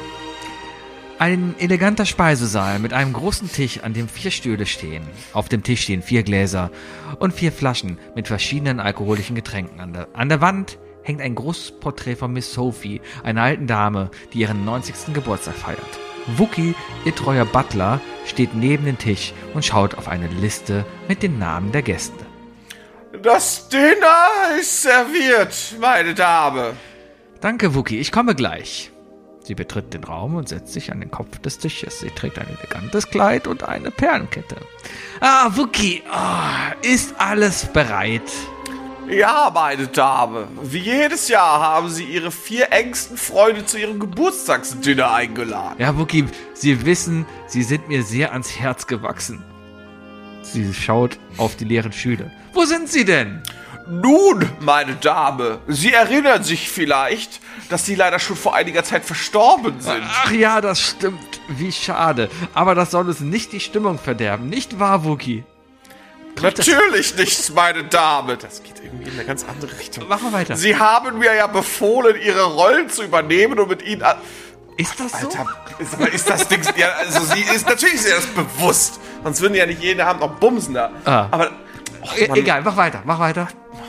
Ein eleganter Speisesaal mit einem großen Tisch, an dem vier Stühle stehen. Auf dem Tisch stehen vier Gläser und vier Flaschen mit verschiedenen alkoholischen Getränken. An der, an der Wand hängt ein großes Porträt von Miss Sophie, einer alten Dame, die ihren neunzigsten Geburtstag feiert. Wookie, ihr treuer Butler, steht neben dem Tisch und schaut auf eine Liste mit den Namen der Gäste. Das Dinner ist serviert, meine Dame. Danke, Wookie, ich komme gleich. Sie betritt den Raum und setzt sich an den Kopf des Tisches. Sie trägt ein elegantes Kleid und eine Perlenkette. Ah, Wookie, oh, ist alles bereit? Ja, meine Dame. Wie jedes Jahr haben Sie Ihre vier engsten Freunde zu Ihrem Geburtstagsdinner eingeladen. Ja, Wookie, Sie wissen, Sie sind mir sehr ans Herz gewachsen. Sie schaut auf die leeren Stühle. Wo sind Sie denn? Nun, meine Dame, Sie erinnern sich vielleicht, dass Sie leider schon vor einiger Zeit verstorben sind. Ach ja, das stimmt. Wie schade. Aber das soll uns nicht die Stimmung verderben. Nicht wahr, Wookie? Natürlich nicht, meine Dame. Das geht irgendwie in eine ganz andere Richtung. Mach mal weiter. Sie haben mir ja befohlen, Ihre Rollen zu übernehmen und mit Ihnen... an- Ist das so? Alter, ist, aber ist das Ding... Ja, also sie ist... Natürlich ist ihr das bewusst. Sonst würden die ja nicht jeden Abend noch bumsen da. Ah. Aber... Och, E Mann, egal, mach weiter, mach weiter.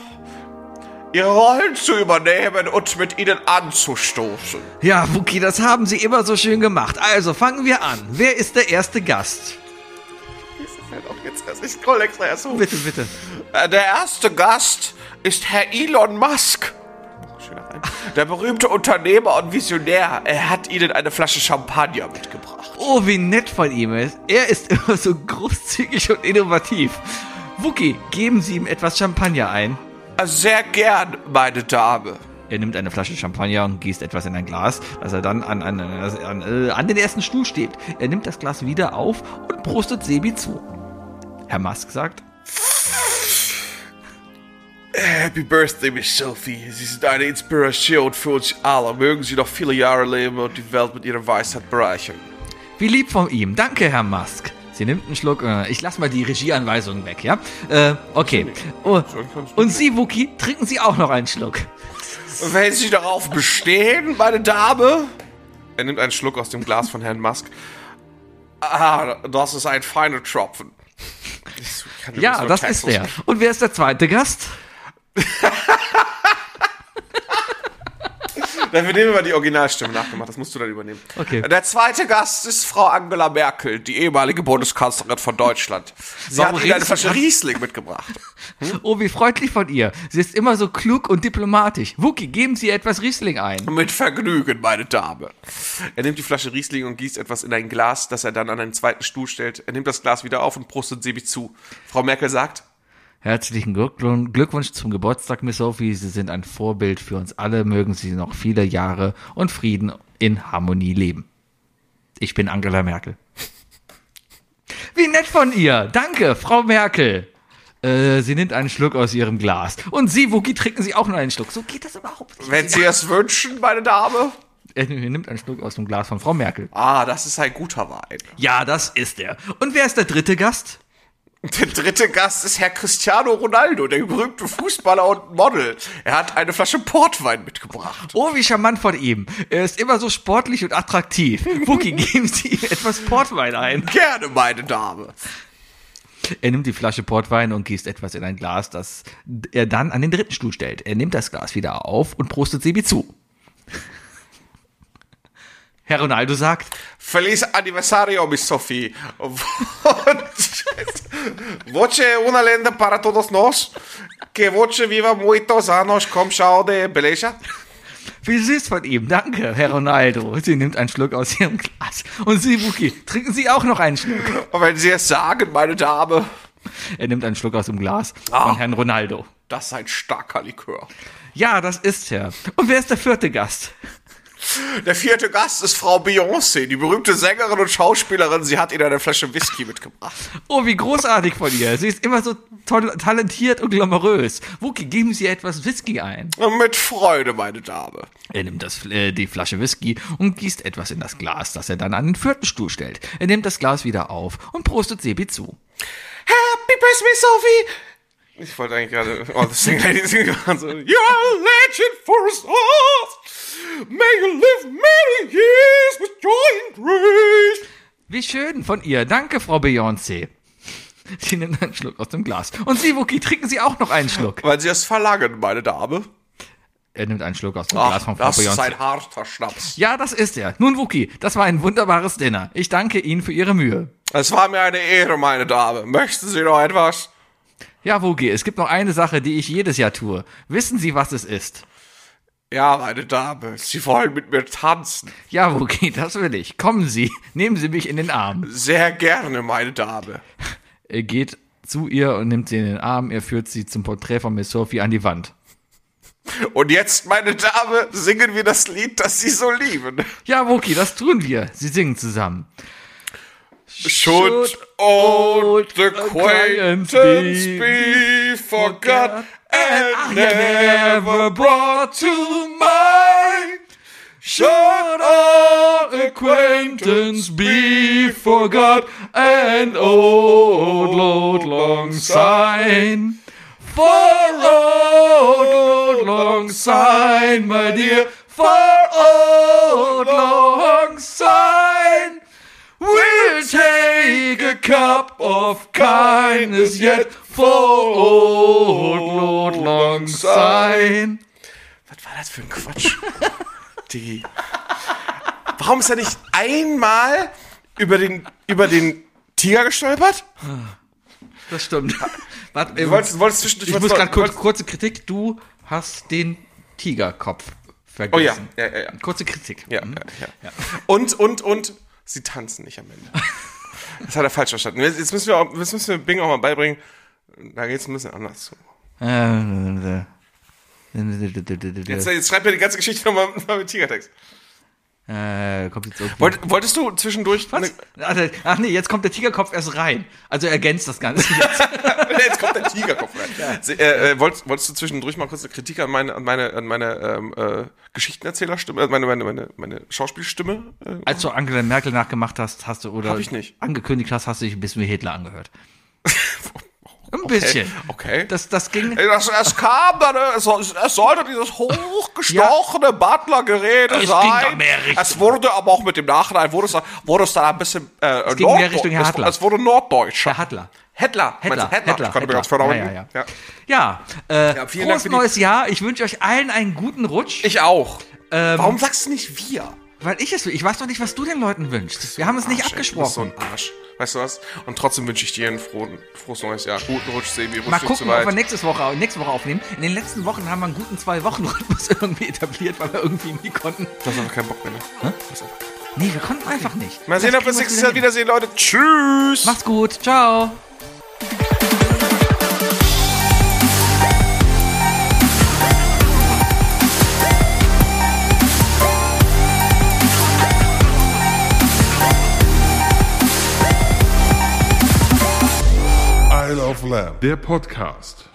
Ihre Rollen zu übernehmen und mit ihnen anzustoßen. Ja, Wookie, das haben Sie immer so schön gemacht. Also, fangen wir an. Wer ist der erste Gast? Das ist halt auch jetzt erst... Ich scroll extra erst hoch. Bitte, bitte. Äh, Der erste Gast ist Herr Elon Musk. schöner Reim. Der berühmte Unternehmer und Visionär, er hat Ihnen eine Flasche Champagner mitgebracht. Oh, wie nett von ihm ist. Er ist immer so großzügig und innovativ. Wookie, geben Sie ihm etwas Champagner ein. Sehr gern, meine Dame. Er nimmt eine Flasche Champagner und gießt etwas in ein Glas, das er dann an, an, an, äh, an den ersten Stuhl steht. Er nimmt das Glas wieder auf und prostet Sebi zu. Herr Musk sagt: Happy Birthday, Miss Sophie. Sie sind eine Inspiration für uns alle. Mögen Sie noch viele Jahre leben und die Welt mit Ihrer Weisheit bereichern. Wie lieb von ihm. Danke, Herr Musk. Sie nimmt einen Schluck. Äh, ich lasse mal die Regieanweisungen weg, ja? Äh, okay. Oh, und Sie, Wookie, trinken Sie auch noch einen Schluck. Wenn Sie darauf bestehen, meine Dame. Er nimmt einen Schluck aus dem Glas von Herrn Musk. Ah, das ist ein feiner Tropfen. Ja, das ist er. Und wer ist der zweite Gast? Dann wir nehmen mal die Originalstimme nachgemacht, das musst du dann übernehmen. Okay. Der zweite Gast ist Frau Angela Merkel, die ehemalige Bundeskanzlerin von Deutschland. Sie Warum hat Ihnen eine redest du Flasche grad- Riesling mitgebracht. Hm? Oh, wie freundlich von ihr. Sie ist immer so klug und diplomatisch. Wookie, geben Sie etwas Riesling ein. Mit Vergnügen, meine Dame. Er nimmt die Flasche Riesling und gießt etwas in ein Glas, das er dann an einen zweiten Stuhl stellt. Er nimmt das Glas wieder auf und prostet Sebi zu. Frau Merkel sagt: Herzlichen Glückwun- Glückwunsch zum Geburtstag, Miss Sophie. Sie sind ein Vorbild für uns alle. Mögen Sie noch viele Jahre und Frieden in Harmonie leben. Ich bin Angela Merkel. Wie nett von ihr. Danke, Frau Merkel. Äh, sie nimmt einen Schluck aus ihrem Glas. Und Sie, Wookie, trinken Sie auch noch einen Schluck. So geht das überhaupt nicht. Wenn Sie es wünschen, meine Dame. Er nimmt einen Schluck aus dem Glas von Frau Merkel. Ah, das ist ein guter Wein. Ja, das ist er. Und wer ist der dritte Gast? Der dritte Gast ist Herr Cristiano Ronaldo, der berühmte Fußballer und Model. Er hat eine Flasche Portwein mitgebracht. Oh, wie charmant von ihm. Er ist immer so sportlich und attraktiv. Wookie, geben Sie ihm etwas Portwein ein. Gerne, meine Dame. Er nimmt die Flasche Portwein und gießt etwas in ein Glas, das er dann an den dritten Stuhl stellt. Er nimmt das Glas wieder auf und prostet Sebi zu. Herr Ronaldo sagt: Feliz Anniversario, Miss Sophie. Voce una lenda para todos nos. Que voce viva muitos años com chao de belleza. Wie süß von ihm. Danke, Herr Ronaldo. Sie nimmt einen Schluck aus ihrem Glas. Und Sie, Wookie, trinken Sie auch noch einen Schluck. Und wenn Sie es sagen, meine Dame. Er nimmt einen Schluck aus dem Glas Ah. von Herrn Ronaldo. Das ist ein starker Likör. Ja, das ist er. Und wer ist der vierte Gast? Der vierte Gast ist Frau Beyoncé, die berühmte Sängerin und Schauspielerin. Sie hat Ihnen eine Flasche Whisky mitgebracht. Oh, wie großartig von ihr. Sie ist immer so toll, talentiert und glamourös. Wookie, geben Sie etwas Whisky ein. Mit Freude, meine Dame. Er nimmt das, äh, die Flasche Whisky und gießt etwas in das Glas, das er dann an den vierten Stuhl stellt. Er nimmt das Glas wieder auf und prostet Sebi zu. Happy Birthday, Sophie! Ich wollte eigentlich gerade oh, das Single Lady singen. So, you're a legend for us all. May you live many years with joy and grace. Wie schön von ihr. Danke, Frau Beyoncé. Sie nimmt einen Schluck aus dem Glas. Und Sie, Wookie, trinken Sie auch noch einen Schluck. Weil Sie es verlangen, meine Dame. Er nimmt einen Schluck aus dem Ach, Glas von Frau das ist Beyoncé. ein harter Schnaps. Ja, das ist er. Nun, Wookie, das war ein wunderbares Dinner. Ich danke Ihnen für Ihre Mühe. Es war mir eine Ehre, meine Dame. Möchten Sie noch etwas? Ja, Wookie, es gibt noch eine Sache, die ich jedes Jahr tue. Wissen Sie, was es ist? Ja, meine Dame. Sie wollen mit mir tanzen. Ja, Wookie, das will ich. Kommen Sie, nehmen Sie mich in den Arm. Sehr gerne, meine Dame. Er geht zu ihr und nimmt sie in den Arm. Er führt sie zum Porträt von Miss Sophie an die Wand. Und jetzt, meine Dame, singen wir das Lied, das Sie so lieben. Ja, Wookie, das tun wir. Sie singen zusammen. Should old acquaintance be forgot and never brought to mind? Should old acquaintance be forgot and old old long sign? For old old long sign, my dear, for old long sign. We'll take a cup of kindness yet for old Lord Long Sign. Was war das für ein Quatsch? Die. Warum ist er nicht einmal über den, über den Tiger gestolpert? Das stimmt. Warte, Du wolltest, wolltest zwischendurch ich was muss noch- gerade kurz, wolltest- kurze Kritik. Du hast den Tigerkopf vergessen. Oh ja, ja, ja, ja. Kurze Kritik. Ja, Mhm. ja, ja. Und, und, und, sie tanzen nicht am Ende. Das hat er falsch verstanden. Jetzt müssen wir, auch, jetzt müssen wir Bing auch mal beibringen, da geht es ein bisschen anders zu. Äh, Jetzt, jetzt schreib mir die ganze Geschichte nochmal mal mit Tigertext. Äh, kommt jetzt irgendwie. Wollt, wolltest du zwischendurch... Was? Ach, ach nee, jetzt kommt der Tigerkopf erst rein. Also ergänzt das Ganze jetzt. Jetzt kommt der Tigerkopf rein. Ja. Sie, äh, äh, wolltest, wolltest du zwischendurch mal kurz eine Kritik an meine, an meine, an meine ähm, äh, Geschichtenerzählerstimme, äh, meine, meine, meine, meine Schauspielstimme? Äh, Als du Angela Merkel nachgemacht hast, hast du oder Hab ich nicht. angekündigt hast, hast du dich ein bisschen wie Hitler angehört. Ein okay. bisschen. Okay. Das, das ging. Das, es kam dann, es, es sollte dieses hochgestochene Ja. Butler-Gerede Es ging sein. doch mehr Richtung- Es wurde aber auch mit dem Nachhinein, wurde es, dann- wurde es dann ein bisschen äh, es ging mehr Richtung Herr es, Hattler. es wurde norddeutsch. Herr Hattler. Hettler. Hettler, Meinst du Hettler. Hettler, Ich konnte mir Hettler. ganz verdauen. Ja, ja, ja. Ja, äh, Ja, vielen Dank frohes für die- neues Jahr. Ich wünsche euch allen einen guten Rutsch. Ich auch. Ähm, Warum sagst du nicht wir? Weil ich es will. Ich weiß doch nicht, was du den Leuten wünschst. Wir haben es nicht Arsch, ey, du bist so abgesprochen. ein Arsch. Weißt du was? Und trotzdem wünsche ich dir ein frohen, frohes neues Jahr. Guten Rutsch, Sebi. Rutsch Mal nicht zu gucken, ob weit. wir nächste Woche, nächste Woche aufnehmen. In den letzten Wochen haben wir einen guten Zwei-Wochen-Rhythmus irgendwie etabliert, weil wir irgendwie nie konnten. Du hast einfach keinen Bock mehr, ne? Hä? Du hast einfach- Nee, wir konnten einfach nicht. Mal sehen, ob wir Vielleicht uns kriegen nächstes Jahr hin. wiedersehen, Leute. Tschüss. Macht's gut. Ciao. Isle of Lamb, der Podcast.